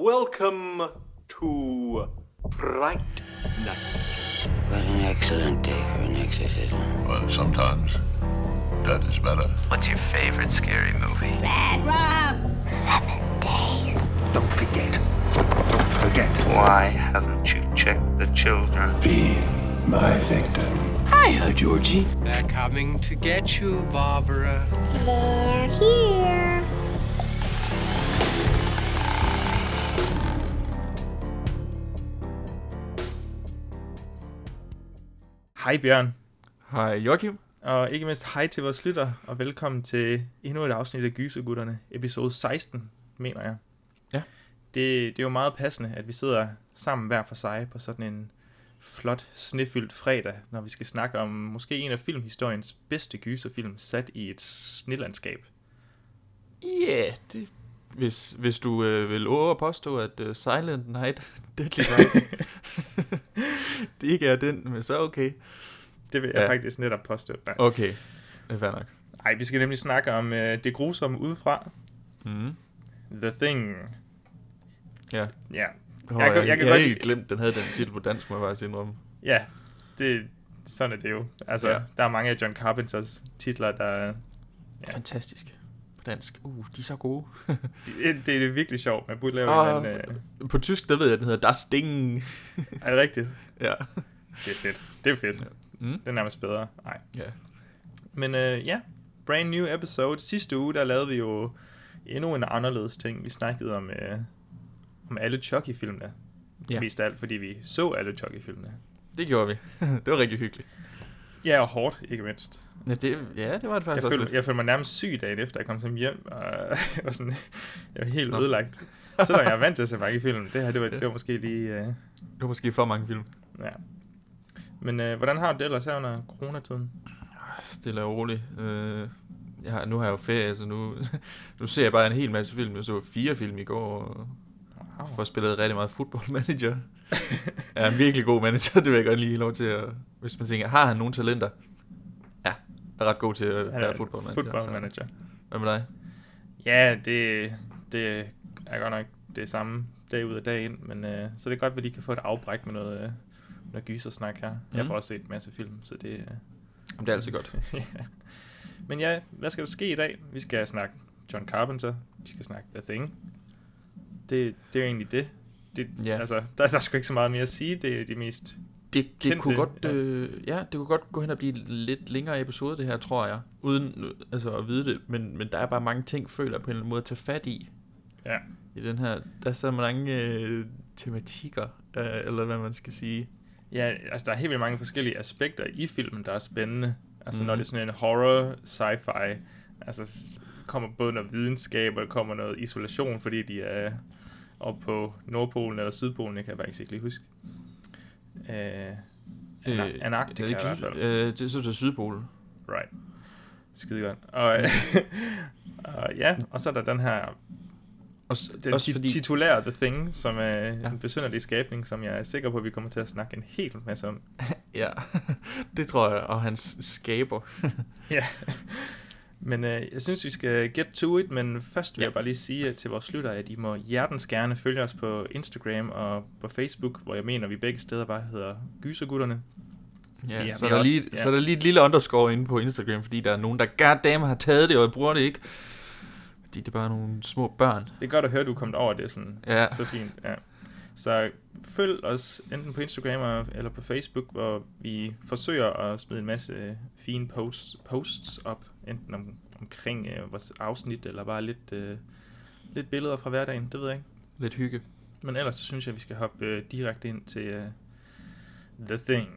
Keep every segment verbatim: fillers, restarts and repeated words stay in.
Welcome to Fright Night. What an excellent day for an exorcism. Well, sometimes that is better. What's your favorite scary movie? Red Rob! Seven days. Don't forget. Don't forget. Why haven't you checked the children? Be my victim. Hiya, Georgie. They're coming to get you, Barbara. They're here. Hej Bjørn. Hej Joachim. Og ikke mindst hej til vores lytter, og velkommen til endnu et afsnit af Gysergutterne, episode seksten, mener jeg. Ja. Det, det er jo meget passende, at vi sidder sammen hver for sig på sådan en flot, snefyldt fredag, når vi skal snakke om måske en af filmhistoriens bedste gyserfilm, sat i et snelandskab. Ja, yeah, det... Hvis, hvis du øh, vil over påstå, at uh, Silent Night, Deadly Night, det ikke er den, men så okay. Det vil jeg ja. faktisk netop påstå. Nej. Okay, det er fair nok. Ej, vi skal nemlig snakke om øh, det grusomme udefra. Mm. The Thing. Ja. Ja. Oh, jeg, jeg, jeg, jeg har helt glemt, den havde den titel på dansk, må jeg faktisk indrømme. Ja, det, sådan er det jo. Altså, ja. Der er mange af John Carpenters titler, der... Ja. Fantastisk. På dansk. Uh, de er så gode. det, det er virkelig sjovt. Man burde lave oh, en anden... Uh... På tysk, der ved jeg, at den hedder Das Ding. Er det rigtigt? Ja. Det er fedt. Det er fedt. Ja. Mm. Det er nærmest bedre. Nej. Ja. Men uh, ja, brand new episode. Sidste uge, der lavede vi jo endnu en anderledes ting. Vi snakkede om, uh, om alle Chucky-filmene. Ja. Mest af alt, fordi vi så alle Chucky-filmene. Det gjorde vi. Det var rigtig hyggeligt. Ja, og hårdt, ikke mindst. Ja, det, ja, det var det faktisk jeg også følte, lidt. Jeg følte mig nærmest syg dagen efter, jeg kom sådan hjem, og jeg var, sådan, jeg var helt Nå. ødelagt. Selvom jeg er vant til at se mange film. Det her, det var, ja. det var måske lige... Uh... Det var måske for mange film. Ja. Men uh, hvordan har du det ellers her under coronatiden? Stille og roligt. Uh, jeg har, nu har jeg jo ferie, så nu, nu ser jeg bare en hel masse film. Jeg så fire film i går, og wow. får spillet rigtig meget Football Manager. Jeg er en virkelig god manager, det vil jeg godt lige lov til at... Hvis man tænker, har han nogle talenter? Ja, er ret god til at være football manager. Football manager. Hvad med dig? Ja, det, det er godt nok det samme dag ud af dag ind, men uh, så det er godt, at vi lige kan få et afbræk med noget, uh, noget gysersnak her. Mm. Jeg får også set en masse film, så det... Uh... Jamen, det er altid godt. ja. Men ja, hvad skal der ske i dag? Vi skal snakke John Carpenter, vi skal snakke The Thing. Det, det er jo egentlig det. det ja. Altså, der, der er sgu ikke så meget mere at sige, det er de mest... Det, det kendte, kunne godt, ja. Øh, ja, det kunne godt gå hen og blive lidt længere episode, det her, tror jeg. Uden altså, at vide det, men, men der er bare mange ting, føler jeg på en eller anden måde at tage fat i. Ja. I den her, der er så mange øh, tematikker, øh, eller hvad man skal sige. Ja, altså der er helt vildt mange forskellige aspekter i filmen, der er spændende. Altså mm. når det er sådan en horror, sci-fi, altså kommer både noget videnskab, og der kommer noget isolation, fordi de er oppe på Nordpolen eller Sydpolen, jeg kan faktisk ikke lige huske. Uh, Ana- Antarktika øh, i hvert fald. Øh, det er så til Sydpolen. Right. Skide godt. Og, og ja, og så er der den her også, den også ti- fordi... titulære The Thing, som er ja. en besynderlig skabning, som jeg er sikker på, at vi kommer til at snakke en hel masse om. Ja, det tror jeg, og hans skaber. Ja. Men øh, jeg synes, vi skal get to it, men først vil ja. jeg bare lige sige til vores lyttere, at I må hjertens gerne følge os på Instagram og på Facebook, hvor jeg mener, vi begge steder bare hedder Gysergutterne. Ja, ja, så, er der også, lige, ja. så er der lige et lille underscore inde på Instagram, fordi der er nogen, der goddamn har taget det, og jeg bruger det ikke. Fordi det er bare nogle små børn. Det er godt at høre, at du er kommet over det sådan ja. så fint. Ja. Så følg os enten på Instagram eller på Facebook, hvor vi forsøger at smide en masse fine posts, posts op, enten om, omkring øh, vores afsnit, eller bare lidt, øh, lidt billeder fra hverdagen, det ved jeg ikke. Lidt hygge. Men ellers så synes jeg, at vi skal hoppe øh, direkte ind til øh, The Thing.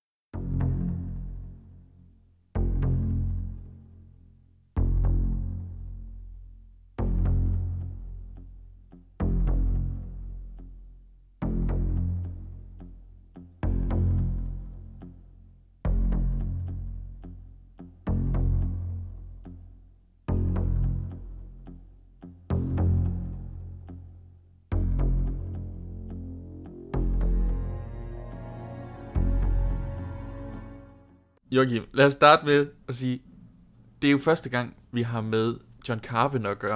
Joachim, lad os starte med at sige, det er jo første gang, vi har med John Carpenter at gøre nu.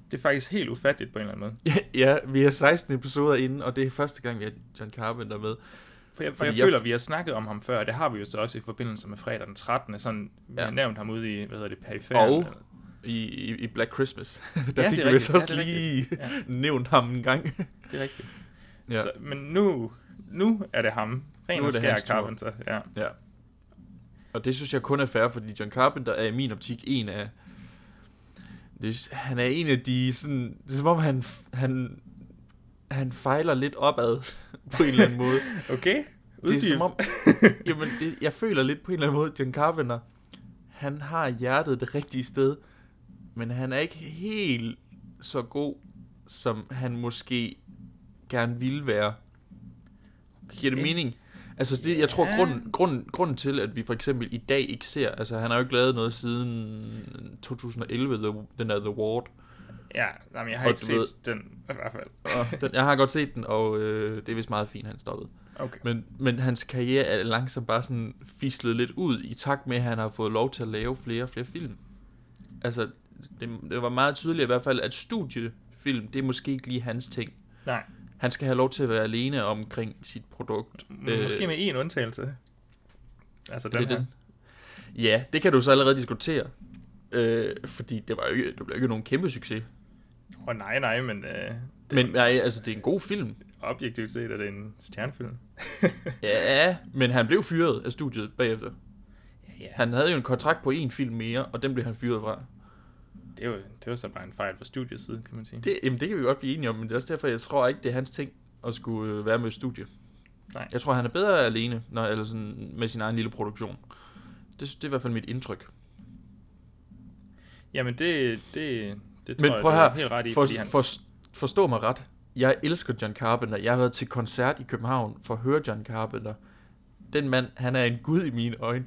Det er faktisk helt ufatteligt på en eller anden måde. Ja, vi har seksten episoder inde, og det er første gang, vi har John Carpenter med. For jeg, for jeg, jeg føler, at vi har snakket om ham før, det har vi jo så også i forbindelse med fredag den trettende Sådan, vi ja. har nævnt ham ude i, hvad hedder det, periferen. Og i, i, i Black Christmas, der ja, fik vi rigtigt. også ja, lige ja. nævnt ham en gang. Det er rigtigt. Ja. Så, men nu, nu er det ham. Ren og skær Carpenter. Ja. ja. Og det synes jeg kun er fair, fordi John Carpenter er i min optik en af... Det, han er en af de sådan... Det er som om, han, han, han fejler lidt opad på en eller anden måde. Okay. Det er som om... jamen, det, jeg føler lidt på en eller anden måde, John Carpenter, han har hjertet det rigtige sted, men han er ikke helt så god, som han måske gerne ville være. Giver det mening? Altså, det, jeg tror, grunden, grunden, grunden til, at vi for eksempel i dag ikke ser... Altså, han har jo ikke lavet noget siden to tusind og elleve, the, den der The Ward. Ja, jamen, jeg har og ikke set ved, den i hvert fald. Og den, jeg har godt set den, og øh, det er vist meget fint, han stoppede. Okay. Men, men hans karriere er langsomt bare sådan fislet lidt ud, i takt med, at han har fået lov til at lave flere og flere film. Altså, det, det var meget tydeligt i hvert fald, at studiefilm, det er måske ikke lige hans ting. Nej. Han skal have lov til at være alene omkring sit produkt. Måske med en undtagelse. Altså den det her. Den. Ja, det kan du så allerede diskutere. Øh, fordi det var jo ikke, det blev ikke nogen kæmpe succes. Åh oh, nej, nej, men... Øh, men nej, altså, det er en god film. Objektivt set er det en stjernefilm. Ja, men han blev fyret af studiet bagefter. Ja, ja. Han havde jo en kontrakt på en film mere, og den blev han fyret fra. Det er jo, det var så bare en fejl fra studiets side, kan man sige. Det, jamen, det kan vi godt blive enige om, men det er også derfor, jeg tror ikke, det er hans ting at skulle være med i studie. Nej. Jeg tror, han er bedre alene, når, eller sådan, med sin egen lille produktion. Det, det er i hvert fald mit indtryk. Jamen, det, det, det tror men jeg, prøv det her, er helt ret i, for, fordi hans... for, forstå mig ret. Jeg elsker John Carpenter. Jeg har været til koncert i København for at høre John Carpenter. Den mand, han er en gud i mine øjne.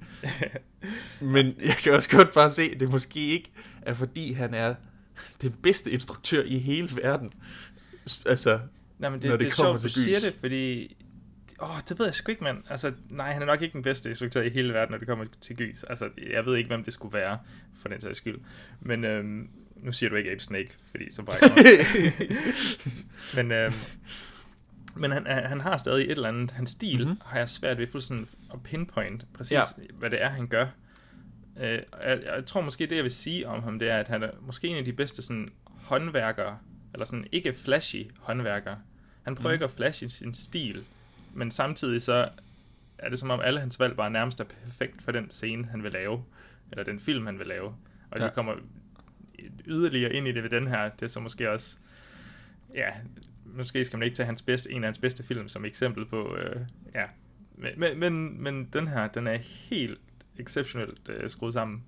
Men jeg kan også godt bare se, at det måske ikke er, fordi han er den bedste instruktør i hele verden. Altså, nej, men det, når det, det er kommer sjovt, til du siger gys. det, fordi... Åh, det ved jeg sgu ikke, mand. Altså, nej, han er nok ikke den bedste instruktør i hele verden, når det kommer til gys. Altså, jeg ved ikke, hvem det skulle være, for den sags skyld. Men øhm, nu siger du ikke Ape Snake, fordi så bare Men, øhm, men han, han har stadig et eller andet. Hans stil mm-hmm. har jeg svært ved fuldstændig at pinpoint præcis, ja. hvad det er, han gør. Øh, jeg, jeg tror måske, det jeg vil sige om ham, det er, at han er måske en af de bedste sådan, håndværkere, eller sådan ikke flashy håndværkere. Han prøver mm. ikke at flashe sin stil, men samtidig så er det som om alle hans valg bare nærmest er perfekt for den scene, han vil lave, eller den film, han vil lave. Og ja. vi kommer yderligere ind i det ved den her. Det er så måske også, ja, måske skal man ikke tage hans bedste, en af hans bedste film som eksempel på, øh, ja. Men, men, men den her, den er helt exceptionelt øh, skruet sammen.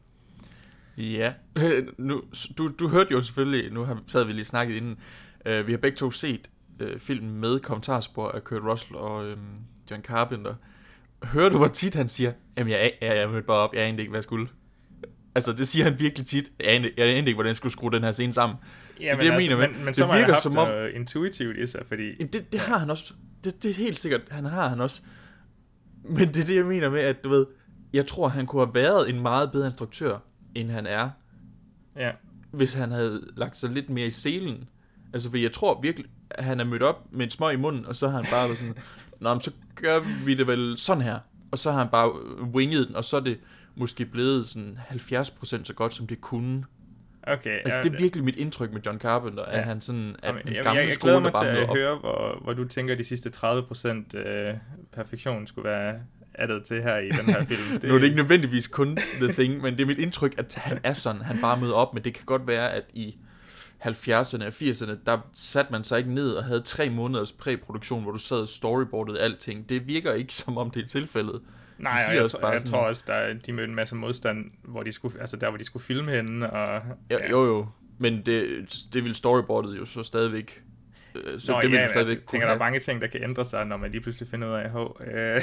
Ja, nu, du, du hørte jo selvfølgelig, nu har, sad vi lige snakket inden, øh, vi har begge to set øh, filmen med kommentarspor af Kurt Russell og øh, John Carpenter. Hører du, hvor tit han siger, jamen jeg, jeg, jeg mødte bare op, jeg anede ikke, hvad jeg skulle. Altså, det siger han virkelig tit. Jeg anede, jeg anede ikke, hvordan jeg skulle skrue den her scene sammen. Ja, men, det, altså, mener, men, men det så virker har som om intuitivt i sig, fordi... Det, det har han også. Det, det er helt sikkert, han har han også. Men det er det, jeg mener med, at du ved, jeg tror, han kunne have været en meget bedre instruktør, end han er. Ja. Hvis han havde lagt sig lidt mere i selen. Altså, for jeg tror virkelig, at han er mødt op med en smøg i munden, og så har han bare været sådan, nå, men så gør vi det vel sådan her. Og så har han bare winget den, og så er det måske blevet sådan halvfjerds procent så godt, som det kunne. Okay. Altså, ja, det er virkelig mit indtryk med John Carpenter, ja. At han sådan, at Jamen, den jeg, gamle jeg, jeg skole, glæder mig der bare til at op. høre, hvor, hvor du tænker, at de sidste tredive procent øh, perfektion skulle være addet til her i den her film. Det... Nu er det ikke nødvendigvis kun The Thing, men det er mit indtryk, at han er sådan, han bare møder op, men det kan godt være, at i halvfjerdserne og firserne, der satte man sig ikke ned og havde tre måneders præproduktion, hvor du sad og storyboardede alting. Det virker ikke, som om det er tilfældet. Nej, jeg, jeg, jeg sådan... tror også, der, de mødte en masse modstand, hvor de skulle, altså der, hvor de skulle filme henne. Og, ja. Jo, jo, jo. Men det, det ville storyboardet jo så stadigvæk. Så Nå, det ja, altså, jeg tænker, der er mange ting, der kan ændre sig, når man lige pludselig finder ud af, hov, øh,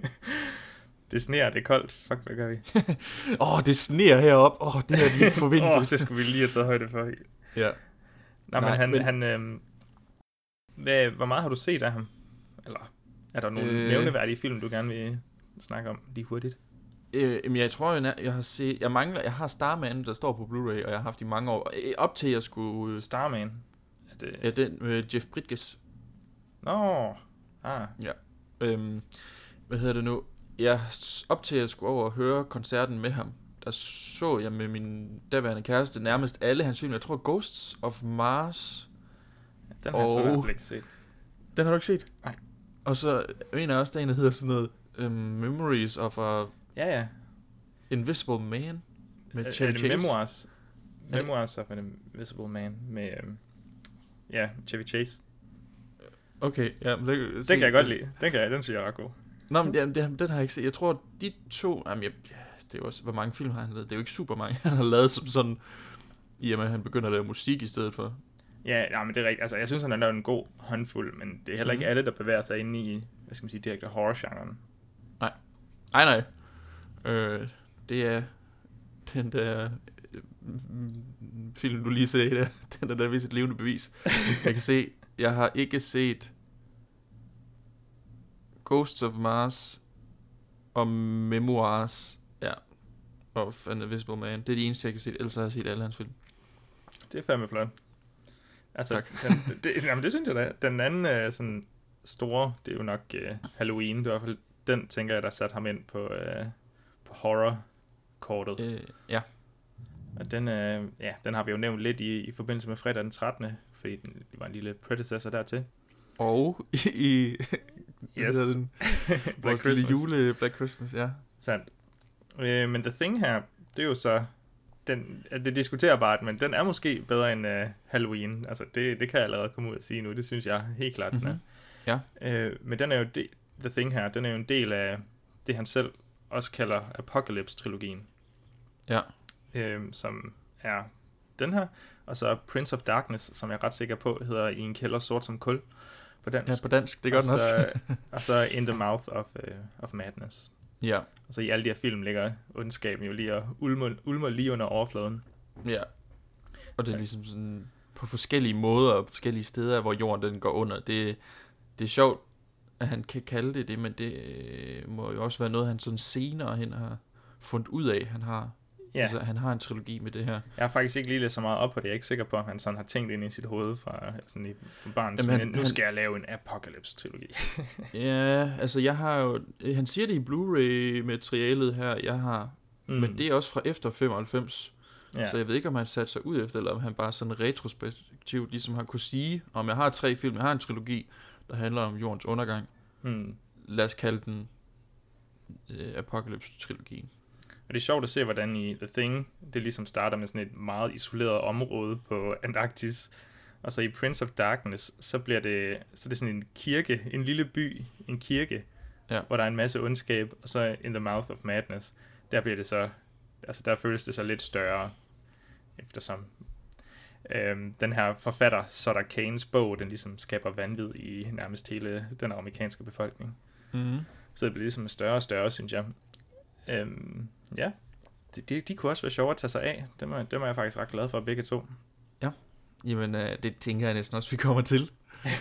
det sneer, det er koldt. Fuck, hvad gør vi? Åh, oh, det sneer heroppe. Åh, oh, det havde vi ikke forventet. Åh, oh, det skulle vi lige have taget højde for. Ja. Nå, Nej, men han, men... han øh, hvad, hvor meget har du set af ham? Eller er der nogle øh... nævneværdige film, du gerne vil snakke om lige hurtigt? Øh, jamen, jeg tror, jeg, jeg har set... Jeg mangler... Jeg har Starman, der står på Blu-ray, og jeg har haft i mange år. Øh, Op til, jeg skulle... Øh, Starman? Er det... ja, den med Jeff Bridges. Nå, ah. Ja. Øhm, hvad hedder det nu? Jeg op til, jeg skulle over og høre koncerten med ham. Der så jeg med min daværende kæreste nærmest alle hans film. Jeg tror Ghosts of Mars. Den har jeg så i hvert fald ikke set. Den har du ikke set? Nej. Og så mener jeg også, der er en, der hedder sådan noget um, Memories of a Ja, ja. Invisible Man. Med Er, Chevy er det Chase. Memoirs? Memoirs of an Invisible Man med... Um, ja, Chevy Chase. Okay, ja. Men det, Den kan jeg godt lide. Den, kan jeg, den synes jeg er ret god. Nå, men den, den, den har jeg ikke set. Jeg tror, de to... Jamen, jeg, ja, det er jo også... Hvor mange film har han lavet? Det er jo ikke super mange, han har lavet som sådan... I og med, at han begynder at lave musik i stedet for. Ja, ja, men det er rigtigt. Altså, jeg synes, han har lavet en god håndfuld, men det er heller ikke Mhm. alle, der bevæger sig inde i, hvad skal man sige, direkte horror-genren. Nej. Nej, nej. Øh, det er den der øh, film, du lige ser der. Den der, der er vist et levende bevis. Jeg kan se, jeg har ikke set Ghosts of Mars og Memoirs, ja, of an Invisible Man. Det er de eneste, jeg kan se. Ellers har jeg set alle hans film. Det er fandme flot. Altså, Tak. den, det, jamen, det synes jeg da. Den anden øh, sådan store, det er jo nok øh, Halloween. Det er i hvert fald den, tænker jeg, der satte ham ind på, øh, på horror-kortet. Øh, ja. Og den, øh, ja, den har vi jo nævnt lidt i, i forbindelse med fredag den trettende, fordi den var en lille predecessor dertil. Og i... Yes. Den, Black vores lille Christmas. jule Black Christmas, ja. Sandt. Øh, men The Thing her, det er jo så... Den, det er diskuterbart, men den er måske bedre end uh, Halloween. Altså, det, det kan jeg allerede komme ud og sige nu. Det synes jeg helt klart, mm-hmm. den er. Ja. Øh, men den er jo de, The Thing her, den er jo en del af det, han selv også kalder Apocalypse-trilogien. Ja. Øh, som er den her. Og så Prince of Darkness, som jeg er ret sikker på, hedder I en kælder sort som kul på dansk. Ja, på dansk. Det gør og den også. og så In the Mouth of, uh, of Madness. Ja. Og så i alle de her film ligger ondskaben jo lige og ulmer, ulmer lige under overfladen. Ja. Og det er ligesom sådan på forskellige måder og forskellige steder, hvor jorden den går under. Det, det er sjovt, at han kan kalde det det, men det øh, må jo også være noget, han sådan senere hen har fundet ud af, han har. Ja. Altså, han har en trilogi med det her. Jeg har faktisk ikke lige læst så meget op på det. Jeg er ikke sikker på, om han sådan har tænkt ind i sit hoved fra, sådan i, fra barns. Jamen, Men han- nu skal jeg lave en Apocalypse-trilogi. Ja, altså jeg har jo... Han siger det i Blu-ray-materialet her, jeg har. Mm. Mm. Men det er også fra efter femoghalvfems. Ja. Så jeg ved ikke, om han satte sig ud efter, eller om han bare sådan retrospektivt ligesom har kunne sige, om jeg har tre film, jeg har en trilogi, der handler om jordens undergang. Mm. Lad os kalde den øh, Apocalypse-trilogien. Og det er sjovt at se, hvordan i The Thing, det ligesom starter med sådan et meget isoleret område på Antarktis. Og så i Prince of Darkness, så bliver det, så er det sådan en kirke, en lille by, en kirke, Ja. hvor der er en masse ondskab. Og så In the Mouth of Madness, der bliver det så, altså der føles det så lidt større, eftersom øhm, den her forfatter, Sutter Kanes bog, den ligesom skaber vanvid i nærmest hele den amerikanske befolkning. Mm-hmm. Så det bliver ligesom større og større, synes jeg. Øhm, ja, de, de, de kunne også være sjove at tage sig af. Dem er, dem er jeg faktisk ret glad for, begge to. Jamen, øh, det tænker jeg næsten også, vi kommer til.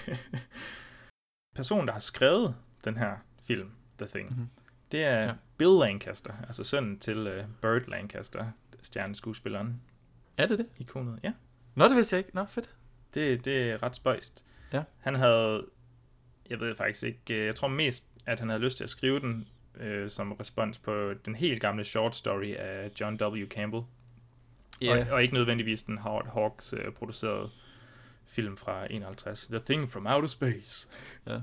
Personen, der har skrevet den her film, The Thing, Mm-hmm. det er Ja. Bill Lancaster, altså sønnen til uh, Burt Lancaster, stjerneskuespilleren, Er det det? ikonet. Ja, Nå, det vidste jeg ikke. Nå, fedt. det, det er ret spøjst. Ja. Han havde, jeg ved faktisk ikke, øh, jeg tror mest, at han havde lyst til at skrive den øh, som respons på den helt gamle short story af John W. Campbell. Ja. Og, og ikke nødvendigvis den Howard Hawks øh, producerede film fra enoghalvtreds. The Thing from Outer Space. Ja.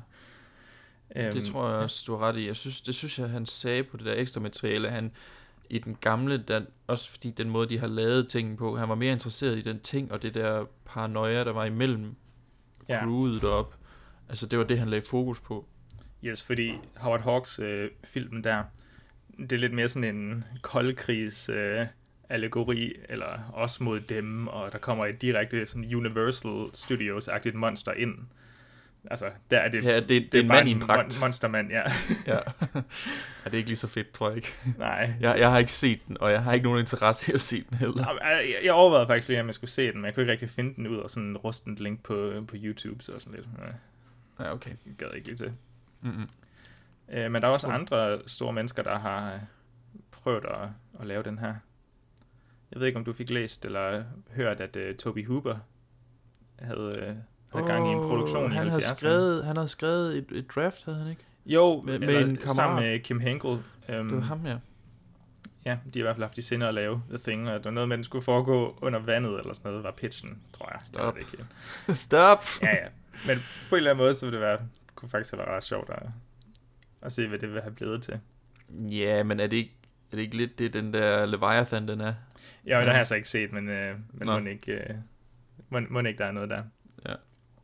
Øhm, Det tror jeg også, du har ret i. Jeg synes, det synes jeg, han sagde på det der ekstra materiale, han i den gamle, der, også fordi den måde, de har lavet tingene på, han var mere interesseret i den ting, og det der paranoia, der var imellem Ja. crewet deroppe. Altså, det var det, han lagde fokus på. Yes, fordi Howard Hawks øh, filmen der, det er lidt mere sådan en koldkrigs øh, allegori, eller også mod dem, og der kommer et direkte sådan Universal Studios-agtigt monster ind. Altså, der er det, Ja, det, det, det er en bare mand i en dragt. mon- monstermand, ja. Ja. Ja, det er ikke lige så fedt, tror jeg ikke. Nej. Jeg, jeg har ikke set den, og jeg har ikke nogen interesse i at se den heller. Jamen, Jeg, jeg overvejede faktisk lige, om jeg skulle se den, men jeg kunne ikke rigtig finde den ud, og sådan en rustent link på, på YouTube, så sådan lidt. Ja, Ja, okay. jeg gad ikke lige til. Mm-hmm. Øh, men der er også Tror du- andre store mennesker, der har prøvet at, at lave den her. Jeg ved ikke, om du fik læst eller hørt, at uh, Toby Hooper havde, uh, havde oh, gang i en produktion i han halvfjerdserne. havde skrevet, han havde skrevet et, et draft, havde han ikke? Jo, med, med eller, en kammerat. sammen med Kim Henkel. Um, det var ham, ja. Ja, de har i hvert fald haft i sinde at lave The Thing, og der var noget med, at den skulle foregå under vandet, eller sådan noget, var pitchen, tror jeg. Stop. Det ikke Stop! Ja, ja. Men på en eller anden måde, så ville det være, kunne faktisk have været ret sjovt at, at se, hvad det ville have blevet til. Ja, men er det ikke, er det ikke lidt det, den der Leviathan, den er? Ja, den har jeg så ikke set, men, øh, men må ikke, øh, må, må ikke, der er noget der. Ja.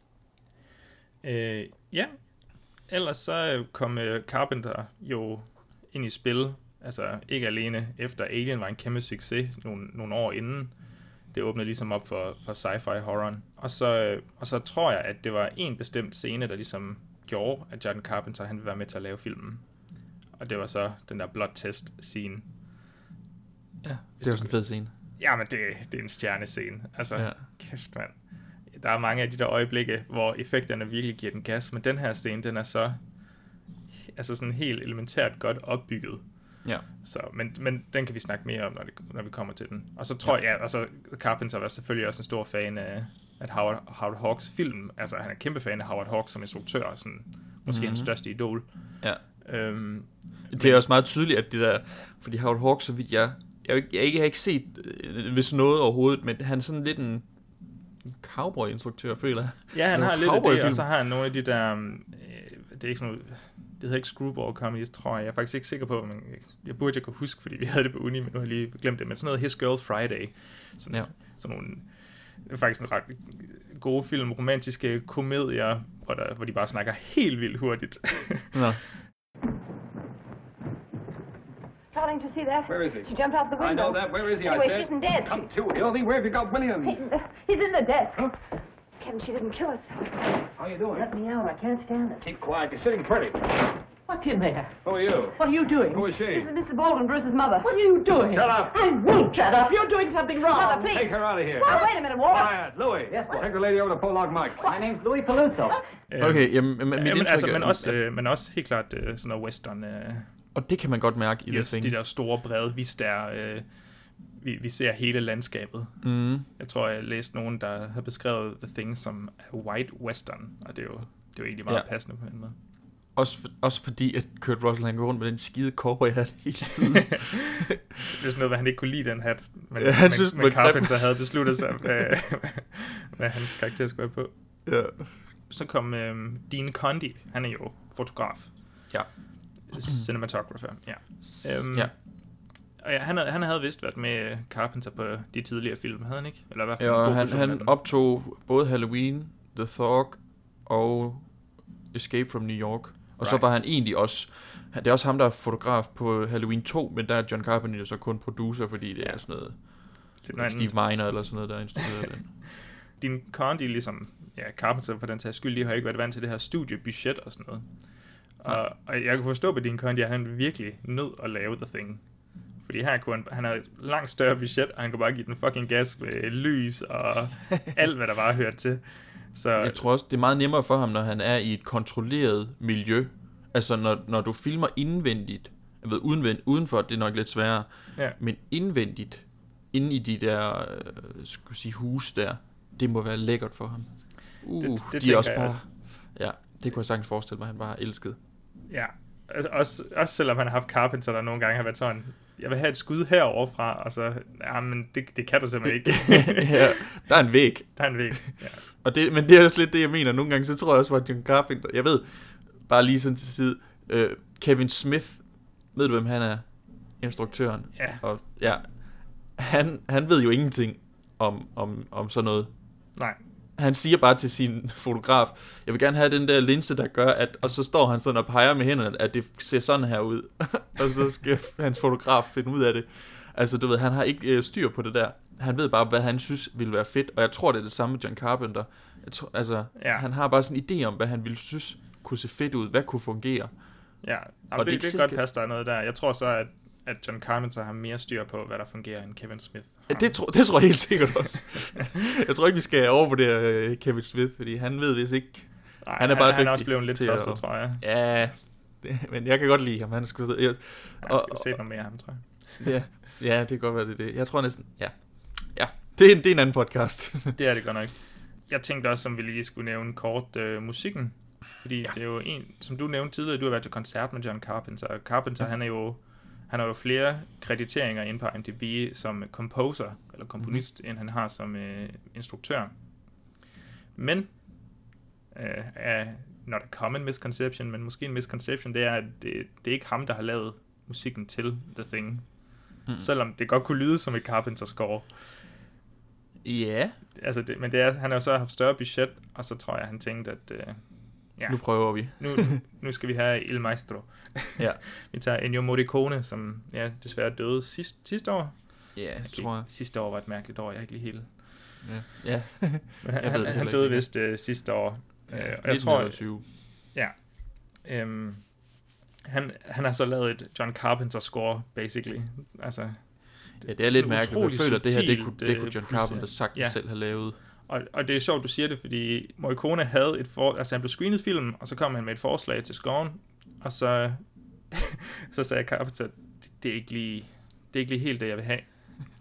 Øh, ja, ellers så kom øh, Carpenter jo ind i spil, altså ikke alene efter Alien var en kæmpe succes nogle, nogle år inden. Det åbnede ligesom op for, for sci-fi horroren. Og så, øh, og så tror jeg, at det var en bestemt scene, der ligesom gjorde, at John Carpenter han ville være med til at lave filmen. Og det var så den der blood test scene. Ja, det var sådan en fed scene. Ja, men det, det er en stjernescene. Altså, ja. Kæft, mand. Der er mange af de der øjeblikke, hvor effekterne virkelig giver den gas, men den her scene, den er så altså sådan helt elementært godt opbygget. Ja. Så, men, men den kan vi snakke mere om, når, det, når vi kommer til den. Og så tror ja. jeg, altså Carpenter var selvfølgelig også en stor fan af at Howard, Howard Hawks film. Altså, han er kæmpe fan af Howard Hawks som instruktør, sådan, måske mm-hmm. hans største idol. Ja. Øhm, det er men, også meget tydeligt, at det der, fordi Howard Hawks, så vidt jeg, jeg, jeg, jeg, jeg har ikke set øh, hvis noget overhovedet, men han er sådan lidt en cowboy-instruktør, føler jeg. Ja, han har lidt af det, og så har han nogle af de der, øh, det er ikke sådan noget, det hedder ikke screwball comedies, tror jeg. Jeg er faktisk ikke sikker på, men jeg burde jeg kunne huske, fordi vi havde det på uni, men nu har jeg lige glemt det. Men sådan noget His Girl Friday. Sådan, ja. Sådan nogle, det er faktisk en ret gode film, romantiske komedier, hvor, der, hvor de bare snakker helt vildt hurtigt. Ja. Darling, did you see that? Where is he? She jumped out the window. I know that. Where is he? Anyway, I said. she isn't dead. Come to, Hildy. Where have you got William? He, uh, he's in the desk. Huh? Kevin, she didn't kill us. How you doing? Let me out. I can't stand it. Keep quiet. You're sitting pretty. What's in there? Who are you? What are you doing? Who is she? This is Missus Baldwin, Bruce's mother. What are you doing? Shut up. I won't shut up. You're doing something wrong. Mother, please. Take her out of here. Now, wait a minute, Walter. Quiet. Louis. Yes, sir. Take the lady over to Pollock Mike. My name's Louis Paluzzo. Okay, jamen, men, ja, men, altså, men, også, øh, men også helt klart øh, sådan noget western. Øh, og det kan man godt mærke i yes, The Thing. De der store, brede vister. Øh, vi, vi ser hele landskabet. Mm. Jeg tror, jeg læste nogen, der har beskrevet The Thing som white western, og det er jo, det er jo egentlig meget ja. passende på den måde. Også, for, også fordi, at Kurt Russell han går rundt med den skide cowboy-hat hele tiden. Det er sådan noget, hvad han ikke kunne lide den hat, men, ja, han men, synes, men Carpenter havde besluttet sig, hvad, hvad hans karakter skulle være på. Ja. Så kom øhm, Dean Condy, han er jo fotograf. Ja. Cinematographer, ja. Øhm, ja. Og ja, han, havde, han havde vist været med Carpenter på de tidligere film, havde han ikke? Eller i hvert fald ja, en god han, han optog både Halloween, The Thug og Escape from New York. Og right. så var han egentlig også, det er også ham, der er fotograf på Halloween to, men der er John Carpenter så kun producer, fordi det er sådan noget, noget Steve Miner eller sådan noget, der instruerer den. Din Condy, ligesom ja, Carpenter for den tages skyld, de har ikke været vant til det her studiebudget og sådan noget. Ja. Og, og jeg kan forstå på din Condy, at han virkelig nød at lave The Thing. Fordi her kunne han, han har et langt større budget, og han kunne bare give den fucking gas med lys og alt, hvad der bare hørt til. Så jeg tror også, det er meget nemmere for ham, når han er i et kontrolleret miljø. Altså, når, når du filmer indvendigt, jeg ved, udenvendt, udenfor, det er nok lidt sværere, ja. Men indvendigt, inde i de der, øh, skulle sige, hus der, det må være lækkert for ham. Uh, det, det de er også bare, også. Ja, det kunne jeg sagtens forestille mig, han bare har elsket. Ja, altså, også, også selvom han har haft Carpenter, der nogle gange har været sådan, jeg vil have et skud herovre fra, og så, ja, men det, det kan du simpelthen ikke. Ja, der er en væg. Der er en væg, ja. Og det, men det er også lidt det, jeg mener. Nogle gange, så tror jeg også, at John Carpenter, jeg ved, bare lige sådan til side, øh, Kevin Smith, ved du, hvem han er? Instruktøren. Ja. Og ja, han, han ved jo ingenting om, om, om sådan noget. Nej. Han siger bare til sin fotograf, jeg vil gerne have den der linse, der gør, at, og så står han sådan og peger med hænderne, at det ser sådan her ud. Og så skal hans fotograf finde ud af det. Altså, du ved, han har ikke øh, styr på det der. Han ved bare, hvad han synes ville være fedt, og jeg tror, det er det samme med John Carpenter. Jeg tror, altså, ja. Han har bare sådan en idé om, hvad han ville synes kunne se fedt ud, hvad kunne fungere. Ja, og det, det, det kan godt passe, der er noget der. Jeg tror så, at, at John Carpenter har mere styr på, hvad der fungerer, end Kevin Smith har. Ja, det, tro, det tror jeg helt sikkert også. Jeg tror ikke, vi skal overvurdere uh, Kevin Smith, fordi han ved vist ikke... Nej, han er bare han, han er også blevet lidt tosset, at, tror jeg. Ja, det, men jeg kan godt lide ham. Han skulle jeg, og, jeg skal se noget mere af ham, tror jeg. Ja, ja, det kan godt være, det er det. Jeg tror næsten, ja. Ja, det er, en, det er en anden podcast. Det er det godt nok. Jeg tænkte også, om vi lige skulle nævne kort øh, musikken. Fordi ja. det er jo en, som du nævnte tidligere, du har været til koncert med John Carpenter. Carpenter, ja. han er jo han har jo flere krediteringer inde på I M D B som composer, eller komponist, mm-hmm. end han har som øh, instruktør. Men, øh, er not a common misconception, men måske en misconception, det er, at det, det er ikke ham, der har lavet musikken til The Thing. Mm. Selvom det godt kunne lyde som et Carpenter-score. Ja. Yeah. Altså det, men det er, han har jo så haft større budget, og så tror jeg, han tænkte, at øh, ja, nu prøver vi. nu, nu skal vi have Il Maestro. Ja. Vi tager Ennio Morricone, som ja, desværre døde sidst, sidste år. Ja, yeah, okay, tror jeg. Sidste år var et mærkeligt år, jeg er ikke lige helt... Ja. ja. Men han, han, han døde vist uh, sidste år. Ja, uh, og jeg tror, tyve. Ja. Um, han, han har så lavet et John Carpenter score, basically. Altså, det, ja, det er lidt mærkeligt. Jeg føler, at det her, det kunne, det kunne John Carpenter sagtens ja. selv have lavet. Og, og det er sjovt, du siger det, fordi Morricone havde et for, altså han blev screenet film, og så kom han med et forslag til scoren, og så, så sagde Carpenter, det, det, er ikke lige, det er ikke lige helt det, jeg vil have.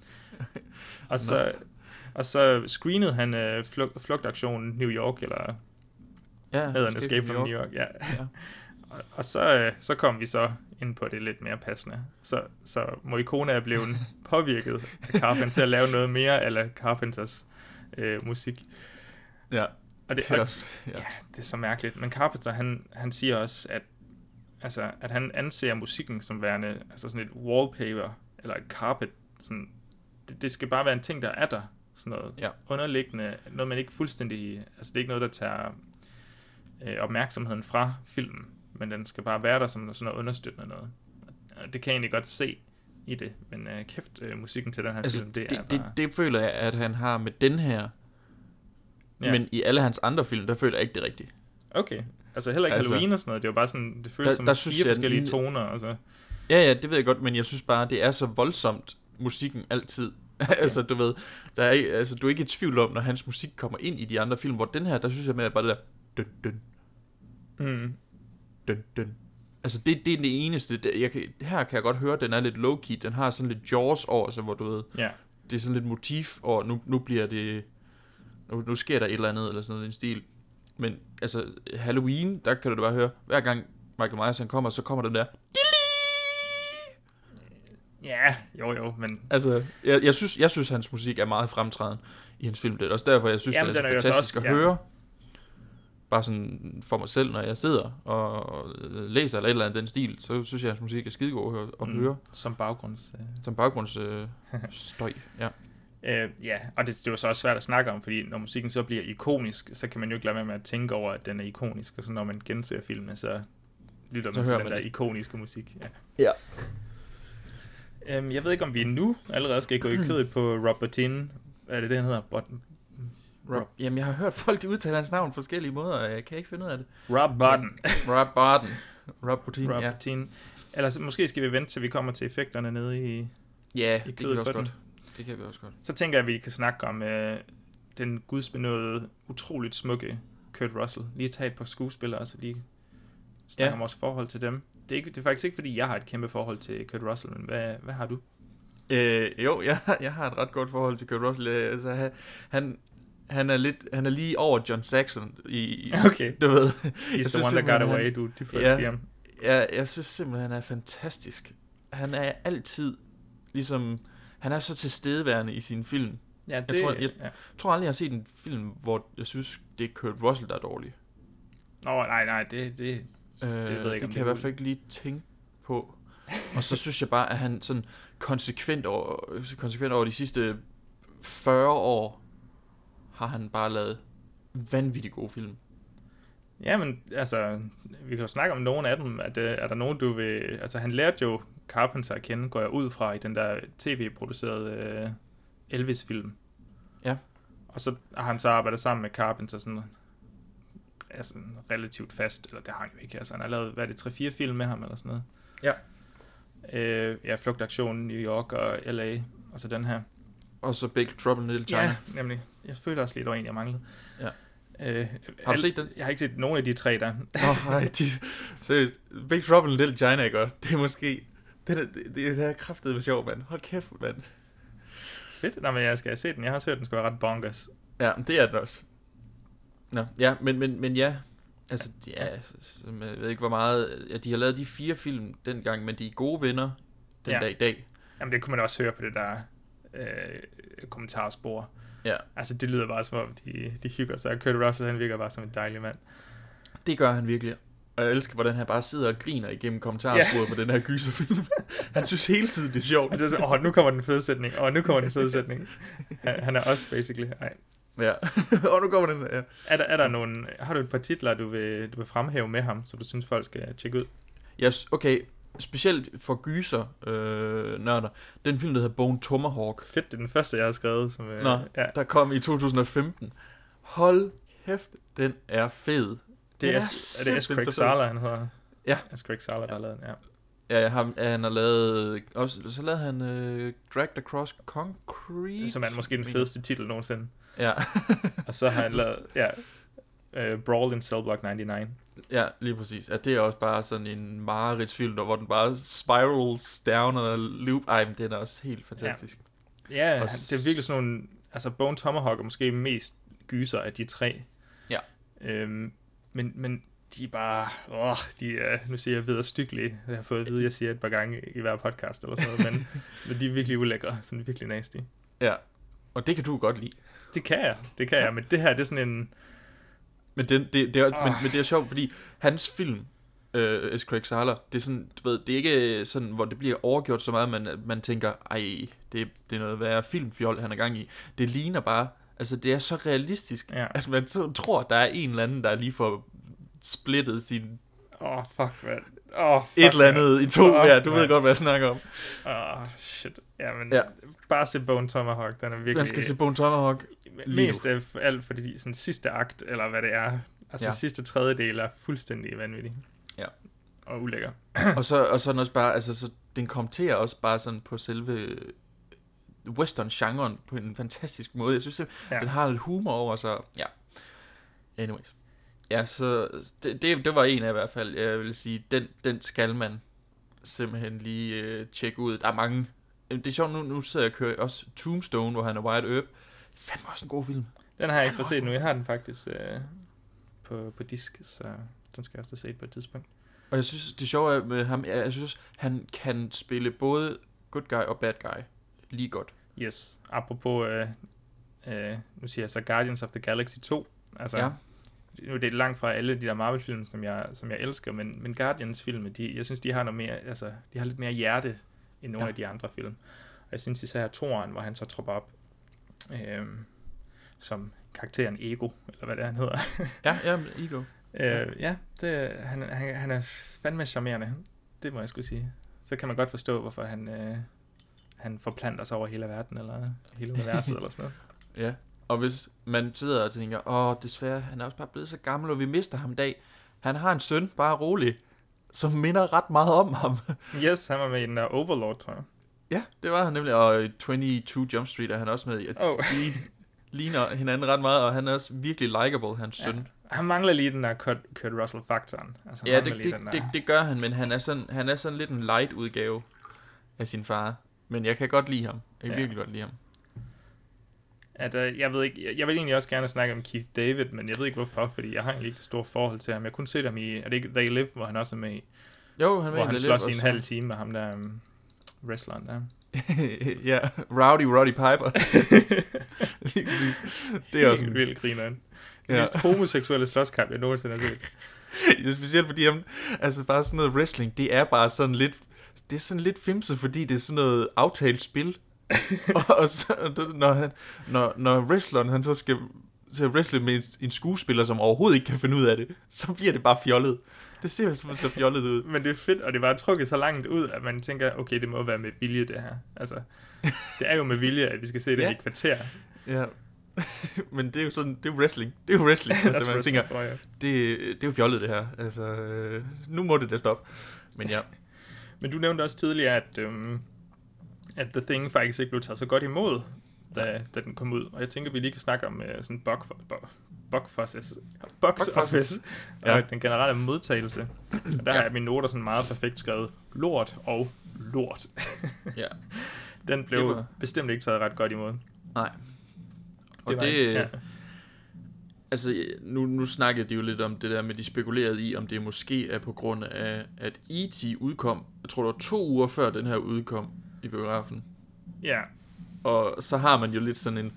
Og så, og så screenede han uh, flug, flugtaktionen New York, eller ja, Escape, Escape from New York. New York. Ja. Ja. og, og så, så kom vi så ind på det lidt mere passende. Så, så Morricone er blevet påvirket af Carpenter til at lave noget mere eller Carpenters øh, musik. Ja, og det, det er også, ja. ja, det er så mærkeligt. Men Carpenter, han, han siger også, at, altså, at han anser musikken som værende altså sådan et wallpaper, eller et carpet. Sådan, det, det skal bare være en ting, der er der. Sådan noget ja. underliggende, noget man ikke fuldstændig, altså det er ikke noget, der tager øh, opmærksomheden fra filmen, men den skal bare være der som sådan noget understøttende noget. Og det kan jeg egentlig godt se i det, men øh, kæft, øh, musikken til den her altså, film, det, det er bare... Det, det føler jeg, at han har med den her, ja. Men i alle hans andre film, der føler jeg ikke det rigtigt. Okay, altså heller ikke altså, Halloween og sådan noget, det var bare sådan, det føles der, som der fire jeg, forskellige toner, altså. Ja, ja, det ved jeg godt, men jeg synes bare, det er så voldsomt, musikken altid. Okay. altså, du ved, der er, altså, du er ikke i tvivl om, når hans musik kommer ind i de andre film, hvor den her, der synes jeg med, bare det der, døn, døn, mm. døn, døn. Altså, det, det er det eneste, det, jeg kan, her kan jeg godt høre, den er lidt low-key, den har sådan lidt Jaws over sig, hvor du ved, ja. det er sådan lidt motif, og nu, nu bliver det, nu, nu sker der et eller andet, eller sådan noget, en stil. Men, altså, Halloween, der kan du bare høre, hver gang Michael Myers han kommer, så kommer den der, ja, jo jo, men... Altså, jeg, jeg, synes, jeg synes, hans musik er meget fremtrædende i hans film. Det er også derfor, jeg synes, jamen, det er, er så fantastisk også, at ja. høre. Bare sådan for mig selv, når jeg sidder og læser eller et eller andet den stil, så synes jeg, at hans musik er skidegod at høre. At mm, høre. Som baggrunds... Uh... Som baggrunds uh, støj, ja. Uh, ja, og det, det er jo så også svært at snakke om, fordi når musikken så bliver ikonisk, så kan man jo ikke lade være med at tænke over, at den er ikonisk, og så når man genser filmene, så lytter man så til den der det. ikoniske musik. Ja. ja. Um, jeg ved ikke, om vi nu allerede skal gå i kødet på Rob Bottin. Er det det, han hedder? Bot- Rob. Jamen, jeg har hørt folk, de udtaler hans navn på forskellige måder, og jeg kan ikke finde ud af det. Rob Bottin. Rob Bottin. Rob Bottin, Rob ja. Bottin. Eller så, måske skal vi vente, til vi kommer til effekterne nede i, ja, i det kan vi også den. godt. Det kan vi også godt. Så tænker jeg, at vi kan snakke om uh, den gudsbenåede, utroligt smukke Kurt Russell. Lige tage et par skuespillere, og så lige snakke ja. om vores forhold til dem. Det er, ikke, det er faktisk ikke, fordi jeg har et kæmpe forhold til Kurt Russell, men hvad, hvad har du? Øh, jo, jeg, jeg har et ret godt forhold til Kurt Russell. Altså, han, han, er lidt, han er lige over John Saxon i, okay. du ved. He's the one that got away, du. De ja, ham. Ja, jeg synes simpelthen, han er fantastisk. Han er altid ligesom, han er så tilstedeværende i sin film. Ja, det, jeg tror, jeg, ja. jeg tror aldrig, jeg har set en film, hvor jeg synes, det er Kurt Russell, der er dårlig. Nå, nej, nej, det, det, øh, det ved jeg ikke, det kan jeg i hvert fald ikke lige tænke på. Og så synes jeg bare, at han sådan konsekvent over, konsekvent over de sidste fyrre år, har han bare lavet vanvittigt gode film. Ja, men altså, vi kan jo snakke om nogle af dem. At, er der nogen, du vil... Altså, han lærte jo Carpenter at kende, går jeg ud fra, i den der tv-producerede uh, Elvis-film. Ja. Og så har han så arbejdet sammen med Carpenter sådan, altså, relativt fast, eller det har han jo ikke. Altså, han har lavet, hvad er det, tre fire film med ham, eller sådan noget. Ja. Øh, ja, Flugtaktionen, New York og L A, og så den her. Og så Big Trouble in Little China. Ja, nemlig. Jeg føler også lidt, der var en, jeg manglede. Ja. Øh, har du set den? Jeg har ikke set nogen af de tre der. Åh, oh, nej, de, seriøst. Big Trouble in Little China, ikke også? Det er måske Den er, det, det er kraftedeme sjov, mand. Hold kæft, mand. Fedt. Nå, men jeg skal se den. Jeg har også hørt, den skulle være ret bonkers. Ja, det er den også. Nå, ja, men, men, men ja. Altså, ja, jeg ved ikke, hvor meget... Ja, de har lavet de fire film dengang, men de er gode venner den ja. dag i dag. Jamen, det kunne man også høre på det der øh, kommentarspor. Ja. Altså, det lyder bare som om, de, de hygger sig. Kurt Russell, han virker bare som en dejlig mand. Det gør han virkelig. Og jeg elsker, hvordan han bare sidder og griner igennem kommentarsporet yeah. på den her gyserfilm. Han synes hele tiden, det er sjovt. Det er sådan, åh, nu kommer den fede sætning. Åh, nu kommer den fede sætning. Han, han er også basically. Ej. Ja, og nu kommer den. Ja. Er der, er der nogle, har du et par titler, du vil, du vil fremhæve med ham, som du synes, folk skal tjekke ud? Ja, yes, okay. Specielt for gyser øh, nørder. Den film, der hedder Bone Tomahawk. Fedt, det er den første, jeg har skrevet. Som, øh, Nå, ja. der kom i to tusind og femten. Hold kæft, den er fed. Det er, er, er det S. Craig Sala, han hedder? Ja. S. Craig Sala, der har lavet den, ja. Ja, jeg har, han har lavet... Også, så lavede han uh, Dragged Across Concrete. Som er måske den fedeste titel nogensinde. Ja. Og så har han lavet... Ja, uh, Brawl in Cell Block nioghalvfems. Ja, lige præcis. Ja, det er også bare sådan en mareridtsfilm, hvor den bare spirals down og loop. Ej, men den er også helt fantastisk. Ja, ja det er virkelig sådan nogle... Altså, Bone Tomahawk er måske mest gyser af de tre. Ja. Øhm, men, men de er bare... Åh, de er... Nu siger jeg vederstyggelige. Jeg har fået at vide, jeg siger et par gange i hver podcast eller sådan noget, men, men de er virkelig ulækre. Sådan virkelig nasty. Ja, og det kan du godt lide. Det kan jeg, det kan jeg. Men det her, det er sådan en... Men det, det, det, er, oh. men, men det er sjovt, fordi hans film, øh, S. Craig Sala, det er sådan, du ved, det er ikke sådan, hvor det bliver overgjort så meget, man, man tænker, ej, det, det er noget værre filmfjol, han er gang i. Det ligner bare, altså det er så realistisk, ja. at man så tror, der er en eller anden, der lige får splittet sin... Åh, oh, fuck, man. Oh, fuck, et eller andet man. i to, oh, ja, du man. ved godt, hvad jeg snakker om. Åh, oh, shit. Ja, men ja. bare se Bone Tomahawk, den er virkelig... Den skal se Bone Tomahawk. Mest af alt, fordi sådan sidste akt, eller hvad det er, altså ja. den sidste tredjedel er fuldstændig vanvittig. Ja. Og ulækker. og så og så også bare, altså så den kommenterer også bare sådan på selve western-genren på en fantastisk måde. Jeg synes, det, ja. den har lidt humor over sig. Ja. Anyways. Ja, så det, det, det var en af i hvert fald, jeg vil sige, den, den skal man simpelthen lige øh, tjekke ud. Der er mange. Det er sjovt, nu, nu sidder jeg og kører også Tombstone, hvor han er Wyatt Earp. Fandme også en god film. Den har jeg ikke fået set nu. Jeg har den faktisk øh, på, på disk, så den skal jeg også se på et tidspunkt. Og jeg synes, det sjove er med ham, jeg synes, han kan spille både good guy og bad guy lige godt. Yes. Apropos, øh, øh, nu siger jeg så Guardians of the Galaxy to. Altså, ja. Nu er det langt fra alle de der Marvel-film, som jeg, som jeg elsker, men, men Guardians-filmen, de, jeg synes, de har noget mere, altså, de har lidt mere hjerte end nogle ja. af de andre film. Og jeg synes især toeren, hvor han så tropper op øh, som karakteren Ego, eller hvad det er, han hedder. ja, ja, Ego. øh, ja, det, han, han, han er fandme charmerende. Det må jeg skulle sige. Så kan man godt forstå, hvorfor han, øh, han forplanter sig over hele verden, eller hele universet, eller sådan noget. Ja. Og hvis man sidder og tænker, åh, desværre, han er også bare blevet så gammel, og vi mister ham en dag. Han har en søn, bare rolig, som minder ret meget om ham. Yes, han var med i den der Overlord, tror jeg. Ja, det var han nemlig, og i tyve Jump Street er han også med i. Oh. De ligner hinanden ret meget, og han er også virkelig likable, hans ja. søn. Han mangler lige den der Kurt, Kurt Russell-faktoren. Altså, ja, det, det, det, det gør han, men han er, sådan, han er sådan lidt en light-udgave af sin far. Men jeg kan godt lide ham. Jeg kan ja. virkelig godt lide ham. At, uh, jeg ved ikke, jeg, jeg vil egentlig også gerne snakke om Keith David, men jeg ved ikke hvorfor, fordi jeg har egentlig ikke det store forhold til ham. Jeg kunne se ham i, er det ikke They Live, hvor han også er med i? Jo, han er med hvor han i slås i en halv time med ham der um, wrestleren der. ja, Rowdy Roddy Piper. Det er også en vild grineren. Den ja. mest homoseksuelle slåskamp, jeg nogensinde har set. Det er specielt fordi, han, altså bare sådan noget wrestling, det er bare sådan lidt, det er sådan lidt fimset, fordi det er sådan noget aftalt spil. og, og så, når, han, når, når wrestleren han så skal til at wrestle med en, en skuespiller, som overhovedet ikke kan finde ud af det, så bliver det bare fjollet. Det ser simpelthen så fjollet ud. Men det er fedt, og det var trukket så langt ud, at man tænker, okay, det må være med vilje, det her. Altså, det er jo med vilje, at vi skal se det ja. i kvarter. Ja. Men det er jo sådan, det er jo wrestling. Det er jo wrestling. altså, man tænker, for, ja. det, det er jo fjollet, det her. Altså, øh, nu må det da stoppe. Men ja. Men du nævnte også tidligere, at, øhm, at The Thing faktisk ikke blev taget så godt imod, da, da den kom ud. Og jeg tænker, vi lige kan snakke om uh, sådan box, box, box office ja. og den generelle modtagelse. Og der ja. har jeg mine noter sådan meget perfekt skrevet lort og lort. Ja. Den blev var... bestemt ikke taget ret godt imod. Nej. Og det, det... ja. Altså, nu, nu snakkede de jo lidt om det der med, de spekulerede i, om det måske er på grund af, at E T udkom, jeg tror det var to uger før den her udkom i biografen. Ja. Og så har man jo lidt sådan en,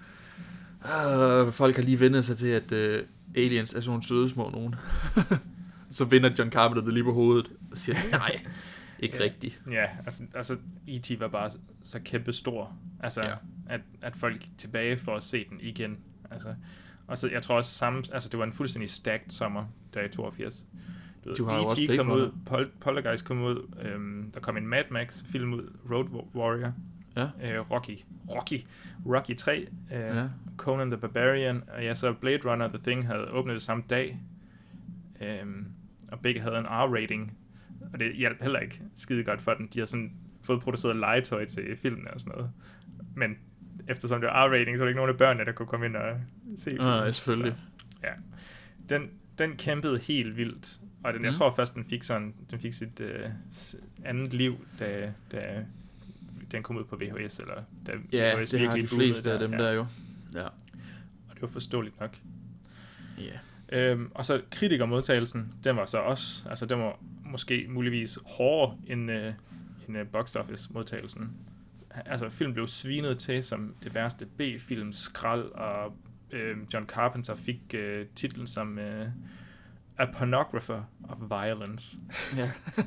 øh, folk har lige vendt sig til, at øh, aliens er sådan nogle søde små nogen. Så vender John Carpenter det lige på hovedet og siger, nej, ikke ja. rigtigt. Ja, altså, altså E T var bare så kæmpe stor, altså, ja. at, at folk gik tilbage for at se den igen. Altså, og så jeg tror også samme, altså det var en fuldstændig stacked sommer, der i toogfirs. Du ved, du har E T også kom ud, Pol- Poltergeist kom ud, øhm, der kom en Mad Max film ud, Road Warrior, ja. øh, Rocky, Rocky, Rocky tre, øh, ja. Conan the Barbarian, og ja, så Blade Runner The Thing havde åbnet samme dag, øhm, og begge havde en R-rating, og det hjalp heller ikke skide godt for den. De har sådan fået produceret legetøj til filmen og sådan noget, men eftersom det var R-rating, så var det ikke nogen af børnene, der kunne komme ind og se filmen. Ja, selvfølgelig. Så, ja. Den, den kæmpede helt vildt, og den, mm. jeg tror først, den fik sådan, den fik sit øh, andet liv, da, da den kom ud på V H S, eller da ja, V H S det har de fleste der. af dem ja. der jo. Ja. Og det var forståeligt nok. Ja. Yeah. Øhm, og så kritikermodtagelsen, den var så også, altså den var måske muligvis hårdere end, øh, end øh, box office modtagelsen. Altså film blev svinet til som det værste B-film skrald, og øh, John Carpenter fik øh, titlen som øh, A Pornographer of Violence. Ja.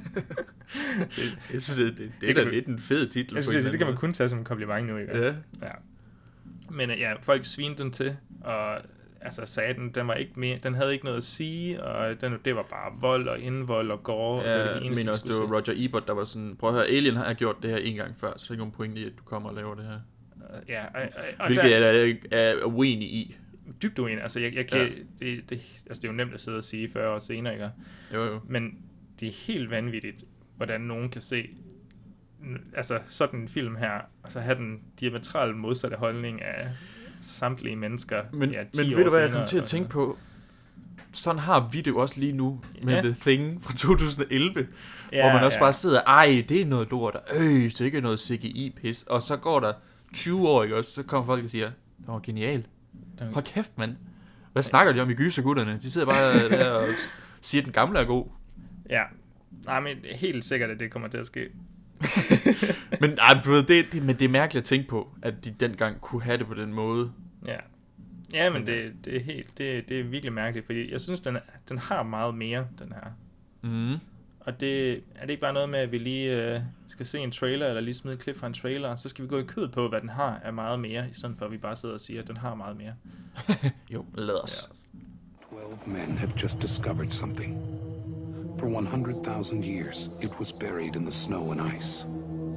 det, jeg synes, det, det, det er da lidt en fed titel. Jeg synes, det, det kan man kun tage som en kompliment nu, ikke? Ja. Ja. Men ja, folk svinede den til, og altså sagde den, den var ikke mere, den havde ikke noget at sige, og den, det var bare vold og indvold og gore. Ja, og det, det eneste, men også det var Roger Ebert, der var sådan, prøv at høre, Alien har gjort det her en gang før, så er der ikke nogen point i, at du kommer og laver det her. Uh, ja, og, og, og hvilket der, jeg er, er uenig i. Dybt uenig, altså jeg, jeg kan, ja. det, det, altså det er jo nemt at sidde og sige fyrre år senere, ikke? Jo, jo. Men det er helt vanvittigt, hvordan nogen kan se altså sådan en film her, og så have den diametralt modsatte holdning af samtlige mennesker. Men, ja, men ved du hvad, jeg kom til at tænke på? Sådan har vi det jo også lige nu med ja. The Thing fra to tusind og elleve, ja, hvor man også ja. bare sidder, ej, det er noget lort, øh, det er ikke noget C G I-pis, og så går der tyve år, ikke også, så kommer folk og siger, det var genial. Hold kæft, mand. Hvad snakker de om i gysergutterne? De sidder bare der og siger, at den gamle er god. Ja, nej, men helt sikkert, at det kommer til at ske. men, ej, du ved, det, det, men det er mærkeligt at tænke på, at de dengang kunne have det på den måde. Ja, ja, men det, det er helt, det, det er virkelig mærkeligt, fordi jeg synes, den, den har meget mere, den her. Mm. Og det er det ikke bare noget med, at vi lige øh, skal se en trailer, eller lige smide et klip fra en trailer, så skal vi gå i kød på, hvad den har af meget mere, i stedet for at vi bare sidder og siger, at den har meget mere. jo, lad os. Twelve men have just discovered something. For one hundred thousand years, it was buried in the snow and ice.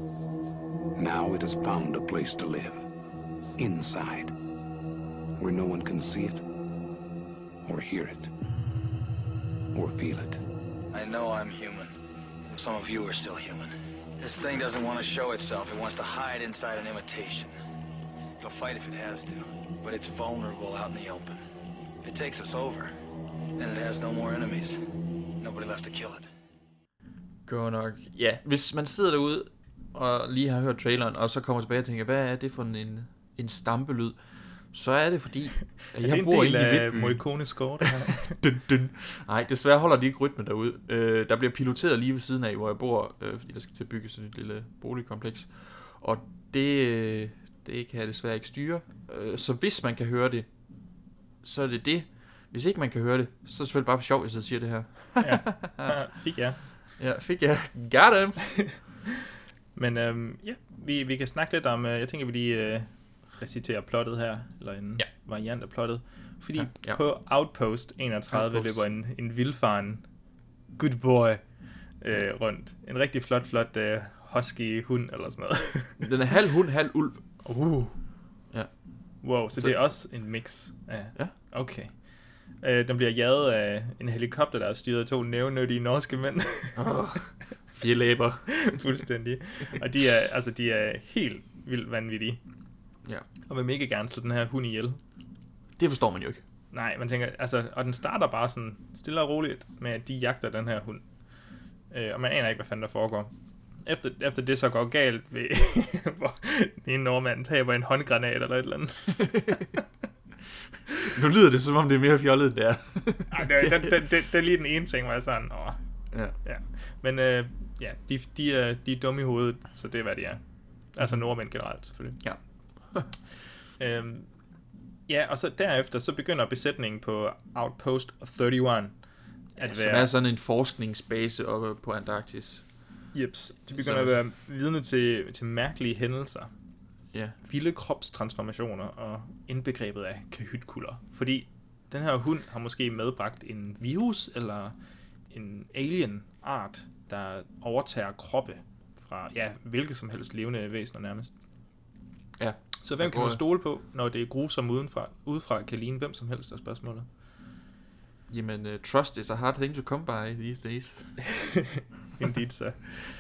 Now it has found a place to live. Inside. Where no one can see it, or hear it, or feel it. I know I'm human. Some of you are still human. This thing doesn't want to show itself. It wants to hide inside an imitation. It'll fight if it has to, but it's vulnerable out in the open. If it takes us over, then it has no more enemies. Nobody left to kill it. Godt nok. Ja, hvis man sidder derude og lige har hørt traileren, og så kommer tilbage og tænker, hvad er det for en, en stampelyd? Så er det fordi, at jeg bor inde i Midtbyen. Morricone score, det her? dun, dun. Nej, desværre holder de ikke rytmen derude. Øh, der bliver piloteret lige ved siden af, hvor jeg bor, øh, fordi der skal til at bygge sådan et lille boligkompleks. Og det, det kan jeg desværre ikke styre. Øh, så hvis man kan høre det, så er det det. Hvis ikke man kan høre det, så er det selvfølgelig bare for sjov, hvis jeg siger det her. ja, ja, fik jeg. Ja, fik jeg. Got him. Men øhm, ja, vi, vi kan snakke lidt om, øh, jeg tænker, vi lige øh, reciterer plottet her, eller en ja. variant af plottet. Fordi ja, ja. på Outpost enogtredive Outpost. løber en, en vildfaren good boy øh, rundt. En rigtig flot, flot øh, husky hund, eller sådan noget. Den er halv hund, halv ulv. Uh. Ja. Wow, så, så det er også en mix. Ja. ja. Okay. Øh, den bliver jaget af en helikopter, der er styret af to nævnyttige norske mænd. oh, fire læber. Fuldstændig. Og de er, altså, de er helt vildt vanvittige. Ja. Og vil mega gerne slå den her hund ihjel. Det forstår man jo ikke. Nej, man tænker, altså, og den starter bare sådan stille og roligt med, at de jagter den her hund. Øh, og man aner ikke, hvad fanden der foregår. efter, efter det så går galt, ved, hvor den ene nordmand taber en håndgranat eller et eller andet. Nu lyder det, som om det er mere fjollet, der. Ej, det, det, det, det, det er lige den ene ting, hvor jeg sådan, åh. Ja. ja. Men øh, ja, de, de, er, de er dumme i hovedet, så det er, hvad de er. Altså nordmænd generelt, selvfølgelig. Ja. øhm, ja, og så derefter, så begynder besætningen på Outpost enogtredive at ja, være... Som er sådan en forskningsbase oppe på Antarktis. Jeps, de begynder så... at være vidne til, til mærkelige hændelser. Ja. Vilde kropstransformationer og indbegrebet af kahytkulder. Fordi den her hund har måske medbragt en virus eller en alien-art, der overtager kroppe fra ja, hvilket som helst levende væsener nærmest. Ja. Så hvem kan man stole på, når det er grusomt udenfra, udefra kan ligne hvem som helst, er spørgsmålet? Jamen, uh, trust is a hard thing to come by these days. Indeed, så.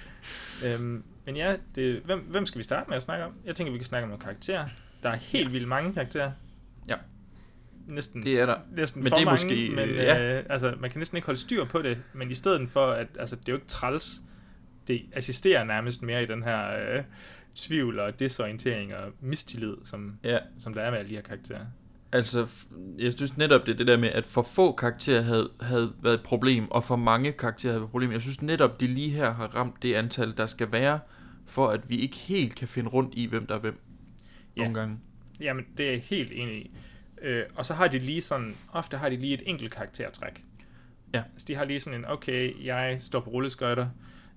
Øhm, men ja, det, hvem, hvem skal vi starte med at snakke om? Jeg tænker, vi kan snakke om nogle karakterer. Der er helt ja. vildt mange karakterer. Ja. Næsten, det er der. Næsten men for det er mange, måske, men ja. øh, altså, man kan næsten ikke holde styr på det. Men i stedet for, at altså, det er jo ikke træls. Det assisterer nærmest mere i den her øh, tvivl og desorientering og mistillid, som, ja. som der er med alle de her karakterer. Altså, jeg synes netop, det er det der med, at for få karakterer havde, havde været et problem, og for mange karakterer havde været et problem. Jeg synes netop, de lige her har ramt det antal, der skal være, for at vi ikke helt kan finde rundt i, hvem der er hvem. Nogle ja. gange. Jamen, det er jeg helt enig i. Øh, og så har de lige sådan, ofte har de lige et enkelt karaktertræk. Ja. Så de har lige sådan en, okay, jeg står på rulleskøjter,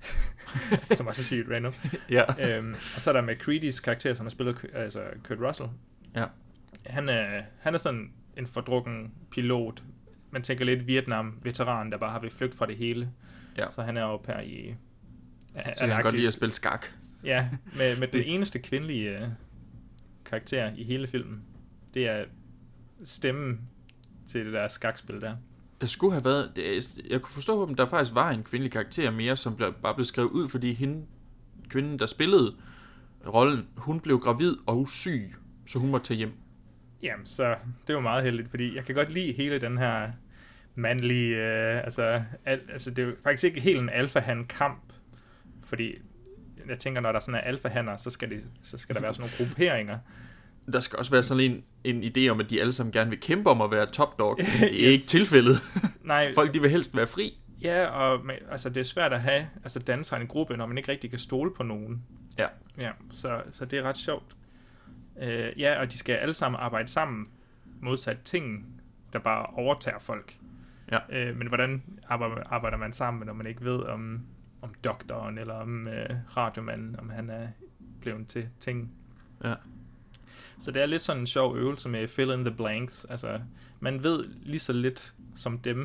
som også er sygt random. Ja. Øhm, og så er der McCready's karakter, som har spillet altså Kurt Russell. Ja. Han er, han er sådan en fordrukken pilot. Man tænker lidt Vietnam-veteran, der bare har ved flygt fra det hele. Ja. Så han er oppe her i... Så han kan godt lide at spille skak. Ja, med, med den eneste kvindelige uh, karakter i hele filmen. Det er stemmen til det der skakspil der. Der skulle have været... Det, jeg kunne forstå, at der faktisk var en kvindelig karakter mere, som blev, bare blev skrevet ud, fordi hende, kvinden, der spillede rollen, hun blev gravid og syg, så hun måtte tage hjem. Jamen, så det var meget heldigt, fordi jeg kan godt lide hele den her mandlige... Øh, altså, al, altså, det er jo faktisk ikke helt en alfa-han-kamp, fordi jeg tænker, når der sådan er alfa-hanner, så skal, det, så skal der være sådan nogle grupperinger. Der skal også være sådan en, en idé om, at de alle sammen gerne vil kæmpe om at være top dog. Det er yes. ikke tilfældet. Nej. Folk, de vil helst være fri. Ja, og men, altså, det er svært at have altså, dansere i en gruppe, når man ikke rigtig kan stole på nogen. Ja. Ja, så, så det er ret sjovt. Uh, ja, og de skal alle sammen arbejde sammen, modsat ting, der bare overtager folk. Ja. Uh, men hvordan arbejder, arbejder man sammen, når man ikke ved om, om doktoren, eller om uh, radiomanden, om han er blevet til ting? Ja. Så det er lidt sådan en sjov øvelse med fill in the blanks. Altså, man ved lige så lidt som dem.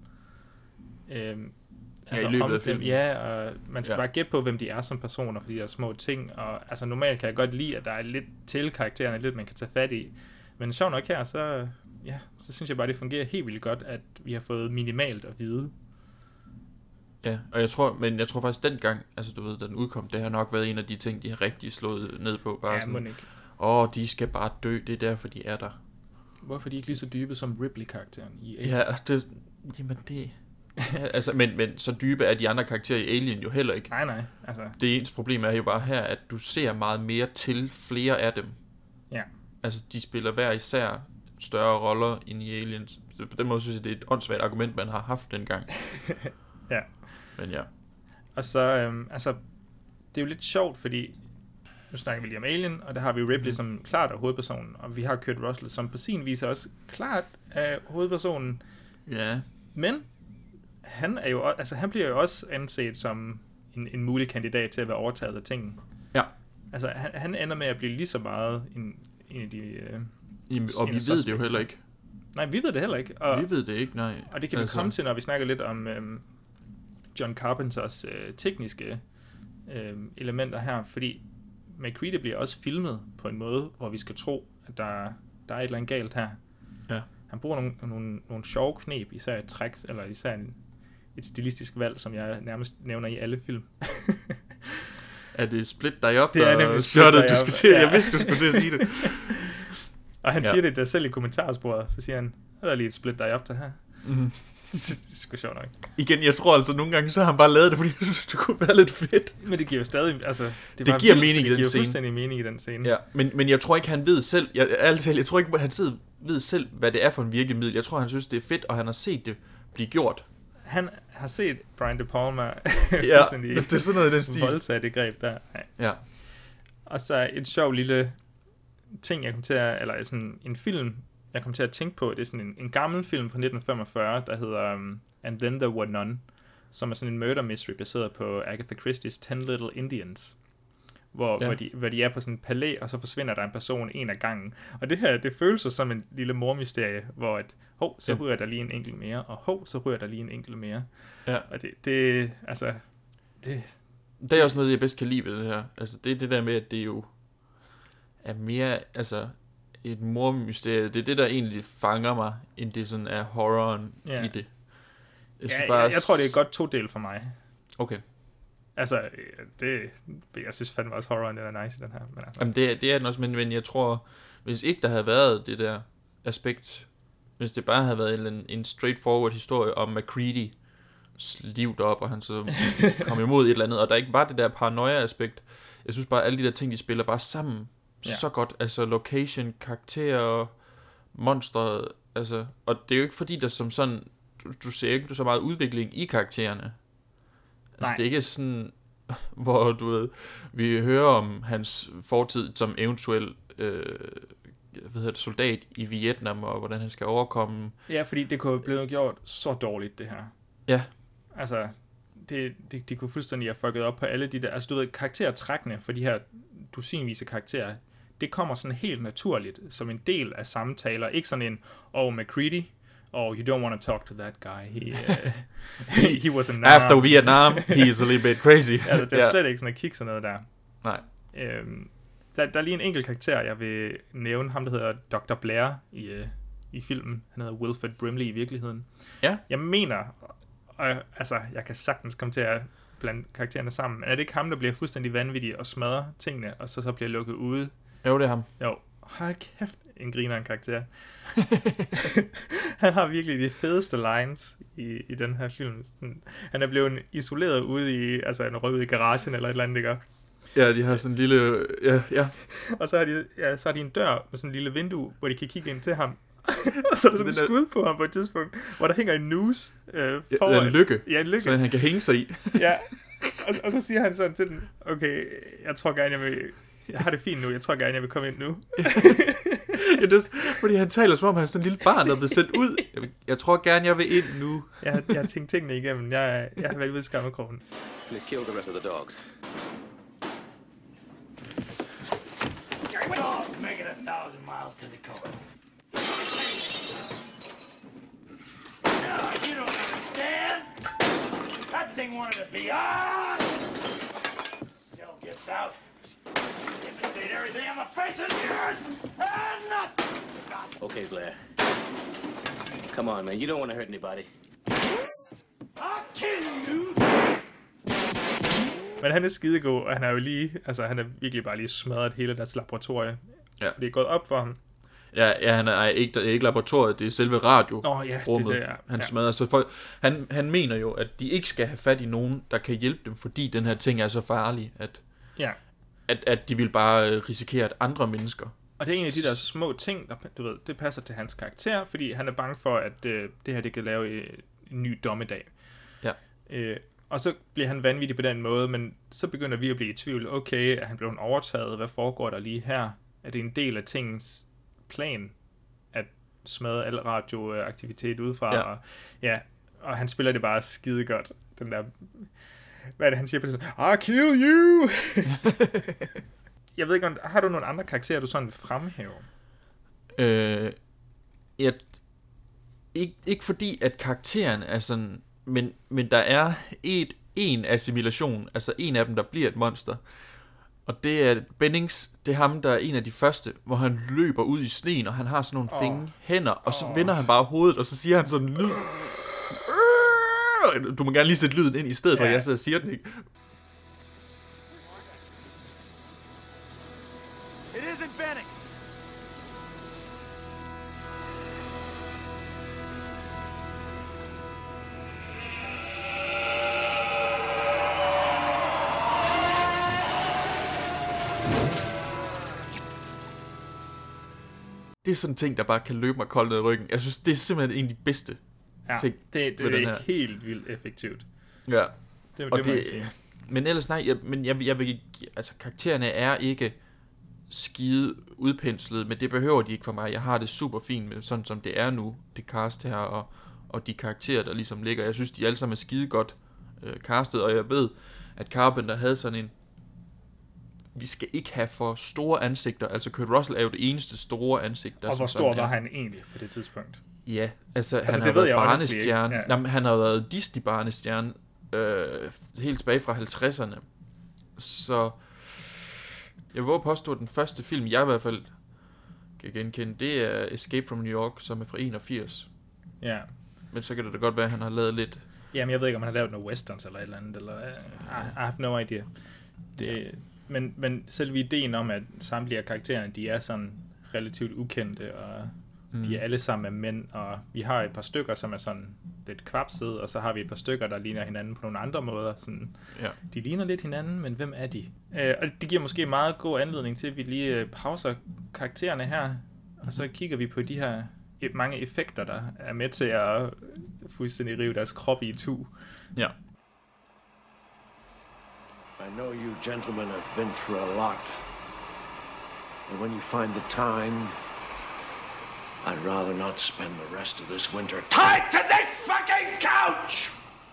Øhm, altså ja, i løbet af filmen. Ja, og man skal ja. bare gætte på, hvem de er som personer, fordi der er små ting. Og altså, normalt kan jeg godt lide, at der er lidt til karaktererne, lidt man kan tage fat i. Men sjovt nok her, så, ja, så synes jeg bare, det fungerer helt vildt godt, at vi har fået minimalt at vide. Ja, og jeg tror, men jeg tror faktisk dengang, altså du ved, da den udkom, det har nok været en af de ting, de har rigtig slået ned på. Bare ja, sådan, må ikke. Åh, de skal bare dø, det er derfor, de er der. Hvorfor er de ikke lige så dybe som Ripley-karakteren i Alien? Ja, det, jamen det... ja, altså, men, men så dybe er de andre karakterer i Alien jo heller ikke. Nej, nej. Altså. Det eneste problem er jo bare her, at du ser meget mere til flere af dem. Ja. Altså, de spiller hver især større roller end i Alien. Så på den måde synes jeg, det er et åndssvagt argument, man har haft dengang. Ja. Men ja. Og så, øhm, altså, det er jo lidt sjovt, fordi nu snakker vi lige om Alien, og der har vi Ripley mm. som klart er hovedpersonen, og vi har Kurt Russell som på sin vis også klart er hovedpersonen. Ja. Men han er jo, altså han bliver jo også anset som en, en mulig kandidat til at være overtaget af tingene. Ja. Altså han, han ender med at blive lige så meget en, en af de... Øh, Jamen, og vi ved det jo heller ikke. Nej, vi ved det heller ikke. Og, vi ved det ikke, nej. Og det kan altså. vi komme til, når vi snakker lidt om øhm, John Carpenters øh, tekniske øh, elementer her, fordi McCready bliver også filmet på en måde, hvor vi skal tro, at der, der er et eller andet galt her. Ja. Han bruger nogle, nogle, nogle sjove knep, især et træk, eller især en, et stilistisk valg, som jeg nærmest nævner i alle film. Er det split dig op, det er nemlig shotet, du skal til? Ja. Jeg vidste, du skulle til at sige det. Og han ja. siger det der selv i kommentarsporet, så siger han, er der lige et split dig op til her. Mm-hmm. det er sgu sjovt nok. Igen, jeg tror altså, nogle gange så har han bare lavet det, fordi det kunne være lidt fedt. Men det giver jo stadig, altså... Det, det giver vildt, mening i den scene. Det giver fuldstændig mening i den scene. Ja, men, men jeg tror ikke, han ved selv... Jeg, jeg, jeg tror ikke, han sidder, ved selv, hvad det er for en virkemiddel. Jeg tror, han synes, det er fedt, og han har set det blive gjort. Han har set Brian De Palma ja, det er sådan noget i den stil. Voldtage det greb der. Nej. Ja. Og så et sjov lille ting, jeg kom til at... Eller sådan en film, jeg kom til at tænke på. Det er sådan en, en gammel film fra nitten femogfyrre, der hedder um, And Then There Were None, som er sådan en murder mystery baseret på Agatha Christie's Ten Little Indians, hvor, ja. hvor, de, hvor de er på sådan en palæ, og så forsvinder der en person en af gangen. Og det her, det føles som en lille mormysterie, hvor at, hov, så ja. ryger der lige en enkelt mere, og hov, så ryger der lige en enkelt mere. Ja. Og det, det altså, det... Det er også noget, jeg bedst kan lide ved det her. Altså, det er det der med, at det jo er mere, altså, et mormysterie. Det er det, der egentlig fanger mig, end det sådan er horroren ja. i det. Jeg, ja, bare... jeg, jeg tror, det er godt to del for mig. Okay. Altså, det, jeg synes fandme også, horroren er nice i den her. Men altså. Jamen, det, det er den også, men, men jeg tror, hvis ikke der havde været det der aspekt, hvis det bare havde været en, en straightforward historie om MacReady liv deroppe, og han så kom imod et eller andet, og der ikke var det der paranoia-aspekt. Jeg synes bare, alle de der ting, de spiller bare sammen ja. så godt. Altså, location, karakterer, monster, altså, og det er jo ikke fordi, der som sådan, du, du ser ikke så meget udvikling i karaktererne. Altså, det er ikke sådan, hvor du ved, vi hører om hans fortid som eventuel øh, hvad hedder det, soldat i Vietnam, og hvordan han skal overkomme. Ja, fordi det kunne blive gjort så dårligt, det her. Ja. Altså, det, det, de kunne fuldstændig have fucket op på alle de der, altså du ved, karaktertrækkene for de her dusinvise karakterer, det kommer sådan helt naturligt, som en del af samtaler, ikke sådan en, oh, MacReady, oh, you don't want to talk to that guy, he, uh, he, he was in After Vietnam, he's a little bit crazy. Altså, det er yeah. slet ikke sådan at kigge sådan noget der. Nej. Øhm, der, der er lige en enkelt karakter, jeg vil nævne, ham der hedder doktor Blair i, uh, i filmen, han hedder Wilfred Brimley i virkeligheden. Ja. Jeg mener, og, altså, jeg kan sagtens komme til at blande karaktererne sammen, men er det ikke ham, der bliver fuldstændig vanvittig og smadrer tingene, og så, så bliver lukket ude? Jo, det er ham. Jo, hold kæft, en griner en karakter. Han har virkelig de fedeste lines i, i den her film. Sådan, han er blevet isoleret ude i, altså en rød i garagen eller et eller andet, ikke? Ja, de har sådan en lille, ja, ja. Og så har de, ja, så har de en dør med sådan en lille vindue, hvor de kan kigge ind til ham. Og så er der sådan en skud på ham på et tidspunkt, hvor der hænger en noose øh, foran. Ja, en lykke, ja, en lykke, så han kan hænge sig i. Ja, og, og så siger han sådan til den, okay, jeg tror gerne, jeg vil, jeg har det fint nu, jeg tror gerne, jeg vil komme ind nu. Ja, det er, fordi han taler som om han er sådan en lille barn, der er blevet sendt ud. Jeg, jeg tror gerne, jeg vil ind nu. jeg, har, jeg har tænkt tingene igennem, jeg, jeg har været ved skammekrogen. Let's kill the rest of the dogs. Dogs make it a thousand miles to the coast. No, you don't understand. That thing wanted to be ours. Still gets out. Did everything on the face of the earth and nothing. Okay, Blair. Come on, man. You don't want to hurt anybody. I'll kill you. Men han er skidegod, og han er jo lige, altså han er virkelig bare lige smadret hele deres laboratorie. Ja. For det er gået op for ham. Ja, ja, han er ikke, ikke laboratoriet, det er selve radio. Åh, ja, rummet, det er det, ja. Han Ja. smadrer. Så for, han, han mener jo, at de ikke skal have fat i nogen, der kan hjælpe dem, fordi den her ting er så farlig, at, Ja. at, at de vil bare øh, risikere, at andre mennesker. Og det er en af de der små ting, der, du ved, det passer til hans karakter, fordi han er bange for, at øh, det her, det kan lave øh, en ny dommedag. Ja. Øh, og så bliver han vanvittig på den måde, men så begynder vi at blive i tvivl. Okay, er han blevet overtaget? Hvad foregår der lige her? Er det en del af tingens plan, at smadre al radioaktivitet udefra? Ja. Og, ja, og han spiller det bare skide godt. Den der, hvad er det, han siger på det? I'll kill you! Jeg ved ikke, om, har du nogle andre karakterer, du sådan vil fremhæve? Øh, jeg, ikke, ikke fordi, at karakteren er sådan, men, men der er et, en assimilation, altså en af dem, der bliver et monster. Og det er Bennings, det er ham, der er en af de første, hvor han løber ud i sneen, og han har sådan nogle oh. fingre hænder, og så oh. vender han bare hovedet, og så siger han sådan en lyd. Sådan, du må gerne lige sætte lyden ind i stedet, for yeah. jeg sidder og siger den ikke. It isn't Benning. det er sådan en ting, der bare kan løbe mig koldt ned i ryggen. Jeg synes, det er simpelthen en af de bedste ja, ting det, det ved den er her. helt vildt effektivt. Ja. Det, og det må det, jeg sige. Men ellers nej, jeg, men jeg, jeg vil, altså karaktererne er ikke skide udpenslet, men det behøver de ikke for mig. Jeg har det super fint med sådan som det er nu, det cast her, og, og de karakterer, der ligesom ligger. Jeg synes, de alle sammen er skide godt øh, castet, og jeg ved, at Carpenter havde sådan en, vi skal ikke have for store ansigter. Altså Kurt Russell er jo det eneste store ansigt. Der og hvor stor var han egentlig på det tidspunkt? Ja, altså, altså han det har ved været barnestjerne. Ja. Jamen, han har været Disney-barnestjerne øh, helt tilbage fra halvtredserne. Så jeg vil påstå, at den første film, jeg i hvert fald kan genkende, det er Escape from New York, som er fra enogfirs. Ja. Men så kan det da godt være, at han har lavet lidt... Jamen, jeg ved ikke, om han har lavet noget westerns eller et eller andet, eller... I, I have no idea. Det, men, men selve ideen om, at samtlige af karaktererne, de er sådan relativt ukendte, og mm. de er alle sammen er mænd, og vi har et par stykker, som er sådan lidt kvapsede, og så har vi et par stykker, der ligner hinanden på nogle andre måder. Sådan, ja. De ligner lidt hinanden, men hvem er de? Øh, og det giver måske meget god anledning til, at vi lige øh, pauser karaktererne her, og så kigger vi på de her mange effekter, der er med til at fuldstændig rive deres krop i tu. Ja. I know you gentlemen have been through a lot. And when you find the time, I'd rather not spend the rest of this winter tied to this fucking couch!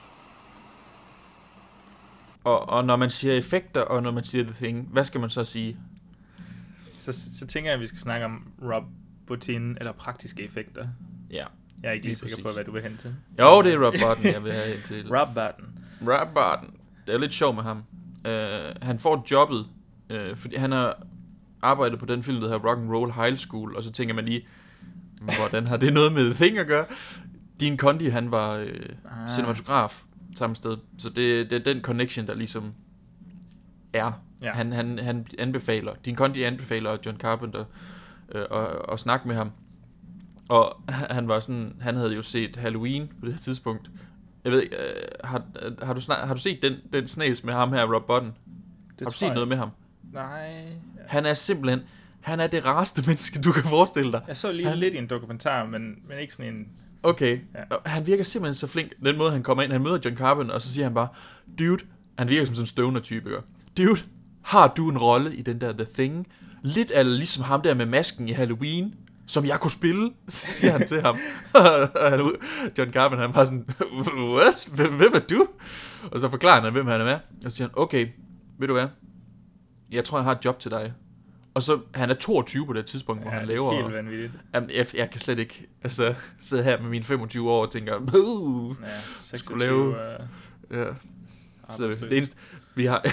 Og, og når man siger effekter, og når man siger The Thing, hvad skal man så sige? Så, så tænker jeg, at vi skal snakke om Rob Bottin, eller praktiske effekter. Ja. Jeg er ikke lige, lige præcis. sikker på, hvad du vil hen til. Jo, det er Rob Bottin, jeg vil have hen til. Rob Bottin. Rob Bottin. Det er lidt sjovt med ham. Uh, han får jobbet, uh, fordi han har arbejdet på den film, der hedder Rock and Roll High School, og så tænker man lige, hvordan har det noget med The Thing at gøre? Dean Condy, han var uh, ah. cinematograf samme sted, så det, det er den connection, der ligesom er. Ja. Han, han, han anbefaler, Dean Condy anbefaler John Carpenter uh, at, at snakke med ham, og han var sådan, han havde jo set Halloween på det her tidspunkt. Jeg ved ikke, øh, har, har, du snak, har du set den, den snes med ham her, Rob Bottin? Har du set jeg. noget med ham? Nej. Han er simpelthen, han er det rareste menneske, du kan forestille dig. Jeg så lige han... lidt i en dokumentar, men, men ikke sådan en... Okay, ja. Han virker simpelthen så flink. Den måde, han kommer ind, han møder John Carpenter, og så siger han bare, dude, han virker som sådan en støvner-type, ikke? Dude, har du en rolle i den der The Thing? Lidt af ligesom ham der med masken i Halloween, som jeg kunne spille, siger han til ham. John Carpenter, han bare sådan, what? Hvem er du? Og så forklarer han, hvem han er med. Og så siger han, okay, ved du hvad? Jeg tror, jeg har et job til dig. Og så, han er toogtyve på det tidspunkt, hvor ja, han laver... det er helt vanvittigt. Jamen, jeg, jeg kan slet ikke altså, sidde her med mine femogtyve år og tænke, buh, ja, seksogtyve, skulle lave... Uh, ja. Så det eneste, vi har...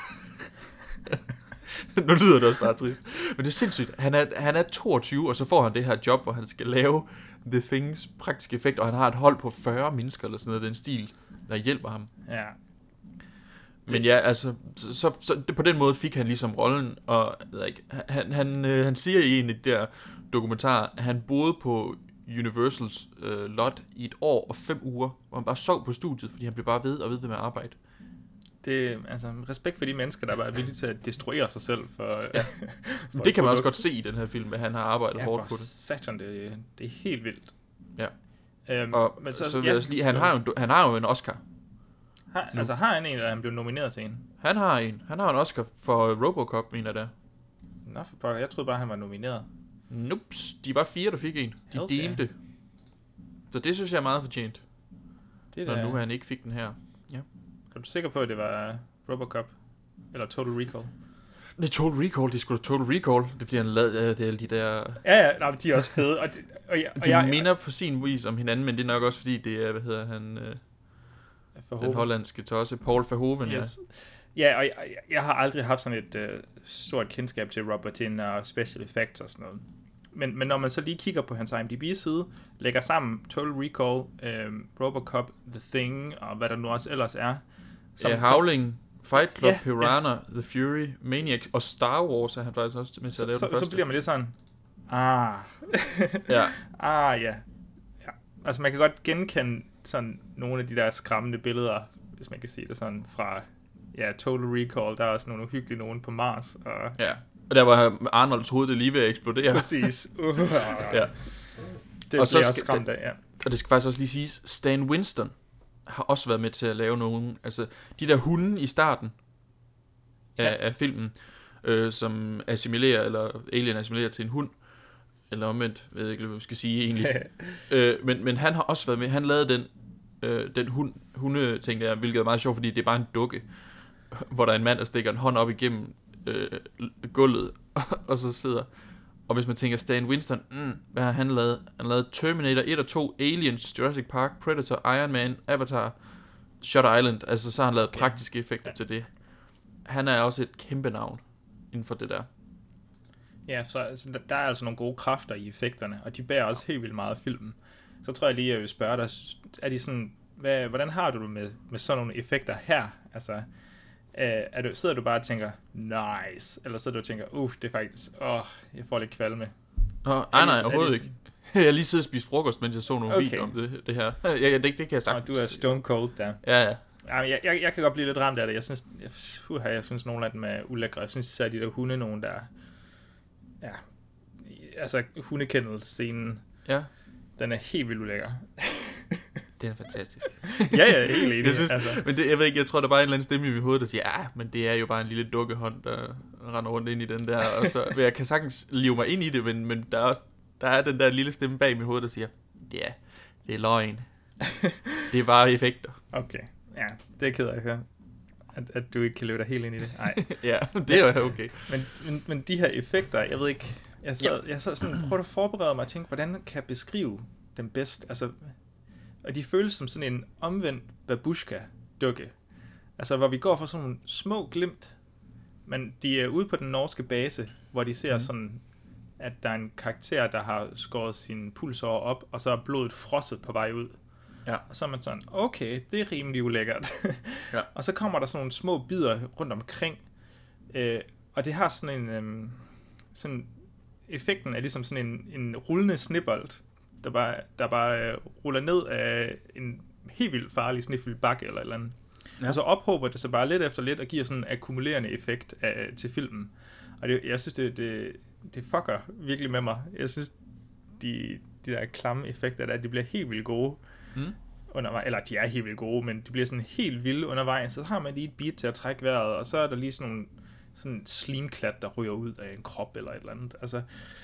Nu lyder det også bare trist. Men det er sindssygt. Han er, han er toogtyve, og så får han det her job, hvor han skal lave The Things praktiske effekt, og han har et hold på fyrre mennesker, eller sådan noget, den stil, der hjælper ham. Ja. Men ja, altså, så, så, så på den måde fik han ligesom rollen, og like, han, han, øh, han siger i en af de der dokumentarer, at han boede på Universals øh, lot i et år og fem uger, hvor han bare sov på studiet, fordi han blev bare ved og ved med at arbejde. Det, altså, respekt for de mennesker, der bare er villige til at destruere sig selv. For, ja. for det kan man også godt se i den her film, at han har arbejdet ja, hårdt på det. Satan, det, det er helt vildt. Ja. Øhm, og men så, så vil ja, jeg lige, han, har jo, han har jo en Oscar. Har, altså har han en, eller han blev nomineret til en? Han har en. Han har en Oscar for Robocop, mener jeg. Nå, for pokker. Jeg troede bare, han var nomineret. Nups, de var fire, der fik en. De Hells delte. Ja. Så det synes jeg er meget fortjent. Det når der... nu han ikke fik den her. Ja. Er du sikker på, at det var Robocop? Eller Total Recall? Det er Total Recall, det er sgu da Total Recall. Det er fordi, han lavede det alle de der... Ja, ja, nej, de er også fede. Og de, og jeg, og de jeg, minder på sin vis om hinanden, men det er nok også fordi, det er, hvad hedder han... Øh, den hollandske tosse, Paul Verhoeven. Yes. Ja, ja og jeg, jeg har aldrig haft sådan et uh, stort kendskab til Rob Bottin og special effects og sådan noget. Men, men når man så lige kigger på hans I M D B-side, lægger sammen Total Recall, øhm, Robocop, The Thing og hvad der nu også ellers er. Som, ja, Howling, Fight Club, yeah, Piranha, yeah. The Fury, Maniac og Star Wars er han faktisk også med til at lave så, den første. Så bliver man lidt sådan, ah, ja. ah ja. ja. Altså man kan godt genkende sådan nogle af de der skræmmende billeder, hvis man kan sige det sådan, fra ja, Total Recall. Der er også nogle uhyggelige nogen på Mars. Og ja. Og der var Arnolds hoved, det lige ved at eksplodere. Præcis. Uh, ja. Det og bliver også skræmt af, ja. Og det skal faktisk også lige siges, Stan Winston har også været med til at lave nogle, altså de der hunde i starten af, ja. af filmen, øh, som assimilerer, eller alien assimilerer til en hund, eller omvendt, ved jeg ikke, hvad vi skal sige egentlig. øh, men, men han har også været med, han lavede den, øh, den hund, hundeting der, hvilket er meget sjovt, fordi det er bare en dukke, hvor der er en mand, der stikker en hånd op igennem øh, gulvet, og så sidder. Og hvis man tænker Stan Winston, mm, hvad har han lavet? Han har lavet Terminator et og to, Aliens, Jurassic Park, Predator, Iron Man, Avatar, Shutter Island. Altså så har han lavet praktiske effekter ja. til det. Han er også et kæmpe navn inden for det der. Ja, så, så der er altså nogle gode kræfter i effekterne, og de bærer også helt vildt meget af filmen. Så tror jeg lige, jeg vil spørge dig, er de sådan, hvad, hvordan har du det med, med sådan nogle effekter her? Altså, øh, er du, sidder du bare og tænker, nice, eller sidder du og tænker, uh, det er faktisk, åh, oh, jeg får lidt kvalme. Oh, nej, nej, overhovedet ikke. Jeg har lige siddet og spist frokost, mens jeg så nogle okay. videoer om det, det her. Ja, det, det kan jeg sagt. Og du er stone cold der. Ja, ja. Jeg, jeg, jeg kan godt blive lidt ramt af det. Jeg synes, jeg, uh, jeg synes nogle af dem er ulækre. Jeg synes især de der hunde, nogen der, ja, altså hundekendel-scenen, ja. den er helt vildt ulækker. Den er fantastisk. ja, ja, helt enig. Jeg synes, altså. Men det, jeg ved ikke, jeg tror, der er bare en eller anden stemme i mit hoved, der siger, ja, men det er jo bare en lille dukkehånd, der render rundt ind i den der. Og så, jeg kan sagtens live mig ind i det, men, men der, er også, der er den der lille stemme bag mit hoved, der siger, ja, det er løgn. Det er bare effekter. Okay, ja, det er ked af at høre. At, at du ikke kan leve dig helt ind i det. Nej. ja, det er jo okay. Men, men, men de her effekter, jeg ved ikke, jeg så, ja. jeg så sådan prøvede at forberede mig og tænke, hvordan kan jeg beskrive dem bedst? Altså, og de føles som sådan en omvendt babushka-dukke. Altså, hvor vi går for sådan nogle små glimt, men de er ude på den norske base, hvor de ser mm. sådan, at der er en karakter, der har skåret sin pulsår op, og så er blodet frosset på vej ud. Ja. Og så er man sådan, okay, det er rimelig ulækkert. ja. Og så kommer der sådan nogle små bidder rundt omkring, øh, og det har sådan en, øh, sådan, effekten er ligesom sådan en, en rullende snebold, der bare, der bare øh, ruller ned af en helt vildt farlig snefyldt bakke eller et eller andet. Ja. Og så ophober det sig bare lidt efter lidt og giver sådan en akkumulerende effekt af, til filmen. Og det, jeg synes, det, det, det fucker virkelig med mig. Jeg synes, de, de der klamme effekter der, de bliver helt vildt gode. Mm. Undervej, eller de er helt vildt gode, men de bliver sådan helt vilde undervejs. Så har man lige et beat til at trække vejret, og så er der lige sådan nogle sådan slimklat, der ryger ud af en krop eller et eller andet. Altså,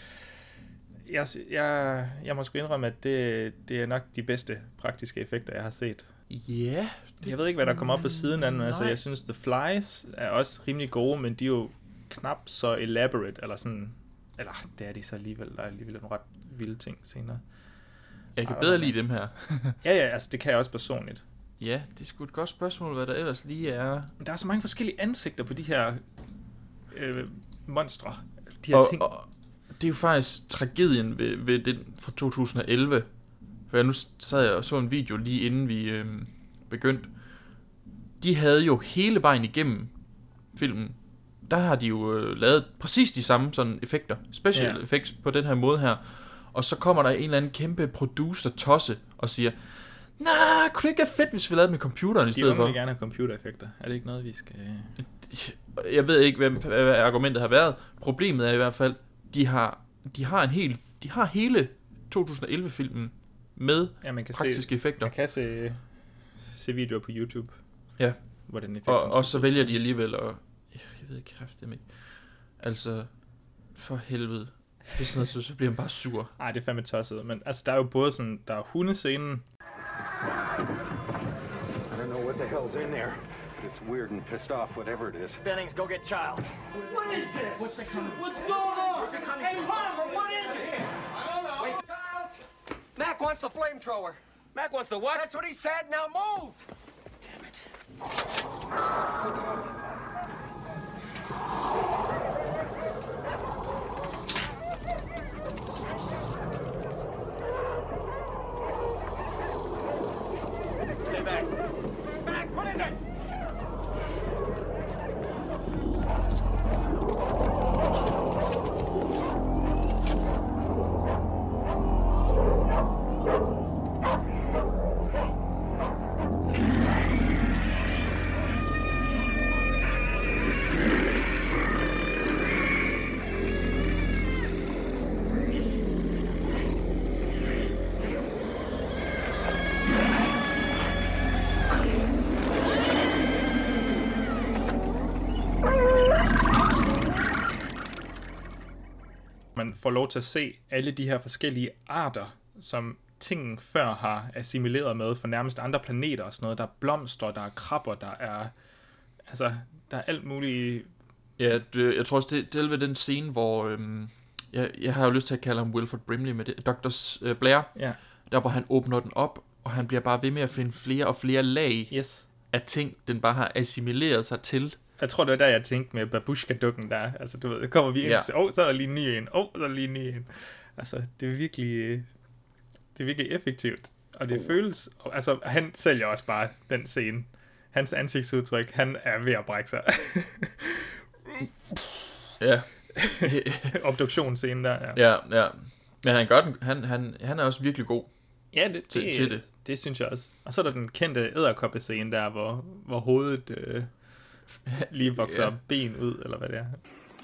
jeg, jeg, jeg må sgu indrømme, at det, det er nok de bedste praktiske effekter, jeg har set. Ja. Yeah, jeg ved ikke, hvad der kommer op på siden af den. Altså, jeg synes, The Flies er også rimelig gode, men de er jo knap så elaborate, eller sådan, eller det er de så alligevel, der er alligevel nogle ret vilde ting senere. Jeg kan bedre lide dem her. ja, ja, altså det kan jeg også personligt. Ja, det er sgu et godt spørgsmål, hvad der ellers lige er. Der er så mange forskellige ansigter på de her øh, monstre, de her og, ting. Og det er jo faktisk tragedien ved, ved den fra to tusind og elleve. For jeg nu sad jeg og så en video lige inden vi øh, begyndte. De havde jo hele vejen igennem filmen, der har de jo øh, lavet præcis de samme sådan effekter, special yeah. effects på den her måde her. Og så kommer der en eller anden kæmpe producer-tosse og siger, nej, kunne det ikke være fedt, hvis vi lavede med computeren i stedet for? De vil gerne have computereffekter. Er det ikke noget, vi skal... Jeg ved ikke, hvad, hvad argumentet har været. Problemet er i hvert fald, de har, de har en hel, de har hele to tusind og elleve-filmen med ja, man kan praktiske se, effekter. Man kan se, se videoer på YouTube. Ja, hvordan og, og så vælger de alligevel at... Jeg ved ikke, kræftigt ikke. Altså, for helvede. Det er sådan noget, så, så bliver man bare sur. Ej, det er fandme tosset. Men altså, der er jo både sådan, der er hundescenen. I don't know what the hell's in there, but it's weird and pissed off, whatever it is. Bennings, go get Childs. What is this? What's the coming? What's going on? What's the coming? Hey, Palmer, what is it? I don't know. Wait, Childs. Mac wants the flamethrower. Mac wants the what? That's what he said. Now move. Damn it. Stay back. Back, what is it? man får lov til at se alle de her forskellige arter, som tingen før har assimileret med for nærmest andre planeter og sådan noget. Der er blomster, der er krabber, der er altså, der er alt muligt. Ja, det, jeg tror også, det, det er ved den scene, hvor øhm, jeg, jeg har jo lyst til at kalde ham Wilford Brimley med det, doktor øh, Blair, ja. Der hvor han åbner den op, og han bliver bare ved med at finde flere og flere lag yes. af ting, den bare har assimileret sig til. Jeg tror, det var der, jeg tænkte med babushka-dukken der. Altså, du ved, det kommer vi ind ja. til, åh, oh, så er der lige en ny en, åh, oh, så er der lige en ny en. Altså, det er virkelig, det er virkelig effektivt. Og det oh. føles, altså, han sælger også bare den scene. Hans ansigtsudtryk, han er ved at brække sig. ja. Obduktionsscenen der, ja. Ja, ja. Men han gør den, han, han, han er også virkelig god. Ja, det, til, det, til det. Det synes jeg også. Og så er der den kendte edderkoppescene der, hvor, hvor hovedet øh, lige vokser yeah. ben ud, eller hvad det er.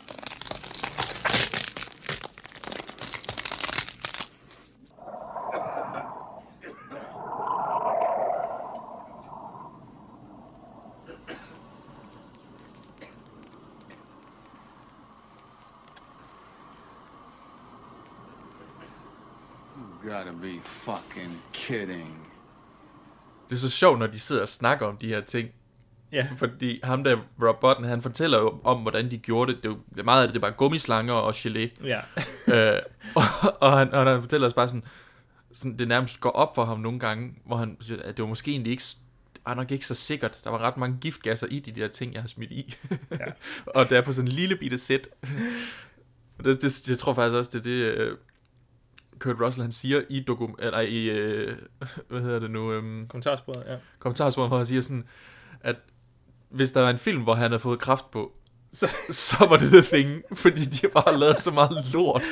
Gotta be fucking kidding. Det er så sjovt, når de sidder og snakker om de her ting. Ja. Fordi ham der, Rob Bottin, han fortæller jo om, hvordan de gjorde det. Det er jo meget af det, det er bare gummislanger og gelé. Ja. øh, og, og, han, og han fortæller os bare sådan, sådan, det nærmest går op for ham nogle gange, hvor han siger, at det var måske egentlig ikke, var nok ikke så sikkert. Der var ret mange giftgasser i de der ting, jeg har smidt i. Ja. Og det er på sådan en lille bitte sæt. det, det, jeg tror faktisk også, det er det... Kurt Russell, han siger i dokum eller i øh, hvad hedder det nu øhm, kommentarsporet, ja. Kommentarsporet, hvor han siger sådan, at hvis der var en film, hvor han havde fået kraft på, så, så var det The Thing, fordi de har bare lavet så meget lort.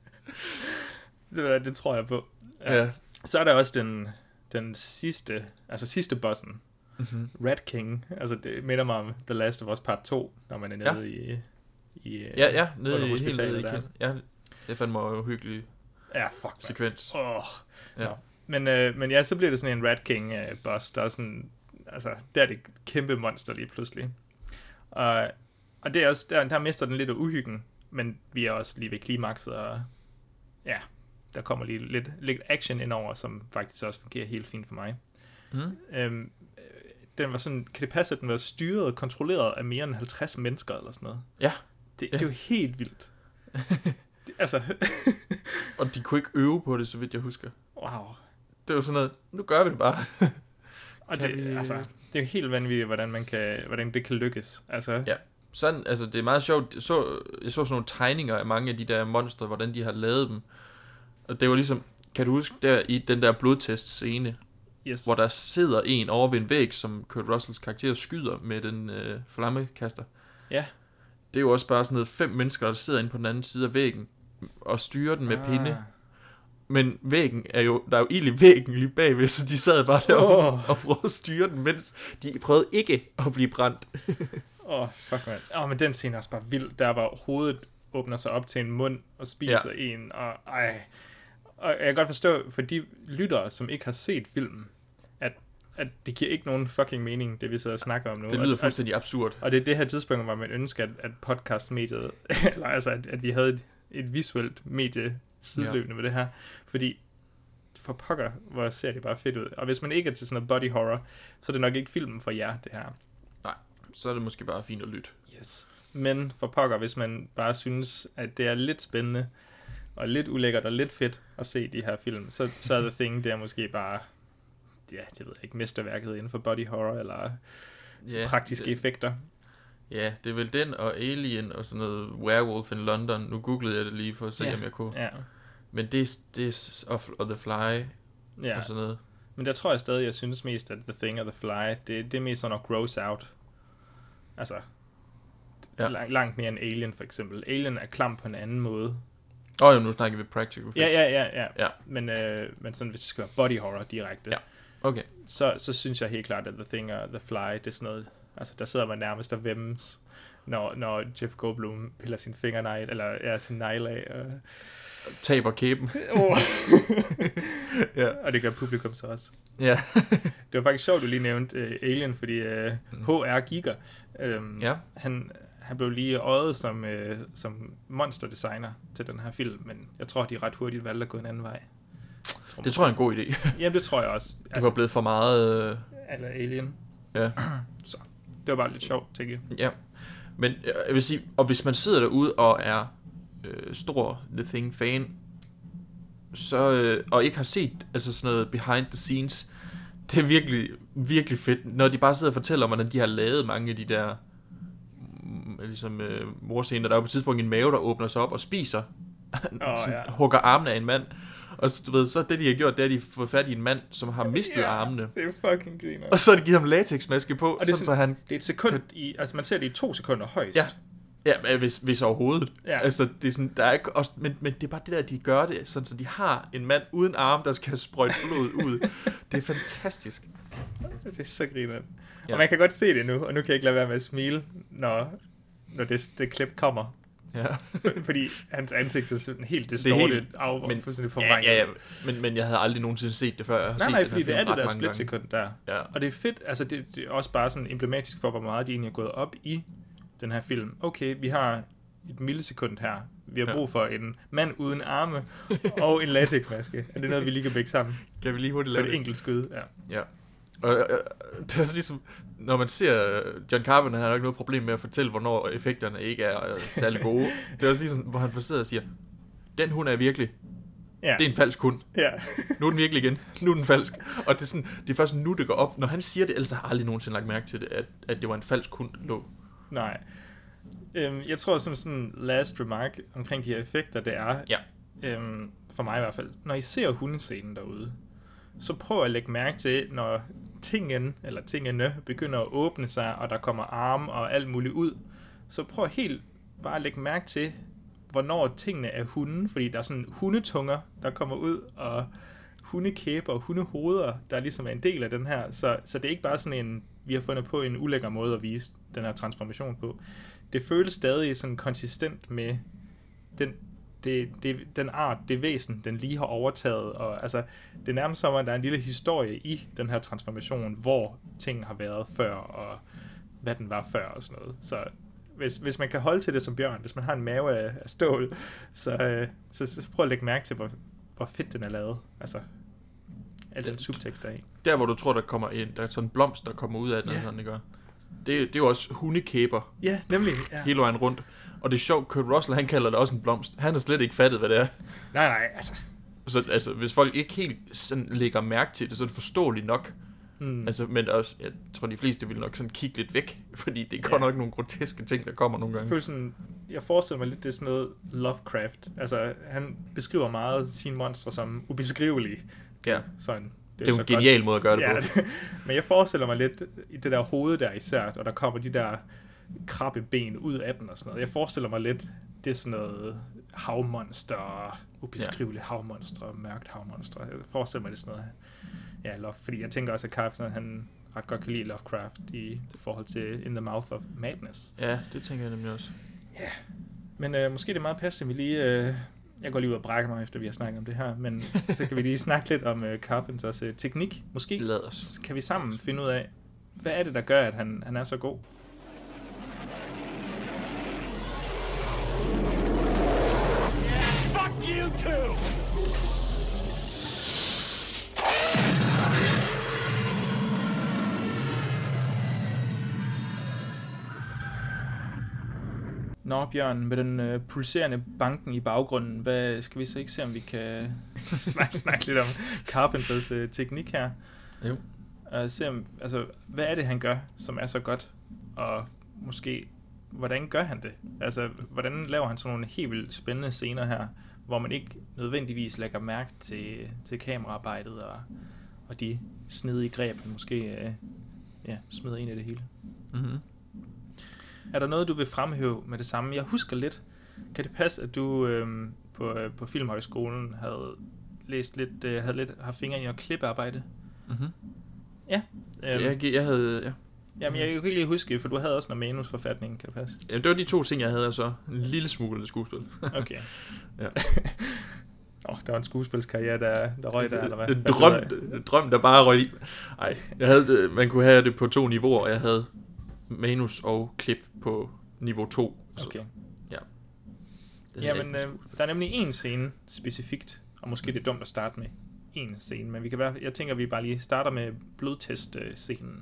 det, det tror jeg på. Ja. Ja. Så er der også den den sidste, altså sidste bossen, mm-hmm. Red King. Altså det minder mig om The Last of Us Part to, når man er nede ja. i i ja ja nede i hospitalet der. Ja, det fandt mig jo hyggeligt. Ja, fuck, sekvens. Åh. Oh. Ja. Men, øh, men ja, så bliver det sådan en Rat King-boss, der er sådan, altså, der er det kæmpe monster lige pludselig. Og, og det er også, der, der mister den lidt af uhyggen, men vi er også lige ved klimakset, og ja, der kommer lige lidt, lidt action indover, som faktisk også fungerer helt fint for mig. Mm. Øhm, den var sådan, kan det passe, at den var styret og kontrolleret af mere end halvtreds mennesker, eller sådan noget? Ja. Det, ja. det er jo helt vildt. Altså. Og de kunne ikke øve på det, så vidt jeg husker. Wow. Det var sådan noget, nu gør vi det bare. Og det, vi... altså, det er jo helt vanvittigt, hvordan, man kan, hvordan det kan lykkes. Altså. Ja, sådan, altså det er meget sjovt. Så, jeg så sådan nogle tegninger af mange af de der monstre, hvordan de har lavet dem. Og det var ligesom, kan du huske, der i den der blodtest-scene, yes. hvor der sidder en over ved en væg, som Kurt Russells karakter skyder med den øh, flammekaster. Ja. Det er jo også bare sådan noget fem mennesker, der sidder inde på den anden side af væggen og styrer den med ah. pinde. Men væggen er jo, der er jo ild i væggen lige bagved, så de sad bare deroppe oh. og prøvede at styre den, mens de prøvede ikke at blive brændt. Åh, oh, fuck man. Åh, oh, men den scene er også bare vild. Der var hovedet åbner sig op til en mund og spiser ja. en, og ej. Og jeg kan godt forstå, for de lyttere, som ikke har set filmen, at, at det giver ikke nogen fucking mening, det vi sidder og snakker om nu. Det lyder fuldstændig at, absurd. Og det er det her tidspunkt, hvor man ønsker, at, at podcastmediet, eller altså, at, at vi havde et, et visuelt medie sideløbende ja. med det her. Fordi, for pokker, hvor ser det bare fedt ud. Og hvis man ikke er til sådan noget body horror, så er det nok ikke filmen for jer, det her. Nej, så er det måske bare fint at lytte. Yes. Men for pokker, hvis man bare synes, at det er lidt spændende, og lidt ulækkert og lidt fedt at se de her film, så, så er The Thing, det er måske bare, ja, jeg ved ikke, mesterværket inden for body horror, eller ja, praktiske det, effekter. Ja, det er vel den, og Alien, og sådan noget Werewolf in London. Nu googlede jeg det lige for at se, ja, om jeg kunne. Ja. Men det, det er, og, og The Fly, ja. og sådan noget. Men der tror jeg stadig, jeg synes mest, at The Thing og The Fly, det, det er mest sådan at gross out. Altså, ja. lang, langt mere end Alien for eksempel. Alien er klam på en anden måde. Åh, oh, nu snakker vi practical effects. Ja, ja, ja, ja. ja. Men, øh, men sådan, hvis det skal være body horror direkte, ja. okay. så, så synes jeg helt klart, at The Thing og The Fly, det er sådan noget, altså der sidder man nærmest og vemmes, når, når Jeff Goldblum piller sin fingernegl, eller ja, sin negl af, og taber kæben. oh. ja. Og det gør publikum så også. Ja. Det var faktisk sjovt, du lige nævnte uh, Alien, fordi uh, H R. Giger, um, ja. han, han blev lige øjet som, øh, som monsterdesigner til den her film, men jeg tror, de ret hurtigt valgte at gå en anden vej. Tror det tror jeg er en god idé. Jamen, det tror jeg også. Det var blevet for meget... Øh... Eller Alien. Ja. Så det var bare lidt sjovt, tænker jeg. Ja, men jeg vil sige, og hvis man sidder derude og er øh, stor The Thing-fan, så, øh, og ikke har set altså sådan noget behind the scenes, det er virkelig, virkelig fedt, når de bare sidder og fortæller, hvordan de har lavet mange af de der ligesom øh, morscener. Der er på et tidspunkt en mave, der åbner sig op og spiser, oh, ja. hugger armene af en mand. Og så, du ved, så det de har gjort, det er, at de får fat i en mand, som har mistet yeah, armene. Det er fucking griner. Og så har de givet ham latexmaske på, og det er sådan, sådan, så han... Det er et sekund i... Altså, man ser det i to sekunder højst. Ja, ja hvis, hvis overhovedet. Ja. Altså, det er sådan, der er ikke også, men, men det er bare det der, at de gør det, sådan, så de har en mand uden arm, der skal sprøjte blod ud. Det er fantastisk. Det er så griner. Ja. Og man kan godt se det nu, og nu kan jeg ikke lade være med at smile, når, når det, det klip kommer. Ja. Fordi hans ansigt er sådan helt distortet, af, men, fuldstændig forvrænget. Ja, ja, ja. Men, men jeg havde aldrig nogensinde set det før. Jeg har nej, set nej, den fordi det er det der splitsekund splitsekund der. Ja. Og det er fedt, altså det, det er også bare sådan emblematisk for, hvor meget de egentlig er gået op i den her film. Okay, vi har et millisekund her. Vi har brug for en mand uden arme og en latexmaske. Er det noget, vi lige kan bække sammen? Kan vi lige hurtigt lave det? For et enkelt skud, ja. Ja. Og, og det er også ligesom, når man ser John Carpenter, han har jo ikke noget problem med at fortælle, hvornår effekterne ikke er særlig gode. Det er også ligesom, hvor han sidder og siger, den hund er virkelig, ja. Det er en falsk hund. Ja. Nu er den virkelig igen, nu er den falsk. Og det er, sådan, det er først nu, det går op. Når han siger det, ellers har jeg aldrig nogensinde lagt mærke til det, at, at det var en falsk hund, der lå. Nej. Øhm, jeg tror, som sådan last remark omkring de her effekter, det er, ja. øhm, for mig i hvert fald, når I ser hundescenen derude, så prøv at lægge mærke til, når tingen, eller tingene begynder at åbne sig, og der kommer arme og alt muligt ud, så prøv helt bare at lægge mærke til, hvornår tingene er hunden, fordi der er sådan hundetunger, der kommer ud, og hundekæber og hundehoveder, der ligesom er en del af den her, så, så det er ikke bare sådan en, vi har fundet på en ulækker måde at vise den her transformation på. Det føles stadig sådan konsistent med den Det, det, den art, det væsen, den lige har overtaget, og altså, det er nærmest som, at der er en lille historie i den her transformation, hvor ting har været før, og hvad den var før, og sådan noget. Så hvis, hvis man kan holde til det som bjørn, hvis man har en mave af, af stål, så, øh, så, så prøv at lægge mærke til, hvor, hvor fedt den er lavet. Altså, al den subtekst der i. Der, hvor du tror, der kommer en, der er sådan en blomst, der kommer ud af den, yeah. sådan det gør. Det, det er jo også hundekæber. Ja, nemlig. Ja. Hele vejen rundt. Og det er sjovt, Kurt Russell, han kalder det også en blomst. Han har slet ikke fattet, hvad det er. Nej, nej, altså. Så altså, hvis folk ikke helt sådan lægger mærke til det, så er det forståeligt nok. Mm. Altså, men også, jeg tror, de fleste vil nok sådan kigge lidt væk, fordi det er godt ja. nok nogle groteske ting, der kommer nogle gange. Jeg, sådan, jeg forestiller mig lidt, det er sådan noget Lovecraft. Altså, han beskriver meget sine monstre som ubeskrivelige. Ja. Sådan. Det er jo en genial måde at gøre det ja, på. Det, men jeg forestiller mig lidt i det der hoved der især, og der kommer de der krabbeben ud af den og sådan noget. Jeg forestiller mig lidt, det er sådan noget havmonster, ubeskrivelige ja. havmonster, mørkt havmonster. Jeg forestiller mig det sådan noget. Ja, love, fordi jeg tænker også, at Carpenter, han ret godt kan lide Lovecraft i forhold til In the Mouth of Madness. Ja, det tænker jeg nemlig også. Ja, men øh, måske det er meget passende, vi lige... Øh, jeg går lige ud og brækker mig, efter vi har snakket om det her, men så kan vi lige snakke lidt om uh, Carpenters uh, teknik. Måske Lad os. Kan vi sammen finde ud af, hvad er det, der gør, at han, han er så god? Fuck you too! Nå, Bjørn, med den øh, pulserende banken i baggrunden, hvad skal vi så ikke se, om vi kan snakke, snakke lidt om Carpenters øh, teknik her? Jo. Og se om, altså, hvad er det, han gør, som er så godt? Og måske, hvordan gør han det? Altså, hvordan laver han sådan nogle helt vildt spændende scener her, hvor man ikke nødvendigvis lægger mærke til, til kameraarbejdet og, og de snedige greb, han måske øh, ja, smider ind i det hele? Mhm. Er der noget, du vil fremhæve med det samme? Jeg husker lidt. Kan det passe, at du øhm, på, øh, på Filmhøjskolen havde læst lidt, øh, havde lidt haft fingre i noget klippearbejde? Mhm. Ja. Øhm, jeg, jeg havde, ja. Jamen, jeg kan ikke lige huske, for du havde også noget manusforfatning, kan det passe? Ja, det var de to ting, jeg havde, og så en lille smule skuespil. Okay. Ja. Åh, oh, der var en skuespilskarriere, der, der røg der, eller hvad? En drøm, drøm, der bare røg i. Ej, jeg havde, man kunne have det på to niveauer, og jeg havde manus og klip på niveau to. Okay. Så, ja. Jamen, øh, der er nemlig en scene specifikt, og måske det er dumt at starte med en scene, men vi kan være, jeg tænker, at vi bare lige starter med blodtest-scenen.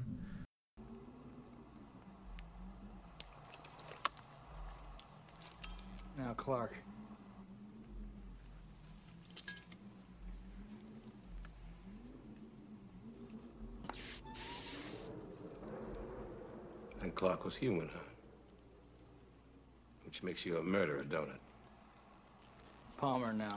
Now, Clark. And Clark was human, huh? Which makes you a murderer, don't it? Palmer now.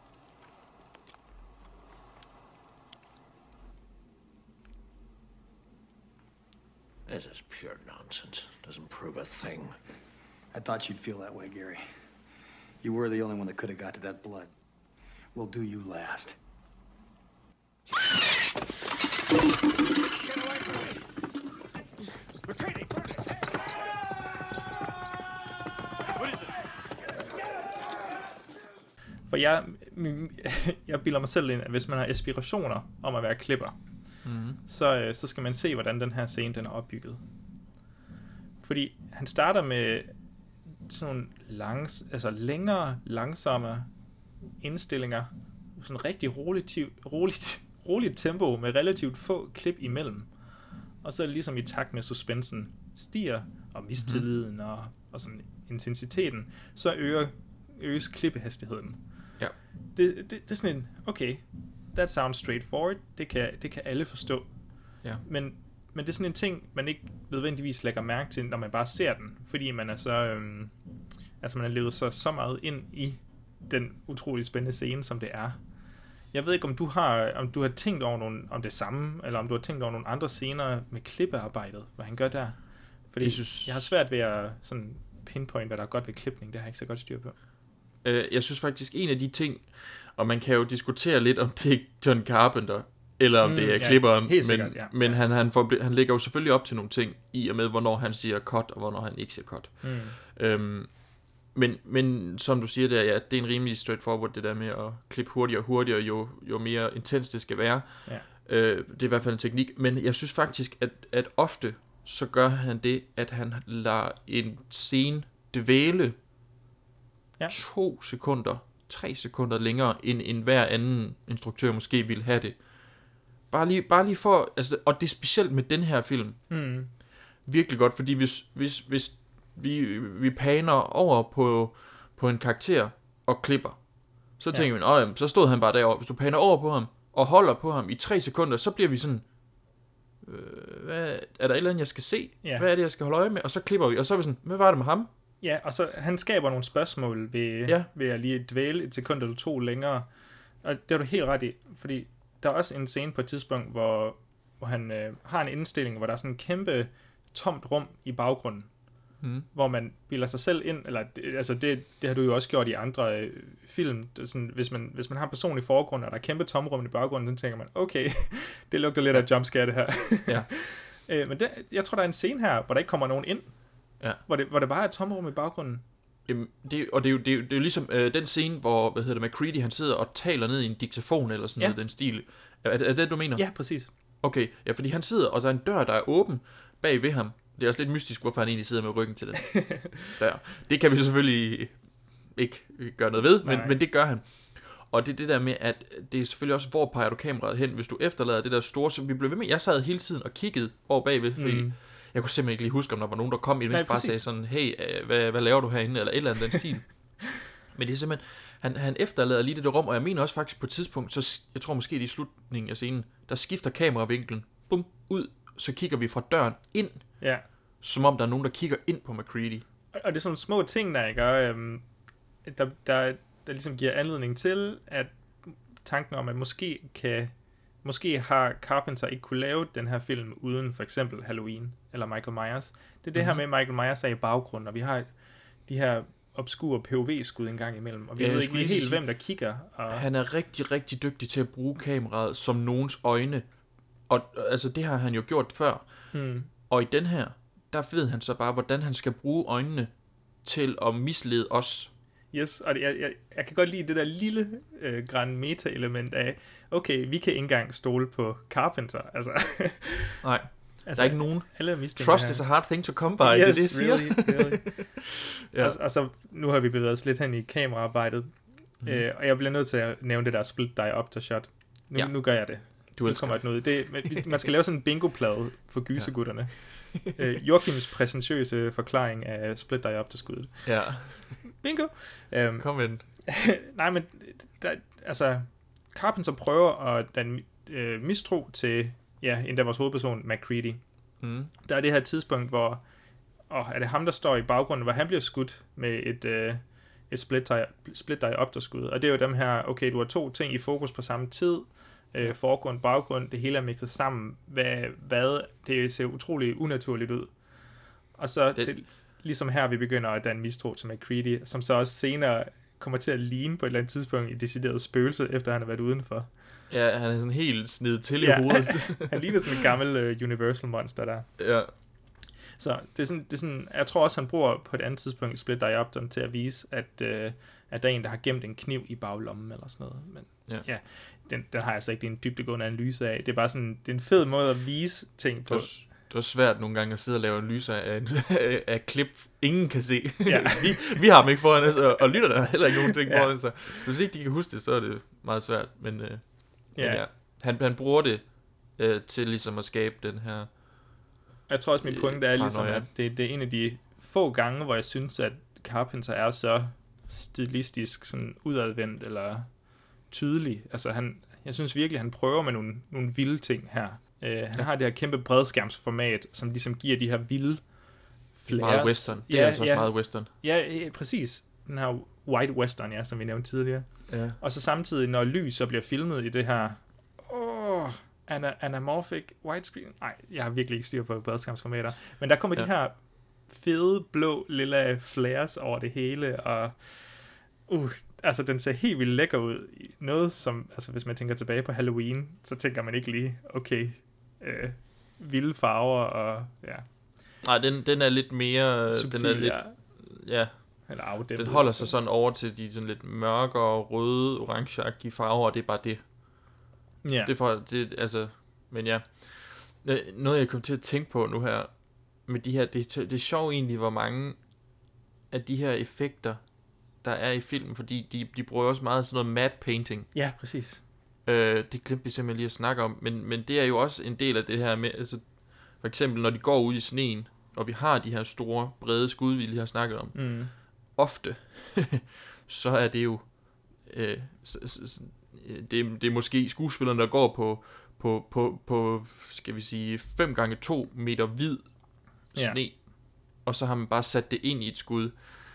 This is pure nonsense. Doesn't prove a thing. I thought you'd feel that way, Gary. You were the only one that could have got to that blood. We'll do you last. Get away from me! Retreating! What is it? For jeg, jeg bilder mig selv ind, at hvis man har aspirationer om at være klipper, mm-hmm. så, så skal man se, hvordan den her scene den er opbygget. Fordi han starter med sådan nogle langs, altså længere, langsomme indstillinger, sådan rigtig roligt, roligt, roligt tempo med relativt få klip imellem. Og så ligesom i takt med suspensen stiger, og mistilliden mm-hmm. og, og sådan intensiteten, så øger, øges klippehastigheden. Ja. Det, det, det er sådan en, okay, that sounds straightforward, det kan, det kan alle forstå. Ja. Men, men det er sådan en ting, man ikke nødvendigvis lægger mærke til, når man bare ser den, fordi man er så, øhm, altså man har levet så, så meget ind i den utrolig spændende scene, som det er. Jeg ved ikke, om du har, om du har tænkt over nogle, om det samme, eller om du har tænkt over nogle andre scener med klippearbejdet, hvad han gør der. Fordi jeg, synes, jeg har svært ved at sådan pinpoint, hvad der er godt ved klipning, det har jeg ikke så godt styr på. Øh, jeg synes faktisk, en af de ting, og man kan jo diskutere lidt, om det er John Carpenter, eller om mm, det er ja, klipperen, men, sikkert, ja. men han, han, får, han lægger jo selvfølgelig op til nogle ting, i og med, hvornår han siger cut, og hvornår han ikke siger cut. Mm. Øhm, men, men som du siger der, ja, det er en rimelig straightforward, det der med at klippe hurtigere og hurtigere, jo, jo mere intens det skal være. Ja. Øh, det er i hvert fald en teknik, men jeg synes faktisk, at, at ofte, så gør han det, at han lader en scene dvæle ja. to sekunder, tre sekunder længere, end, end hver anden instruktør måske ville have det. Bare lige, bare lige for, altså, og det er specielt med den her film. Mm. Virkelig godt, fordi hvis, hvis, hvis vi, vi paner over på, på en karakter og klipper, så tænker ja. vi, åh, så stod han bare derovre. Hvis du paner over på ham og holder på ham i tre sekunder, så bliver vi sådan, øh, hvad, er der et eller andet, jeg skal se? Ja. Hvad er det, jeg skal holde øje med? Og så klipper vi, og så er vi sådan, hvad var det med ham? Ja, og så han skaber nogle spørgsmål ved, ja. ved at lige dvæle et sekund eller to længere. Og det er du helt ret i, fordi der er også en scene på et tidspunkt, hvor, hvor han øh, har en indstilling, hvor der er sådan en kæmpe tomt rum i baggrunden, mm. hvor man bilder sig selv ind, eller altså det, det har du jo også gjort i andre øh, film, sådan, hvis, man, hvis man har en person i forgrunden, og der er kæmpe tomrum i baggrunden, så tænker man, okay, det lugter lidt af jumpscare det her. Ja. øh, men det, jeg tror, der er en scene her, hvor der ikke kommer nogen ind, ja. hvor, det, hvor det bare er et tomrum i baggrunden. Jamen, det, og det er jo, det er jo, det er jo ligesom øh, den scene, hvor, hvad hedder det, McCready, han sidder og taler ned i en diktafon, eller sådan ja. noget, den stil. Er, er det det, du mener? Ja, præcis. Okay, ja, fordi han sidder, og der er en dør, der er åben bag ved ham. Det er også lidt mystisk, hvorfor han egentlig sidder med ryggen til den dør. Det kan vi selvfølgelig ikke gøre noget ved, men, men det gør han. Og det er det der med, at det er selvfølgelig også, hvor peger du kameraet hen, hvis du efterlader det der store, så vi blev ved med, jeg sad hele tiden og kiggede over bagved, fordi mm. jeg kunne simpelthen ikke lige huske, om der var nogen, der kom ind, og bare sagde sådan, hey, hvad, hvad laver du herinde, eller et eller andet den stil. Men det er simpelthen, han, han efterlader lige det der rum, og jeg mener også faktisk på et tidspunkt, så jeg tror måske det er i slutningen af scenen, der skifter kameravinklen, bum, ud, så kigger vi fra døren ind, ja. som om der er nogen, der kigger ind på McCready. Og det er sådan små ting, der, ikke? Og, øhm, der, der, der ligesom giver anledning til, at tanken om, at måske kan, måske har Carpenter ikke kunne lave den her film uden for eksempel Halloween eller Michael Myers. Det er det mm-hmm. her med, Michael Myers er i baggrunden, og vi har de her obskure P O V-skud en gang imellem, og vi ja, ved ikke helt, sige, hvem der kigger. Og... Han er rigtig, rigtig dygtig til at bruge kameraet som nogens øjne, og altså det har han jo gjort før. Hmm. Og i den her, der ved han så bare, hvordan han skal bruge øjnene til at mislede os. Yes, og det, jeg, jeg, jeg kan godt lide det der lille øh, grand meta-element af, okay, vi kan ikke engang stole på Carpenter, altså. Nej. der er ikke nogen... Alle er Trust her. Is a hard thing to come by, yes, det er det, jeg siger. Really, really. ja. og, og så, nu har vi bevæget os lidt hen i kameraarbejdet, mm. øh, og jeg bliver nødt til at nævne det der split diopter shot. Nu, ja. nu gør jeg det. Du elsker det. Noget. Det man, man skal lave sådan en bingo-plade for gysergutterne. Ja. øh, Joachims præsentøse forklaring af split diopter-skuddet. Ja. Bingo! Um, Kom ind. nej, men der, altså, Carpenter prøver at den øh, mistro til, ja, endda vores hovedperson, MacReady. Mm. Der er det her tidspunkt, hvor åh, er det ham, der står i baggrunden, hvor han bliver skudt med et, øh, et split, split diopter-skud. Og det er jo dem her, okay, du har to ting i fokus på samme tid, øh, forgrund, baggrund, det hele er mixet sammen. Hvad, hvad, det ser utrolig unaturligt ud. Og så det, det ligesom her, vi begynder at danne mistro til MacReady, som så også senere kommer til at ligne på et eller andet tidspunkt i decideret spøgelse, efter han har været udenfor. Ja, han er sådan helt snedet til ja, i hovedet. Han ligner sådan en gammel uh, Universal monster der. Ja. Så det er sådan, det er sådan, jeg tror også, han bruger på et andet tidspunkt i Split Diopter til at vise, at, uh, at der er en, der har gemt en kniv i baglommen eller sådan noget. Men ja, ja den, den har jeg altså ikke en dybdegående analyse af. Det er bare sådan, det er en fed måde at vise ting på. Det er, det er svært nogle gange at sidde og lave analyser af, af, af klip, ingen kan se. Ja. vi, vi har dem ikke foran os, og, og lytterne har heller ikke nogen ting ja. foran sig. Så hvis ikke de kan huske det, så er det meget svært. Men, øh, ja. men ja, han, han bruger det øh, til ligesom at skabe den her... Jeg tror også, min pointe er ligesom, at det, det er en af de få gange, hvor jeg synes, at Carpenter er så stilistisk sådan udadvendt eller tydelig. Altså han, jeg synes virkelig, han prøver med nogle, nogle vilde ting her. Uh, han ja. har det her kæmpe bredskærmsformat, som ligesom giver de her vilde flares. Meget western. Det er ja, altså også ja, meget western. Ja, ja, præcis. Den her white western, ja, som vi nævnte tidligere. Ja. Og så samtidig, når lys så bliver filmet i det her oh, ana- anamorphic widescreen. Nej, jeg har virkelig ikke styr på bredskærmsformater. Men der kommer ja. de her fede, blå, lille flares over det hele, og uh, altså den ser helt vildt lækker ud. Noget som, altså hvis man tænker tilbage på Halloween, så tænker man ikke lige, okay, øh, vilde farver og ja. Nej, den, den er lidt mere, subtil, den er lidt, ja, ja. Eller afdæmpet. Den holder sig sådan over til de sådan lidt mørkere, røde, orangeagtige farver, og det er bare det. Ja. Det er for, det, altså, men ja. Noget jeg kom til at tænke på nu her, med de her, det, det er sjovt egentlig, hvor mange af de her effekter, der er i filmen, fordi de, de bruger også meget sådan noget matte painting. Ja, præcis. Øh, det glemte vi simpelthen lige at snakke om, men, men det er jo også en del af det her med, altså, for eksempel når de går ud i sneen, og vi har de her store, brede skud, vi lige har snakket om, mm. ofte, så er det jo, øh, så, så, det, det er måske skuespillerne, der går på, på, på, på skal vi sige, fem gange to meter hvid sne, ja. Og så har man bare sat det ind i et skud.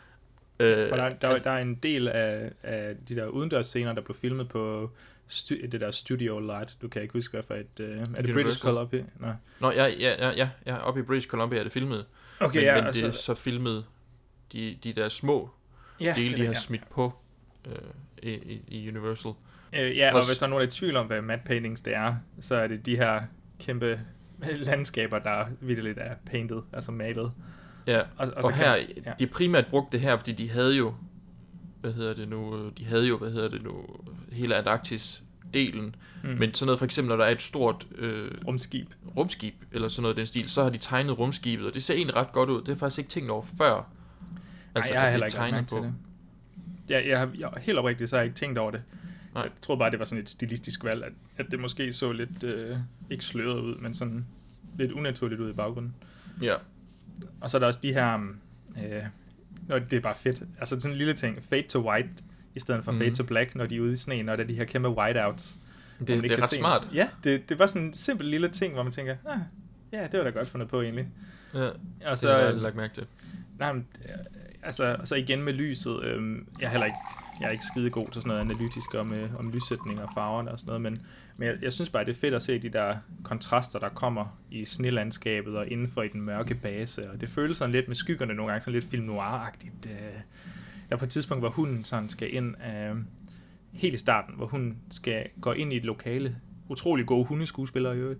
Øh, For der, der, altså, der er en del af, af de der udendørs scener, der blev filmet på stu, det der Studio Light. Du kan ikke huske, hvad for et... Uh, er det British Columbia? Nej. Nå, ja, ja, ja, ja, oppe i British Columbia er det filmet. Okay, men, ja, men altså, det er så filmet de, de der små ja, dele, det, de har ja. smidt på øh, i, i, i Universal. Øh, ja, og Også, hvis der er nogen, der er i tvivl om, hvad matte paintings det er, så er det de her kæmpe landskaber, der virkelig er painted, altså malet. Ja, og, og, og her, kan, ja. de primært brugte det her, fordi de havde jo, hvad hedder det nu, de havde jo, hvad hedder det nu, hele Antarktis-delen, mm. men sådan noget, for eksempel, når der er et stort øh, rumskib, rumskib, eller sådan noget den stil, så har de tegnet rumskibet, og det ser egentlig ret godt ud, det har faktisk ikke tænkt over før. Altså, Ej, jeg har heller ikke tegnet på. Det. Ja, jeg har jeg, helt oprigtigt, så har jeg ikke tænkt over det. Nej. Jeg troede bare, det var sådan et stilistisk valg, at, at det måske så lidt, øh, ikke sløret ud, men sådan lidt unaturligt ud i baggrunden. Ja. Og så er der også de her, øh, når det er bare fedt, altså sådan en lille ting, fade to white, i stedet for mm. fade to black, når de er ude i sneen, og der er de her kæmpe whiteouts. Det, det er ret se. smart. Ja, det, det var sådan en simpel lille ting, hvor man tænker, ah, ja, det var da godt fundet på egentlig. Ja, og så, det har jeg lagt mærke til. Nej, men, altså, og så igen med lyset, øh, jeg er heller ikke, jeg er ikke skide god til sådan noget analytisk om, øh, om lyssætning og farverne og sådan noget, men, men jeg, jeg synes bare, det er fedt at se de der kontraster, der kommer i snelandskabet og indenfor i den mørke base, og det føles sådan lidt med skyggerne nogle gange, sådan lidt film noir-agtigt. Øh, der er på et tidspunkt, hvor hunden sådan skal ind, øh, helt i starten, hvor hun skal gå ind i et lokale, utrolig gode hundeskuespillere i øvrigt.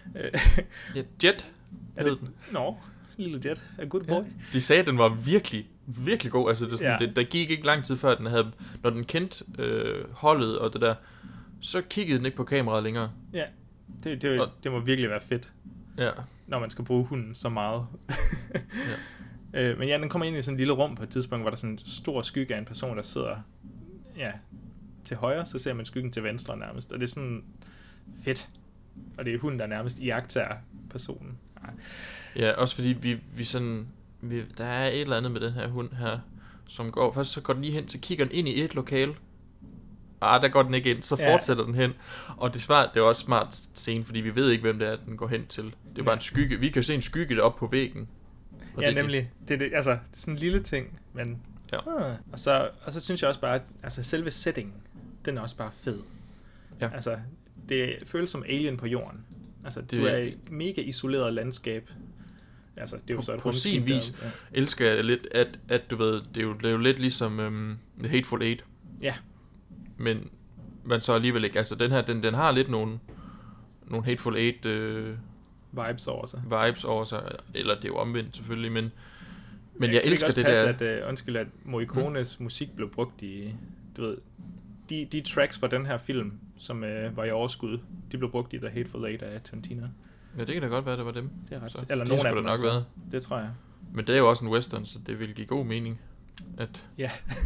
Ja, Jet hed den. Nå, lille Jet, a good boy. Ja, de sagde, at den var virkelig, virkelig god. Altså, det sådan, ja. det, der gik ikke lang tid før, den havde, når den kendte øh, holdet og det der, så kiggede den ikke på kameraet længere. Ja, det, det, og, det må virkelig være fedt. Ja. når man skal bruge hunden så meget. ja. øh, men ja, den kommer ind i sådan et lille rum på et tidspunkt, hvor der er sådan en stor skygge af en person, der sidder ja, til højre, så ser man skyggen til venstre nærmest, og det er sådan fedt. Og det er hunden, der nærmest iagttager personen. Ej. Ja, også fordi vi, vi sådan, vi, der er et eller andet med den her hund her, som går, først så går den lige hen, så kigger den ind i et lokale, ah, der går den ikke ind, så fortsætter ja. den hen, og det er, smart, det er også smart scene, fordi vi ved ikke, hvem det er, den går hen til. Det er ja. bare en skygge, vi kan se en skygge deroppe på væggen. Ja, det, nemlig, det, det, altså, det er sådan en lille ting, men, ja. ah. og, så, og så synes jeg også bare, at altså, selve settingen, den er også bare fed. Ja. Altså, det føles som Alien på jorden. Altså, det du er et mega isoleret landskab. Altså, det er jo på, så et på sin vis ja. elsker jeg lidt, at, at du ved, det er jo, det er jo lidt ligesom um, The Hateful Eight. Ja. Men man så alligevel ikke, altså den her, den, den har lidt nogle, nogle Hateful Eight øh, vibes over sig. Vibes over sig, eller det er jo omvendt selvfølgelig, men, men jeg, jeg elsker det passe, der. At, uh, undskyld, at Morricones hmm. musik blev brugt i, du ved, de, de tracks fra den her film, som uh, var i overskud, de blev brugt i The Hateful Eight af Tarantino. Ja, det kan da godt være, det var dem. Det er ret. Så, eller de nogen af dem nok altså. været. Det tror jeg. Men det er jo også en western, så det vil give god mening. At ja.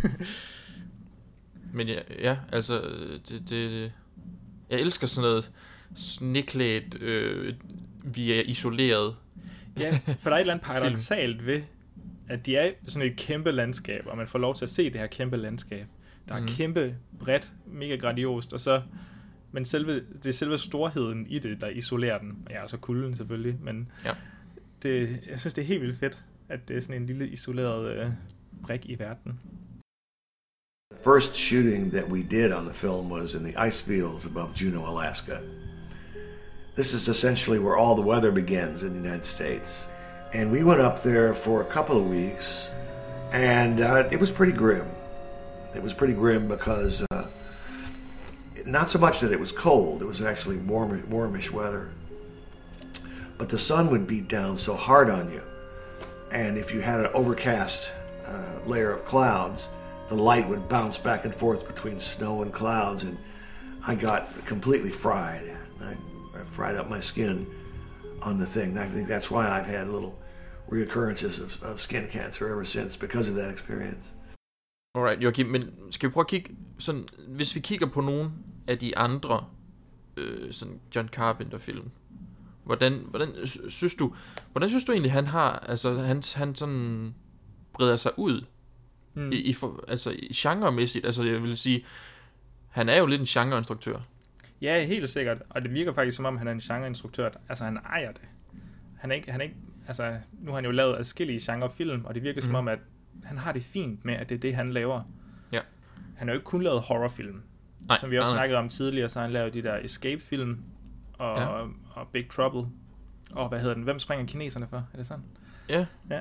Men ja, ja altså, det, det, jeg elsker sådan noget sneklædt, øh, vi er isoleret. Ja, for der er et eller andet paradoksalt ved, at de er sådan et kæmpe landskab, og man får lov til at se det her kæmpe landskab. Der er mm. kæmpe, bredt, mega grandiost, og så, men selve, det er selve storheden i det, der isolerer den. Ja, og så kulden selvfølgelig, men ja. det, jeg synes, det er helt vildt fedt, at det er sådan en lille isoleret øh, brik i verden. The first shooting that we did on the film was in the ice fields above Juneau, Alaska. This is essentially where all the weather begins in the United States. And we went up there for a couple of weeks, and uh, it was pretty grim. It was pretty grim because uh, not so much that it was cold, it was actually warm, warmish weather. But the sun would beat down so hard on you. And if you had an overcast uh, layer of clouds, the light would bounce back and forth between snow and clouds, and I got completely fried. I, I fried up my skin on the thing. I think that's why I've had little reoccurrences of, of skin cancer ever since because of that experience. Alright, Joachim, men skal vi prøve at kigge sådan, hvis vi kigger på nogle af de andre øh, sådan John Carpenter film. Hvordan hvordan synes du, hvordan synes du egentlig han har, altså han han sådan breder sig ud mm. i, i for, altså i genremæssigt, altså jeg vil sige, han er jo lidt en genreinstruktør. Ja, helt sikkert, og det virker faktisk som om han er en genreinstruktør, altså han ejer det. Han er ikke han er ikke altså nu har han jo lavet adskillige genrefilm, og det virker mm. som om at han har det fint med, at det er det, han laver. Ja. Han har jo ikke kun lavet horrorfilm. Nej, som vi også nej, snakkede nej. om tidligere, så han lavet de der Escape-film, og, ja. og, og Big Trouble. Og hvad hedder den? Hvem springer kineserne for? Er det sådan? Ja. Ja.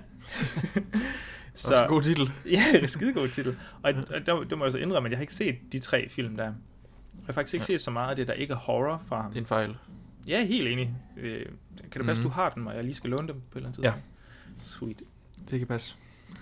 Så, også en god titel. Ja, skide god titel. Og, og der, der må jeg så indrømme, at jeg har ikke set de tre film der. Jeg har faktisk ikke ja. set så meget af det, der ikke er horror fra ham. Det er en fejl. Ja, helt enig. Øh, kan det passe, mm. du har dem, og jeg lige skal låne dem på et eller andet tidspunkt? Ja. Sweet. Det kan passe.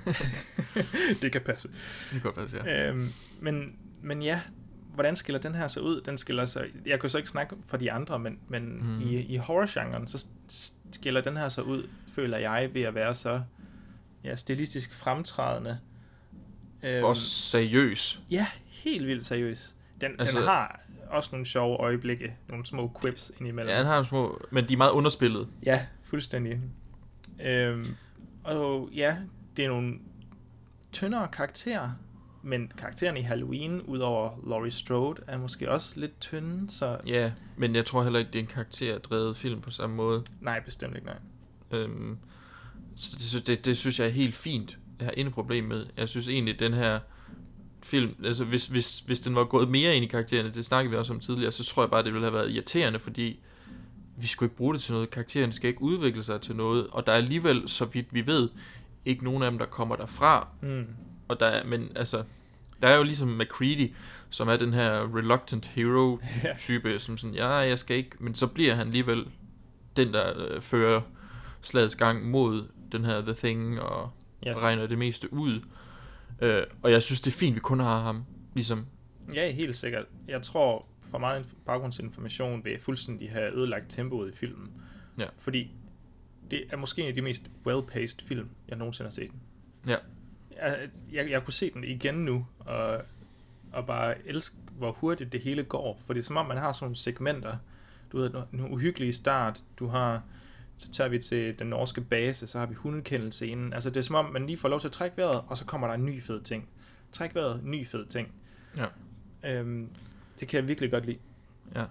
Det kan passe. Det kan passe, ja. Øhm, men, men ja, hvordan skiller den her så ud? Den skiller sig, jeg kan så ikke snakke for de andre, men, men mm. i, i horror-genren, så skiller den her så ud, føler jeg, ved at være så ja, stilistisk fremtrædende. Øhm, også seriøs. Ja, helt vildt seriøs. Den, altså, den har også nogle sjove øjeblikke, nogle små quips indimellem. Ja, den har nogle små, men de er meget underspillet. Ja, fuldstændig. Øhm, og ja, det er nogle tyndere karakterer, men karaktererne i Halloween, udover Laurie Strode, er måske også lidt tynde, så... Ja, men jeg tror heller ikke, det er en karakterdrevet film på samme måde. Nej, bestemt ikke, nej. Øhm, så det, det, det synes jeg er helt fint. Jeg har intet problem med. Jeg synes egentlig, den her film, altså hvis, hvis, hvis den var gået mere ind i karaktererne, det snakkede vi også om tidligere, så tror jeg bare, det ville have været irriterende, fordi vi skulle ikke bruge det til noget. Karaktererne skal ikke udvikle sig til noget, og der er alligevel, så vidt vi ved, ikke nogen af dem, der kommer derfra. Mm. Og der er, men altså, der er jo ligesom McCready, som er den her reluctant hero-type, yeah. som sådan, ja, jeg skal ikke, men så bliver han alligevel den, der øh, fører slagets gang mod den her The Thing, og yes. regner det meste ud. Øh, og jeg synes, det er fint, vi kun har ham, ligesom. Ja, helt sikkert. Jeg tror, for meget baggrundsinformation vil fuldstændig have ødelagt tempoet i filmen. Ja. Fordi det er måske en af de mest well-paced film, jeg nogensinde har set. Ja. Jeg, jeg, jeg kunne se den igen nu, og, og bare elske, hvor hurtigt det hele går. For det er som om, man har sådan nogle segmenter. Du ved, en uhyggelig start, du har... Så tager vi til den norske base, så har vi hundekendelse inden. Altså det er som om, man lige får lov til at trække vejret, og så kommer der en ny fed ting. Træk vejret, ny fed ting. Ja. Øhm, det kan jeg virkelig godt lide. Ja.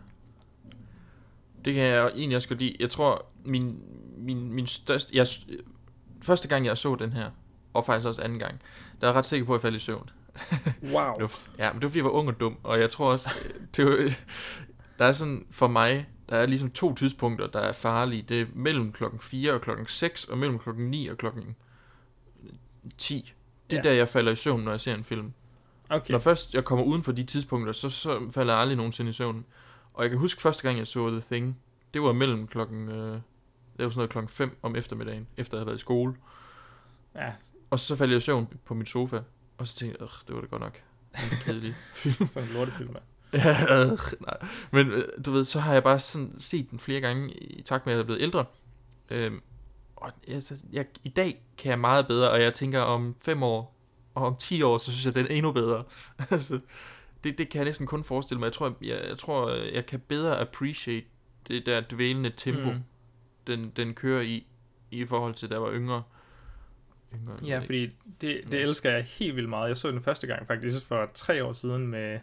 Det kan jeg egentlig også godt lide. Jeg tror, min, min, min største... Jeg, første gang, jeg så den her, og faktisk også anden gang, der er jeg ret sikker på, at jeg faldt i søvn. Wow. Det var, ja, men det var fordi, jeg var ung og dum, og jeg tror også, det var, der er sådan, for mig, der er ligesom to tidspunkter, der er farlige. Det er mellem klokken fire og klokken seks, og mellem klokken ni og klokken ti. Det er ja. Der, jeg falder i søvn, når jeg ser en film. Okay. Når først jeg kommer uden for de tidspunkter, så, så falder jeg aldrig nogensinde i søvn. Og jeg kan huske første gang, jeg så The Thing, det var mellem klokken, øh, det var sådan noget klokken fem om eftermiddagen, efter jeg havde været i skole. Ja. Og så faldt jeg i søvn på min sofa, og så tænkte jeg, det var det godt nok. En kedelig film. For en lortefilm, ja, øh, nej. Men du ved, så har jeg bare sådan set den flere gange, i takt med, at jeg er blevet ældre. Øhm, og jeg, jeg, i dag kan jeg meget bedre, og jeg tænker om fem år, og om ti år, så synes jeg, den er endnu bedre. altså, det, det kan jeg næsten kun forestille mig. Jeg tror, jeg, jeg, tror, jeg kan bedre appreciate det der dvælende tempo, mm. den, den kører i, i forhold til, da jeg var yngre. yngre ja, fordi det, det ja. elsker jeg helt vildt meget. Jeg så den første gang faktisk for tre år siden med,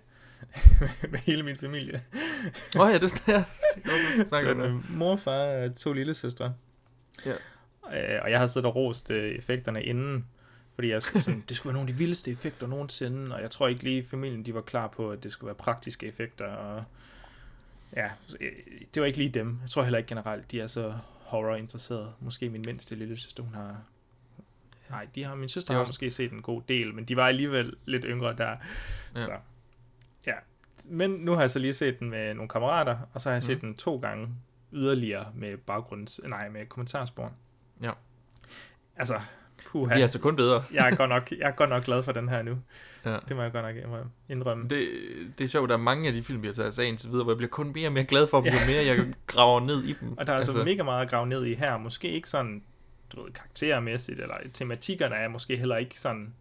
med hele min familie. Åh oh, ja, det er Så med mor, far og to lillesøstre. Ja. Øh, og jeg havde siddet og rost øh, effekterne inden, fordi jeg skulle sådan, det skulle være nogle af de vildeste effekter nogensinde, og jeg tror ikke lige familien, de var klar på, at det skulle være praktiske effekter, og ja, det var ikke lige dem. Jeg tror heller ikke generelt, de er så horror-interesseret. Måske min mindste lillesøster, hun har... Nej, de har, min søster har også måske set en god del, men de var alligevel lidt yngre der. Ja. Så, ja. Men nu har jeg så lige set den med nogle kammerater, og så har jeg set mm. den to gange yderligere med baggrunds... Nej, med kommentarspor. Ja. Altså, puha. Det bliver altså kun bedre. jeg, er godt nok, jeg er godt nok glad for den her nu. Ja. Det må jeg godt nok indrømme. Det, det er sjovt, der er mange af de film, vi har taget sagen til videre, hvor jeg bliver kun mere og mere glad for dem, jo mere jeg graver ned i dem. Og der er altså, altså mega meget at grave ned i her. Måske ikke sådan, du ved, karaktermæssigt, eller tematikkerne er måske heller ikke sådan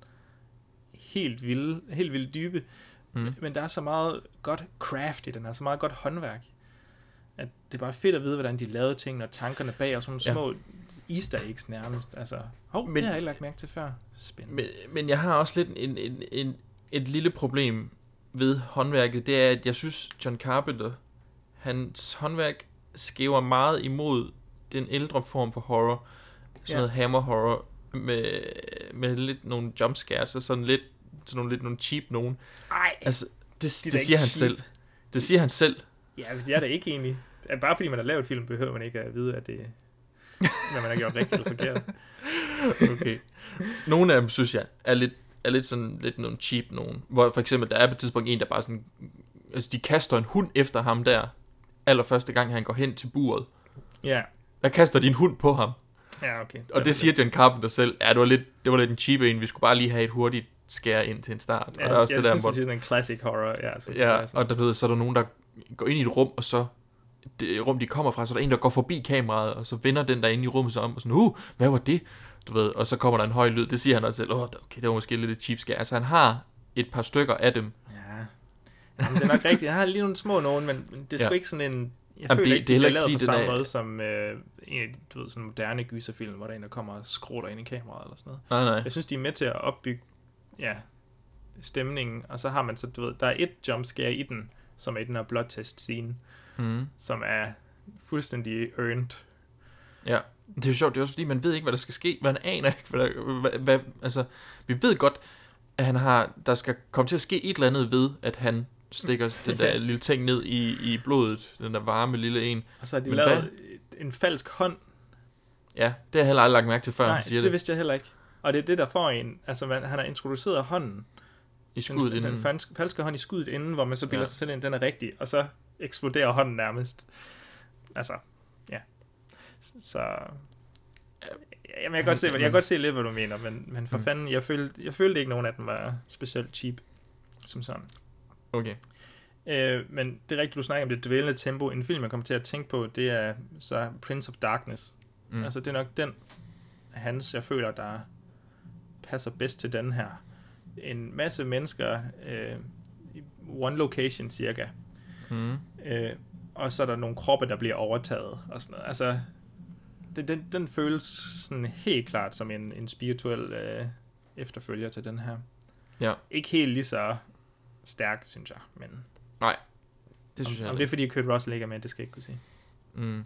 helt vilde, helt vildt dybe. Mm. Men der er så meget godt craft i den her, så meget godt håndværk. At det er bare fedt at vide, hvordan de lavede tingene, og tankerne bag, og sådan nogle små ja. easter eggs nærmest. Altså, hov, men, det har jeg ikke lagt mærke til før. Spændende. Men, men jeg har også lidt en, en, en, et lille problem ved håndværket. Det er, at jeg synes, John Carpenter, hans håndværk skæver meget imod den ældre form for horror. Sådan ja. noget hammer horror, med, med lidt nogle jumpscares, og sådan lidt, sådan nogle, lidt nogle cheap nogen. Ej, altså, det, det, det siger han cheap. selv. Det siger han selv. Ja, det er da ikke egentlig. Bare fordi man har lavet film, behøver man ikke at vide, at det hvad man har gjort rigtigt eller forkert. Okay. Nogle af dem, synes jeg, er lidt, er lidt sådan lidt nogle cheap nogen. Hvor for eksempel, der er på et tidspunkt en, der bare sådan... Altså, de kaster en hund efter ham der, allerførste gang, han går hen til buret. Ja. Der kaster de en hund på ham. Ja, okay. Og det siger John Carpenter selv. Ja, det var lidt, det var lidt en cheap en. Vi skulle bare lige have et hurtigt skære ind til en start. Ja, og der er også jeg det der, synes, hvor... det er sådan en classic horror. Ja, så ja og der, ved, så er der nogen, der går ind i et rum, og så... det rum, de kommer fra, så der er en, der går forbi kameraet, og så vender den der inde i rummet sig om, og sådan, uh, hvad var det? Du ved, og så kommer der en høj lyd, det siger han også selv, åh, oh, okay, det var måske lidt et cheap scare. Altså, han har et par stykker af dem. Ja, jamen, det er nok rigtigt. Jeg har lige nogle små nogen, men det er sgu ja. ikke sådan en, jeg jamen, føler det, ikke, det er de ikke, lavet på samme er... måde som øh, en af de, du ved, sådan moderne gyserfilm, hvor der er en, der kommer og skrutter ind i kameraet, eller sådan noget. Nej, nej. Jeg synes, de er med til at opbygge, ja, stemningen, og så har man så, du ved, der er et jumpscare i den, som er i den her bloodtest-scene, mm. som er fuldstændig earned. Ja, det er jo sjovt, det er også fordi, man ved ikke, hvad der skal ske, man aner ikke, hvad der, hvad, hvad, altså, vi ved godt, at han har, der skal komme til at ske et eller andet ved, at han stikker den der lille ting ned i, i blodet, den der varme lille en. Og så har de men lavet hvad? en falsk hånd. Ja, det har jeg heller aldrig lagt mærke til før, Nej, han siger det. det. vidste jeg heller ikke. Og det er det, der får en, altså man, han har introduceret hånden. I skuddet den, inden. Den falske, falske hånd i skuddet inden, hvor man så bilder ja. sig selv ind, den er rigtig, og så eksploderer hånden nærmest. Altså, ja. Så... Jamen, jeg kan godt se, jeg kan godt se lidt, hvad du mener, men, men for mm. fanden, jeg følte, jeg følte ikke, nogen af dem var specielt cheap, som sådan. Okay. Øh, men det er rigtigt, du snakker om det dvælende tempo. En film, jeg kommer til at tænke på, det er så Prince of Darkness, Mm. Altså, det er nok den hans, jeg føler, der passer bedst til den her. En masse mennesker øh, i one location cirka. Mm. Øh, og så er der nogle kroppe, der bliver overtaget og sådan noget. Altså, det, den, den føles sådan helt klart som en, en spirituel øh, efterfølger til den her. Ja. Ikke helt lige så stærk, synes jeg, men... Nej, det synes om, jeg om det er, fordi Kurt Russell ikke er med, det skal jeg ikke kunne sige. Mm.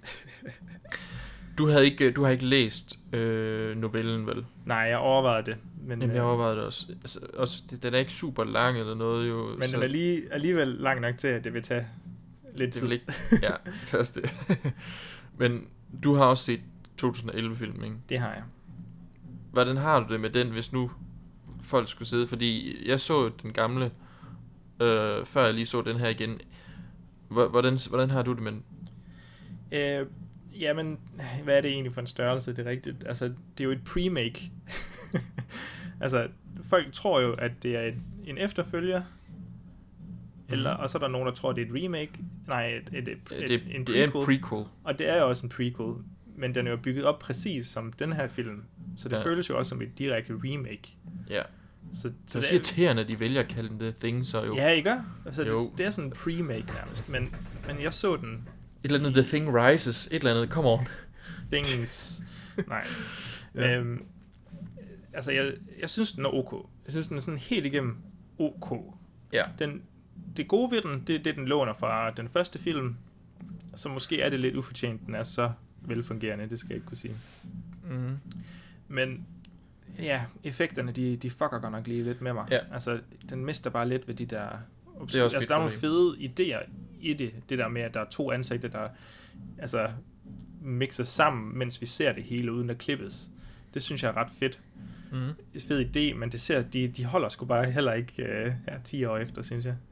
Du havde ikke, du har ikke læst øh, novellen, vel? Nej, jeg overvejede det. Men, Jamen, jeg overvejede det også. Altså, også. Den er ikke super lang eller noget, jo. Men så... den er lige, alligevel lang nok til, at det vil tage lidt tid. Ikke, ja, det er også det. Men du har også set to tusind og elleve-filmen, ikke? Det har jeg. Hvordan har du det med den, hvis nu folk skulle sidde? Fordi jeg så den gamle, øh, før jeg lige så den her igen. Hvordan, hvordan har du det med den? Øh, jamen, hvad er det egentlig for en størrelse? Det er rigtigt. Altså, det er jo et pre-make. Altså, folk tror jo, at det er et, en efterfølger. Mm-hmm. Eller, og så er der nogen, der tror, det er et remake. Nej, et, et, et, et, det, en det er en prequel. Og det er jo også en prequel. Men den er jo bygget op præcis som den her film. Så det ja. føles jo også som et direkte remake. Ja. Så, så det er irriterende, at de vælger at kalde den The Thing, så jo. Ja, ikke? Altså, det, det er sådan en pre-make nærmest. Men, men jeg så den... Et eller andet The Thing Rises. Et eller andet, come on. Things... Nej. Ja. Øhm, altså, jeg, jeg synes, den er ok. Jeg synes, den er sådan helt igennem ok. Ja. Den, det gode ved den, det er det, den låner fra den første film. Så måske er det lidt ufortjent, den er så velfungerende, det skal jeg ikke kunne sige. Mm. Men ja, effekterne, de, de fucker godt nok lige lidt med mig. Ja. Altså, den mister bare lidt ved de der... Det er også altså, der er nogle fede idéer i det. Det der med, at der er to ansigter, der altså mixer sammen, mens vi ser det hele, uden at klippes. Det synes jeg er ret fedt. Mm. Fed idé, men det ser, de, de holder sgu bare heller ikke uh, ja, ti år efter, synes jeg.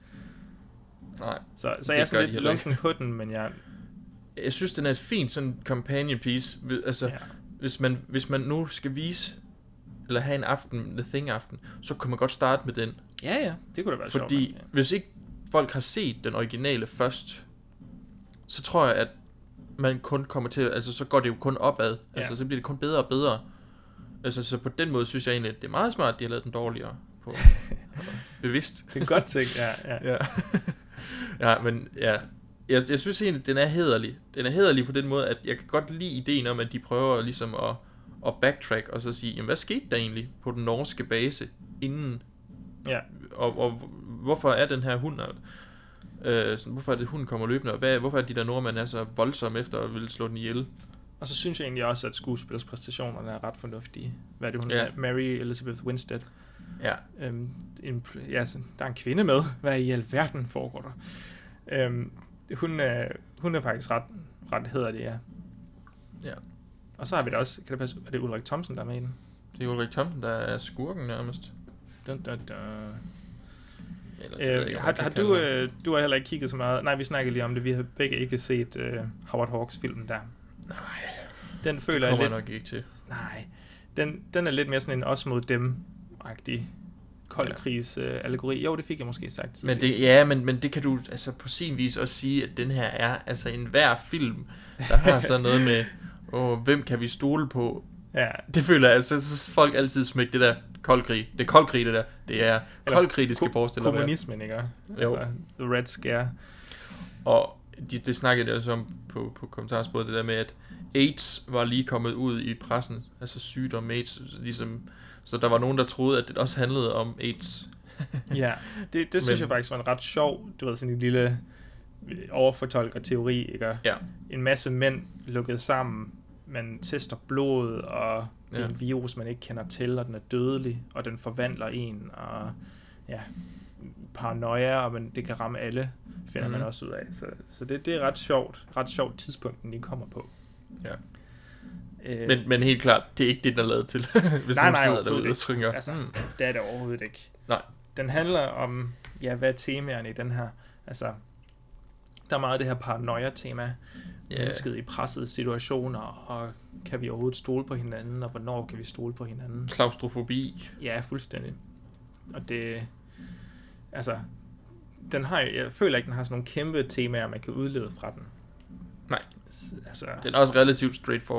Nej. Så, så jeg er sådan lidt lunken på den, men jeg... Jeg synes, den er et fint sådan companion piece. Altså, ja. hvis, man, hvis man nu skal vise, eller have en aften, The Thing-aften, så kunne man godt starte med den. Ja, ja, det kunne da være sjovt. Fordi ja. hvis ikke folk har set den originale først, så tror jeg, at man kun kommer til, altså så går det jo kun opad. Ja. Altså, så bliver det kun bedre og bedre. Altså, så på den måde synes jeg egentlig, at det er meget smart, at de har lavet den dårligere. På. Bevidst. Det er godt ting, ja. Ja, ja. Ja, men ja... Jeg, jeg synes egentlig, at den er hæderlig. Den er hæderlig på den måde, at jeg kan godt lide ideen om, at de prøver ligesom at, at backtrack og så sige, jamen hvad skete der egentlig på den norske base inden? Ja. Og, og hvorfor er den her hund, øh, hvorfor er det hunden kommer løbende, og hvad, hvorfor er de der nordmænd er så voldsomme efter at ville slå den ihjel? Og så synes jeg egentlig også, at skuespillerspræstationerne er ret fornuftige. Hvad er det, hun ja. er? Mary Elizabeth Winstead. Ja. Øhm, en, ja, så, der er en kvinde med. Hvad i alverden foregår der? Øhm, Hun er, hun er faktisk ret, ret hedder det, ja. Ja. Og så har vi det også, kan det passe, er det Ulrik Thomsen, der er med i den? Det er Ulrik Thomsen, der er skurken nærmest. Dun, dun, dun. Eller, øh, ikke, har, har du, øh, du har heller ikke kigget så meget, nej, vi snakkede lige om det, vi har begge ikke set øh, Howard Hawks filmen der. Nej, den føler det kommer jeg jeg lidt, nok ikke til. Nej, den, den er lidt mere sådan en os mod dem-agtig koldkrigs ja. øh, allegori. Jo, det fik jeg måske sagt. Men det, ja, men, men det kan du altså på sin vis også sige, at den her er altså en hver film, der har sådan noget med, åh, hvem kan vi stole på? Ja. Det føler jeg, altså, så folk altid smækker det der koldkrig. Det er koldkrig, det der. Det er koldkrig, det skal ko- forestille dig. Kommunismen, ikke? Altså, the Red Scare. Og de, det snakkede jeg også om på, på kommentarsporet, det der med, at AIDS var lige kommet ud i pressen. Altså sygdom AIDS, ligesom... Så der var nogen, der troede, at det også handlede om AIDS. Ja, det, det synes Men, jeg faktisk var en ret sjov, du ved, sådan en lille overfortolker teori, ikke? Ja. En masse mænd lukket sammen, man tester blod, og det er ja. en virus, man ikke kender til, og den er dødelig, og den forvandler en, og ja, paranoia, og man, det kan ramme alle, finder mm. man også ud af. Så, så det, det er ret sjovt, ret sjovt tidspunkt, den lige kommer på. Ja. Men, men helt klart, det er ikke det, den er lavet til, hvis nej, man nej, sidder derude og trynger. Altså, det er det overhovedet ikke. Nej. Den handler om, ja, hvad er temaerne i den her? Altså, der er meget det her paranoia-tema. Yeah. Mennesket i pressede situationer, og kan vi overhovedet stole på hinanden, og hvornår kan vi stole på hinanden? Klaustrofobi. Ja, fuldstændig. Og det, altså, den har, jeg føler ikke, den har sådan nogle kæmpe temaer, man kan udlede fra den. Nej. Altså, den er også relativt straightforward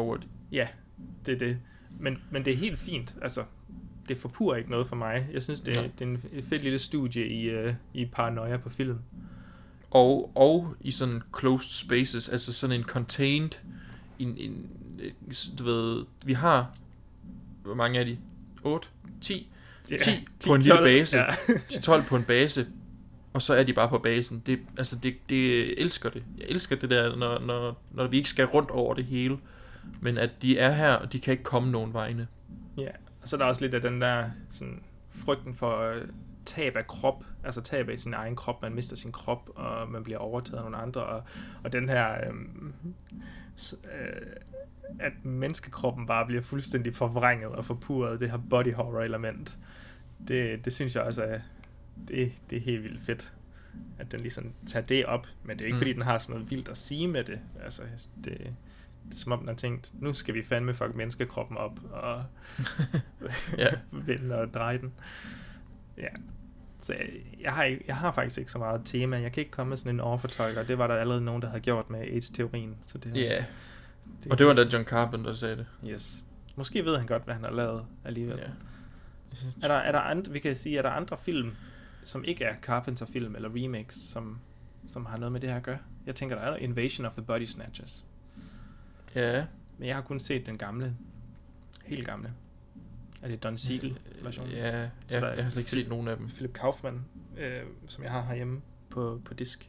Ja, det er det. Men, men det er helt fint. Altså, det forpurer ikke noget for mig. Jeg synes, det, det er en fed lille studie i, uh, i paranoia på film. Og, og i sådan closed spaces, altså sådan en contained, en, en, du ved, vi har, hvor mange er de? otte? ti? Ja, ti ti på en lille tolv, base. ja. ti tolv på en base, og så er de bare på basen. Det, altså det, det elsker det. Jeg elsker det der, når, når, når vi ikke skal rundt over det hele, men at de er her, og de kan ikke komme nogen vegne. Ja, og så er der også lidt af den der sådan, frygten for uh, tab af krop, altså tab af sin egen krop, man mister sin krop, og man bliver overtaget af nogle andre, og, og den her, øhm, s, øh, at menneskekroppen bare bliver fuldstændig forvrænget og forpurret, det her body horror element, det, det synes jeg også er, det, det er helt vildt fedt, at den ligesom tager det op, men det er ikke mm. fordi, den har sådan noget vildt at sige med det, altså det... Det er som om, den har tænkt, nu skal vi fandme fuck menneskekroppen op, og ja. vende og dreje den. Ja. Så jeg, jeg, har, jeg har faktisk ikke så meget tema. Jeg kan ikke komme med sådan en overfortolker. Det var der allerede nogen, der havde gjort med AIDS-teorien. Så det, ja, yeah. det, og det var da John Carpenter, der sagde det. Yes. Måske ved han godt, hvad han har lavet alligevel. Ja. Er der, er der andre, vi kan sige, er der andre film, som ikke er Carpenter-film eller remakes, som, som har noget med det her at gøre? Jeg tænker, der er Invasion of the Body Snatchers. Ja. Men jeg har kun set den gamle. Helt gamle. Er det Don Siegel-version? Ja, ja, jeg har ikke set nogen af dem. Philip Kaufman, øh, som jeg har herhjemme på, på disk.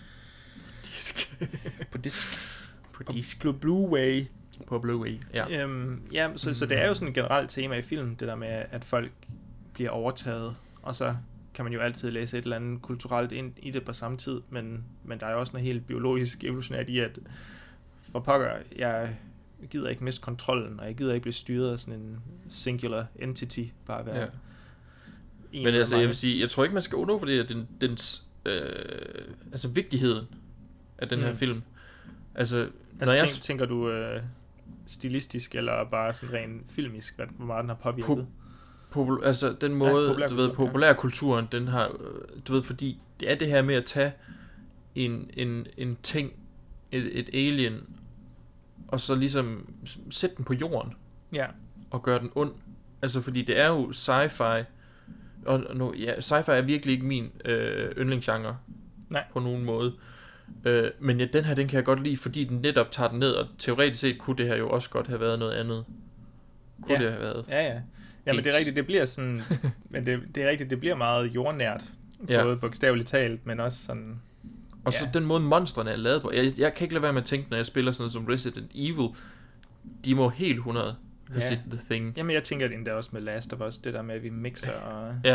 Disk. på disk. På disk. På Blu-ray. På Blu-ray, ja. Øhm, ja, så, mm. så det er jo sådan et generelt tema i film, det der med, at folk bliver overtaget, og så kan man jo altid læse et eller andet kulturelt ind i det på samme tid, men, men der er jo også noget helt biologisk evolutionært i, at for pokker, jeg gider ikke miste kontrollen, og jeg gider ikke blive styret af sådan en singular entity, bare at være ja. en. Men altså, jeg vil sige, jeg tror ikke, man skal undervurdere den, dens, øh, altså vigtigheden af den mm. her film. Altså, altså når jeg tænk, tænker du øh, stilistisk, eller bare sådan rent filmisk, hvad, hvor meget den har påvirket? Po- po- altså, den måde, ja, du ved, populærkulturen, den har, du ved, fordi det er det her med at tage en, en, en ting, et, et alien, og så ligesom sætte den på jorden, ja, og gøre den ond. Altså, fordi det er jo sci-fi, og no, ja, sci-fi er virkelig ikke min øh, yndlingsgenre, nej, på nogen måde. Øh, men ja, den her, den kan jeg godt lide, fordi den netop tager den ned, og teoretisk set kunne det her jo også godt have været noget andet. Kunne ja. det have været? Ja, ja. Ja, men det er rigtigt, det bliver sådan, men det, det er rigtigt, det bliver meget jordnært, ja. både bogstaveligt talt, men også sådan. Og ja. Så den måde monstrene er lavet på. Jeg, jeg kan ikke lade være med at tænke, når jeg spiller sådan noget som Resident Evil, de må helt hundrede have ja. set The Thing. Jamen jeg tænker det endda også med Last of Us, det der med at vi mixer og... Ja.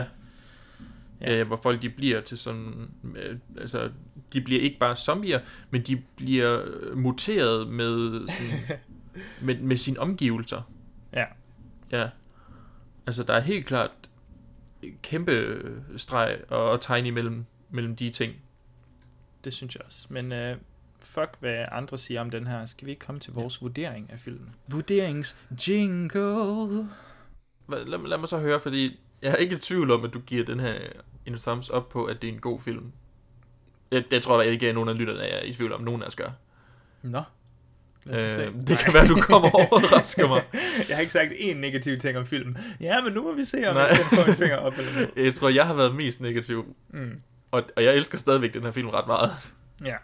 Ja. Øh, hvor folk de bliver til sådan, øh, altså de bliver ikke bare zombier, men de bliver muteret med sådan, med, med sine omgivelser. Ja. Ja. Altså der er helt klart kæmpe streg og, og tegn imellem mellem de ting. Det synes jeg også. Men uh, fuck hvad andre siger om den her. Skal vi ikke komme til vores ja. vurdering af filmen? Vurderings jingle. Lad, lad mig så høre, fordi jeg er ikke i tvivl om, at du giver den her en thumbs up på, at det er en god film. Det, det tror jeg ikke, at nogen af lytterne er i tvivl om, nogen af os gør. Nå. Øh, det Nej. Kan være, du kommer og overrasker mig. Jeg har ikke sagt én negativ ting om filmen. Ja, men nu må vi se, om Nej. jeg kan få en finger op eller noget. Jeg tror, jeg har været mest negativ. Mm. Og, og jeg elsker stadigvæk den her film ret meget. Ja.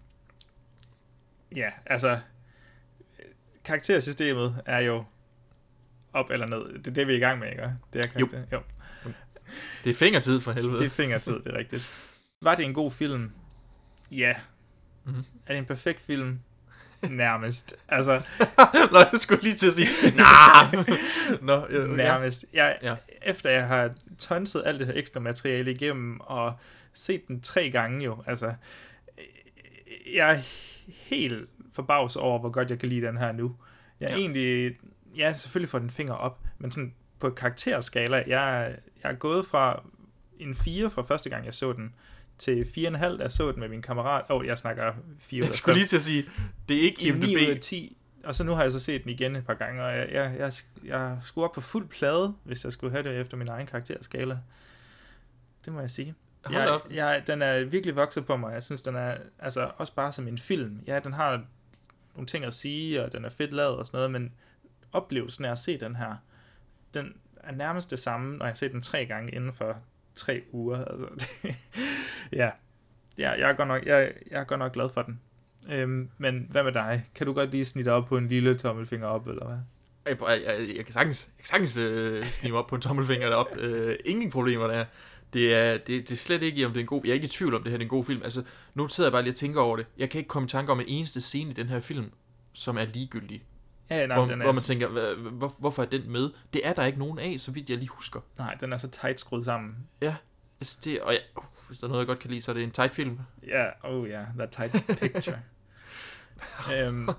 Ja, altså karaktersystemet er jo op eller ned. Det er det, vi er i gang med, ikke? Det er karakter. Jo. jo. Det er fingertid for helvede. Det er fingertid, det er rigtigt. Var det en god film? Ja. Mm-hmm. Er det en perfekt film? Nærmest. Altså. Nå, jeg skulle lige til at sige, nah. Nå, ja, nærmest. Jeg, ja. Efter jeg har tonset alt det her ekstra materiale igennem, og set den tre gange jo, altså, jeg er helt forbavset over, hvor godt jeg kan lide den her nu. Jeg er ja. egentlig, ja, selvfølgelig får den finger op, men sådan på karakterskala, jeg, jeg er gået fra en fire fra første gang, jeg så den, til fire komma fem, da jeg så den med min kammerat. Åh, oh, jeg snakker fire ud af fem. Jeg skulle lige til at sige, det er ikke I M D B. ni ud af ti, og så nu har jeg så set den igen et par gange, og jeg, jeg, jeg, jeg skulle op på fuld plade, hvis jeg skulle have det efter min egen karakterskala. Det må jeg sige. Jeg, jeg, den er virkelig vokset på mig. Jeg synes, den er altså også bare som en film. Ja, den har nogle ting at sige, og den er fedt lavet og sådan noget, men oplevelsen af at se den her, den er nærmest det samme, når jeg har set den tre gange inden for tre uger. Altså, ja, ja jeg, er godt nok, jeg, jeg er godt nok glad for den. Øhm, men hvad med dig? Kan du godt lige snitte op på en lille tommelfinger op, eller hvad? Jeg, jeg, jeg, jeg kan sagtens, jeg kan sagtens øh, snive op på en tommelfinger derop. Øh, ingen problemer der. Det er, det, det er slet ikke, om det er en god... Jeg er ikke i tvivl om, det her er en god film. Altså, nu sidder jeg bare lige og tænker over det. Jeg kan ikke komme i tanke om en eneste scene i den her film, som er ligegyldig. Ja, nej, hvor, den er... hvor man tænker, hvor, hvorfor er den med? Det er der ikke nogen af, så vidt jeg lige husker. Nej, den er så tight skruet sammen. Ja, altså det, og ja, uh, hvis der er noget, jeg godt kan lide, så er det en tight film. Ja, yeah, oh ja, yeah, that tight picture. um,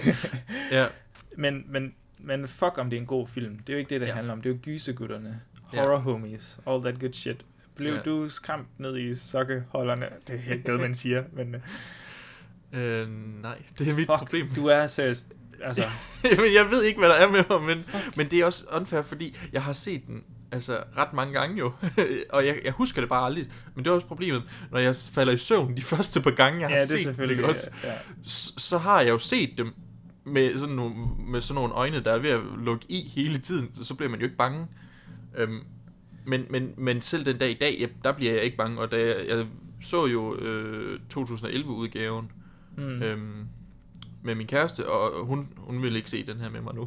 ja. Men, men, men fuck om det er en god film. Det er jo ikke det, det ja. handler om. Det er jo gysegutterne. Horror ja. homies. All that good shit. Blev ja. du skræmt ned i sokkeholderne? Det er helt noget, man siger. Men, øh, nej, det er mit fuck, problem. Du er seriøst... Altså. Men jeg ved ikke, hvad der er med mig, men, men det er også unfair, fordi jeg har set den altså ret mange gange jo, og jeg, jeg husker det bare aldrig, men det er også problemet, når jeg falder i søvn de første par gange, jeg har ja, det set det også, ja, ja. så, så har jeg jo set dem med sådan, nogle, med sådan nogle øjne, der er ved at lukke i hele tiden, så, så bliver man jo ikke bange. Øhm, men, men, men selv den dag i dag, ja, der bliver jeg ikke bange, og da jeg, jeg så jo øh, to tusind og elleve-udgaven, mm. øhm, med min kæreste, og hun, hun ville ikke se den her med mig nu.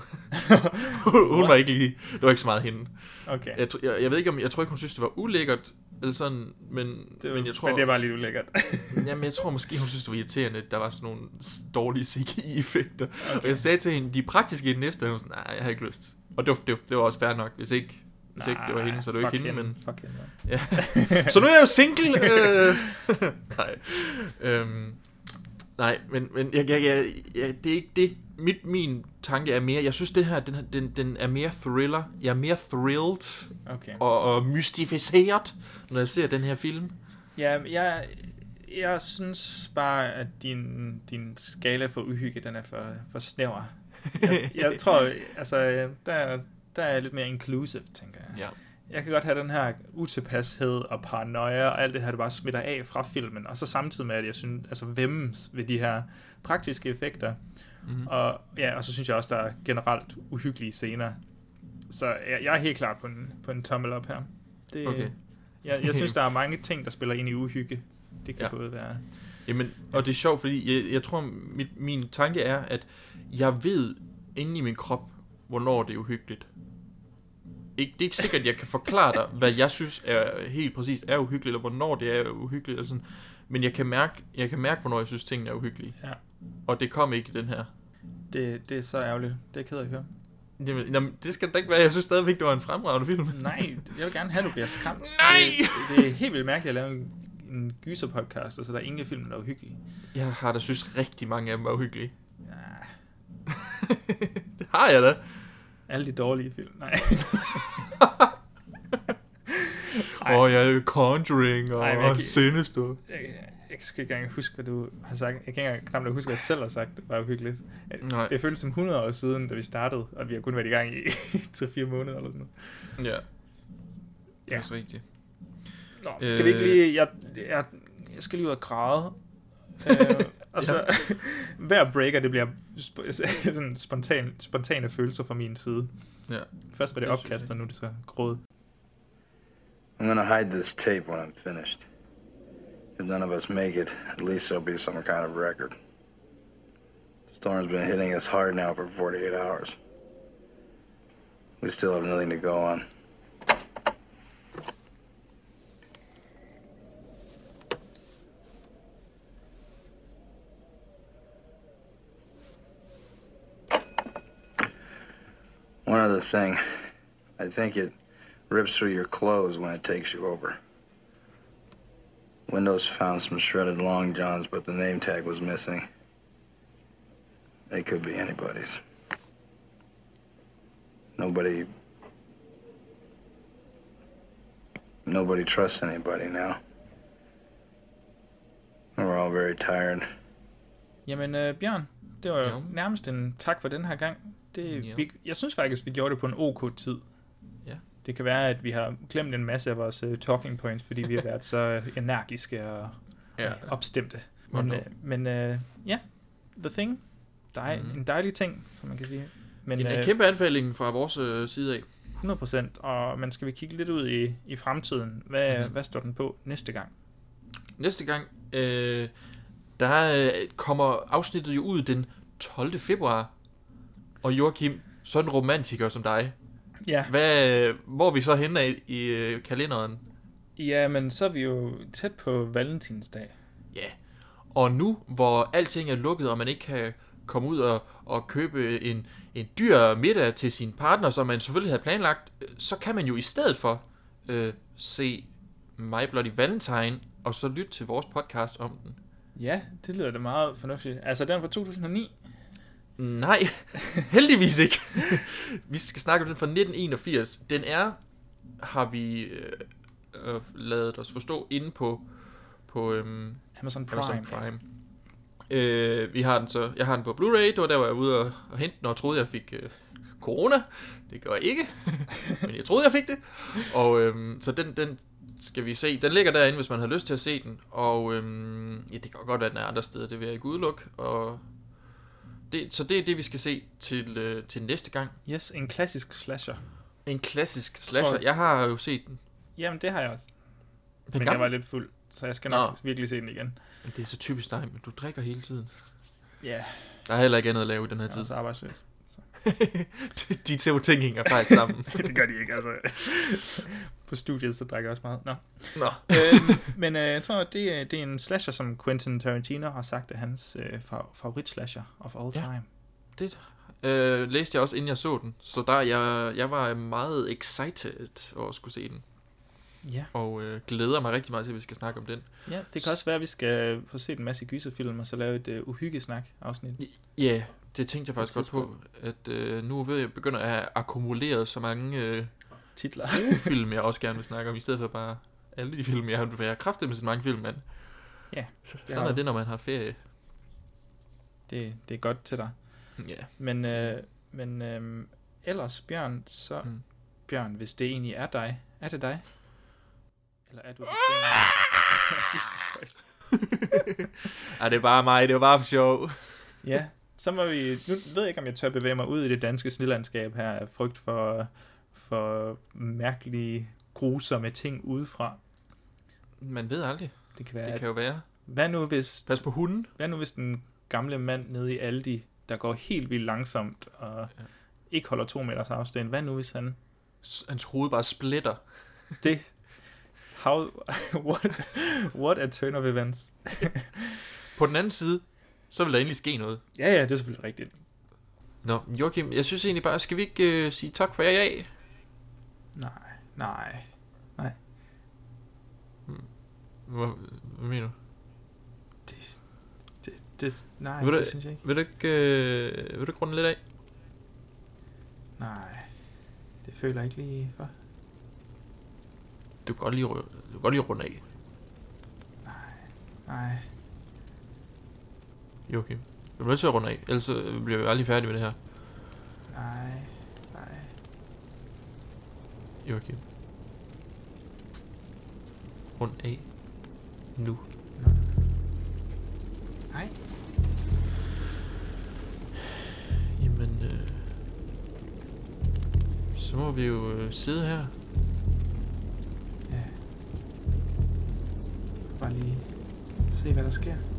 hun, hun var ikke lige, det var ikke så meget hende. Okay. Jeg, jeg, jeg ved ikke om, jeg tror ikke hun synes det var ulækkert, eller sådan, men, det, men jeg tror... Men det var lidt ulækkert. Jamen jeg tror måske hun synes det var irriterende, at der var sådan nogle dårlige C G I-effekter. Okay. Og jeg sagde til hende, de er praktiske i den næste, og hun sagde, nej, jeg har ikke lyst. Og det var, det var, det var også fair nok, hvis ikke, hvis ikke det var hende, så det var ikke hende, men... Fuck hende, ja. Så nu er jeg jo single! øh... nej. Øhm... Nej, men, men jeg, jeg, jeg, jeg, det er ikke det. Mit, min tanke er mere, jeg synes, det her, den, den, den er mere thriller. Jeg er mere thrilled okay. og, og mystificeret, når jeg ser den her film. Ja, jeg, jeg synes bare, at din, din skala for uhygge, den er for, for snæver. Jeg, jeg tror, altså, der, der er lidt mere inclusive, tænker jeg. Ja. Jeg kan godt have den her utilpashed og paranoia og alt det her, det bare smitter af fra filmen. Og så samtidig med, at jeg synes, altså væmmes ved de her praktiske effekter. Mm-hmm. Og, ja, og så synes jeg også, der er generelt uhyggelige scener. Så jeg, jeg er helt klart på en, på en tommel op her. Det, okay. jeg, jeg synes, der er mange ting, der spiller ind i uhygge. Det kan ja. både være... Jamen, og det er sjovt, fordi jeg, jeg tror, mit, min tanke er, at jeg ved inde i min krop, hvornår det er uhyggeligt. Ikke, det er ikke sikkert, at jeg kan forklare dig, hvad jeg synes er helt præcist er uhyggeligt, eller hvornår det er uhyggeligt, eller sådan. Men jeg kan mærke, jeg kan mærke, hvornår jeg synes, tingene er uhyggelige. Ja. Og det kom ikke i den her. Det, det er så ærgerligt. Det er jeg ked af at høre. Jamen, jamen, det skal da ikke være. Jeg synes stadigvæk, det var en fremragende film. Nej, jeg vil gerne have, at du bliver skræmt. Nej! Det, det er helt vildt mærkeligt at lave en, en gyser-podcast, altså der er ingen film, der er uhyggelige. Jeg har da synes rigtig mange af dem var uhyggelige. Ja. Det har jeg da. Alle de dårlige film, nej. Åh, oh, jeg er Conjuring og, og Sinister. Jeg, jeg, jeg skal ikke engang huske, hvad du har sagt. Jeg kan ikke engang knap huske, hvad jeg selv har sagt. Det var uhyggeligt. Nej. Det føltes som hundrede år siden, da vi startede, og vi har kun været i gang i tre fire måneder eller sådan noget. Ja. Det er ja. så rigtigt. Nå, skal øh... det ikke lige... Jeg, jeg, jeg skal lige ud og græde. øh, og så ja. hver breaker, det bliver sp- sådan spontan, spontane følelser fra min side. Ja. Først var det opkast, og nu er det så gråd. I'm gonna hide this tape when I'm finished. If none of us make it, at least there'll be some kind of record. The storm's been hitting us hard now for forty-eight hours. We still have nothing to go on. One other thing. I think it rips through your clothes when it takes you over. Windows found some shredded long johns, but the name tag was missing. They could be anybody's. Nobody... Nobody trusts anybody now. We're all very tired. Jamen, øh, Bjørn, det var jo nærmest en tak for den her gang. Det, vi, jeg synes faktisk, vi gjorde det på en ok tid. Ja. Det kan være, at vi har glemt en masse af vores uh, talking points, fordi vi har været så energiske og, ja. og opstemte. Men, uh, men uh, ja, The Thing, dej, mm. en dejlig ting, som man kan sige. Men, en, øh, en kæmpe anbefaling fra vores øh, side af. hundrede procent, og man skal vi kigge lidt ud i, i fremtiden. Hvad, Mhm. hvad står den på næste gang? Næste gang, øh, der øh, kommer afsnittet jo ud den tolvte februar. Og Joachim, sådan en romantiker som dig. Ja. Hvad, hvor er vi så henne af i øh, kalenderen? Ja, men så er vi jo tæt på valentinsdag. Ja, og nu hvor alting er lukket, og man ikke kan komme ud og, og købe en, en dyr middag til sin partner, som man selvfølgelig havde planlagt, så kan man jo i stedet for øh, se My Bloody Valentine, og så lytte til vores podcast om den. Ja, det lyder da meget fornuftigt. Altså, den fra to tusind og ni? Nej, heldigvis ikke. Vi skal snakke om den fra nitten enogfirs. Den er, har vi øh, øh, lavet os forstå, inde på, på øhm, Amazon Prime. Amazon Prime. Øh, vi har den så, jeg har den på Blu-ray, det var der, hvor jeg var ude og, og hente den, og troede, jeg fik øh, corona. Det gør jeg ikke, men jeg troede, jeg fik det. Og øhm, så den, den skal vi se. Den ligger derinde, hvis man har lyst til at se den. Og øhm, ja, det kan godt være, den er andre steder, det vil jeg ikke udelukke. Og det, så det er det, vi skal se til, øh, til næste gang. Yes, en klassisk slasher. En klassisk slasher. jeg. Jeg har jo set den. Jamen, det har jeg også. Den Men gamle? jeg var lidt fuld, så jeg skal nok Nå. virkelig se den igen. Men det er så typisk dig, men du drikker hele tiden. Ja. Der er heller ikke andet at lave i den her Jeg er tid. også arbejdsløs. Så. De to ting hænger faktisk sammen. Det gør de ikke, altså. På studiet, så drikker jeg også meget. Nå. Nå. øhm, men øh, jeg tror, det, er- det er en slasher, som Quentin Tarantino har sagt, er hans øh, fa- favorit slasher of all Ja. time. Det øh, læste jeg også, inden jeg så den. Så der jeg, jeg var meget excited over at skulle se den. Ja. Og øh, glæder mig rigtig meget til, at vi skal snakke om den. Ja, det kan også være, at vi skal få set en masse gyserfilm, og så lave et uh, uhyggesnak-afsnit. Ja, det tænkte jeg faktisk På et godt på, at øh, nu ved jeg begynder at have akkumuleret så mange øh, titler. film, jeg også gerne vil snakke om, i stedet for bare alle de film, jeg har. Jeg har kraftet med så mange film, mand. Ja. Sådan er det, når man har ferie. Det, det er godt til dig. Ja. Men, øh, men øh, ellers, Bjørn, så... Mm. Bjørn, hvis det egentlig er dig, er det dig? Eller er du... Jesus Christ. Ej, det er bare mig, det var bare for sjov. Ja, så må vi... Nu ved jeg ikke, om jeg tør bevæge mig ud i det danske snillandskab her af frygt for, for mærkelige, grusomme ting udefra. Man ved aldrig. Det kan være... Det kan jo være. Hvad nu hvis... Pas på hunden. Hvad nu hvis den gamle mand nede i Aldi, der går helt vildt langsomt og ja. ikke holder to meters afstand, hvad nu hvis han... Hans hoved bare splitter. Det... How... What, what a turn of events. På den anden side, så vil der endelig ske noget. Ja, ja, det er selvfølgelig rigtigt. Nå, Joachim, jeg synes egentlig bare, skal vi ikke uh, sige tak for jer i dag? Nej, nej, nej. Hvad, hvad mener du? Det, det, det nej, vil det du, synes jeg ikke. Vil du ikke, øh, vil du ikke runde lidt af? Nej, det føler jeg ikke lige for. Du kan godt lige, du kan godt lige runde af. Nej. Joachim, du er nødt til at runde af, ellers så bliver vi aldrig færdige med det her. Nej, nej. Joachim. Rund af. Nu. Nej. Jamen, øh, så må vi jo øh, sidde her. Ja. Bare lige se, hvad der sker.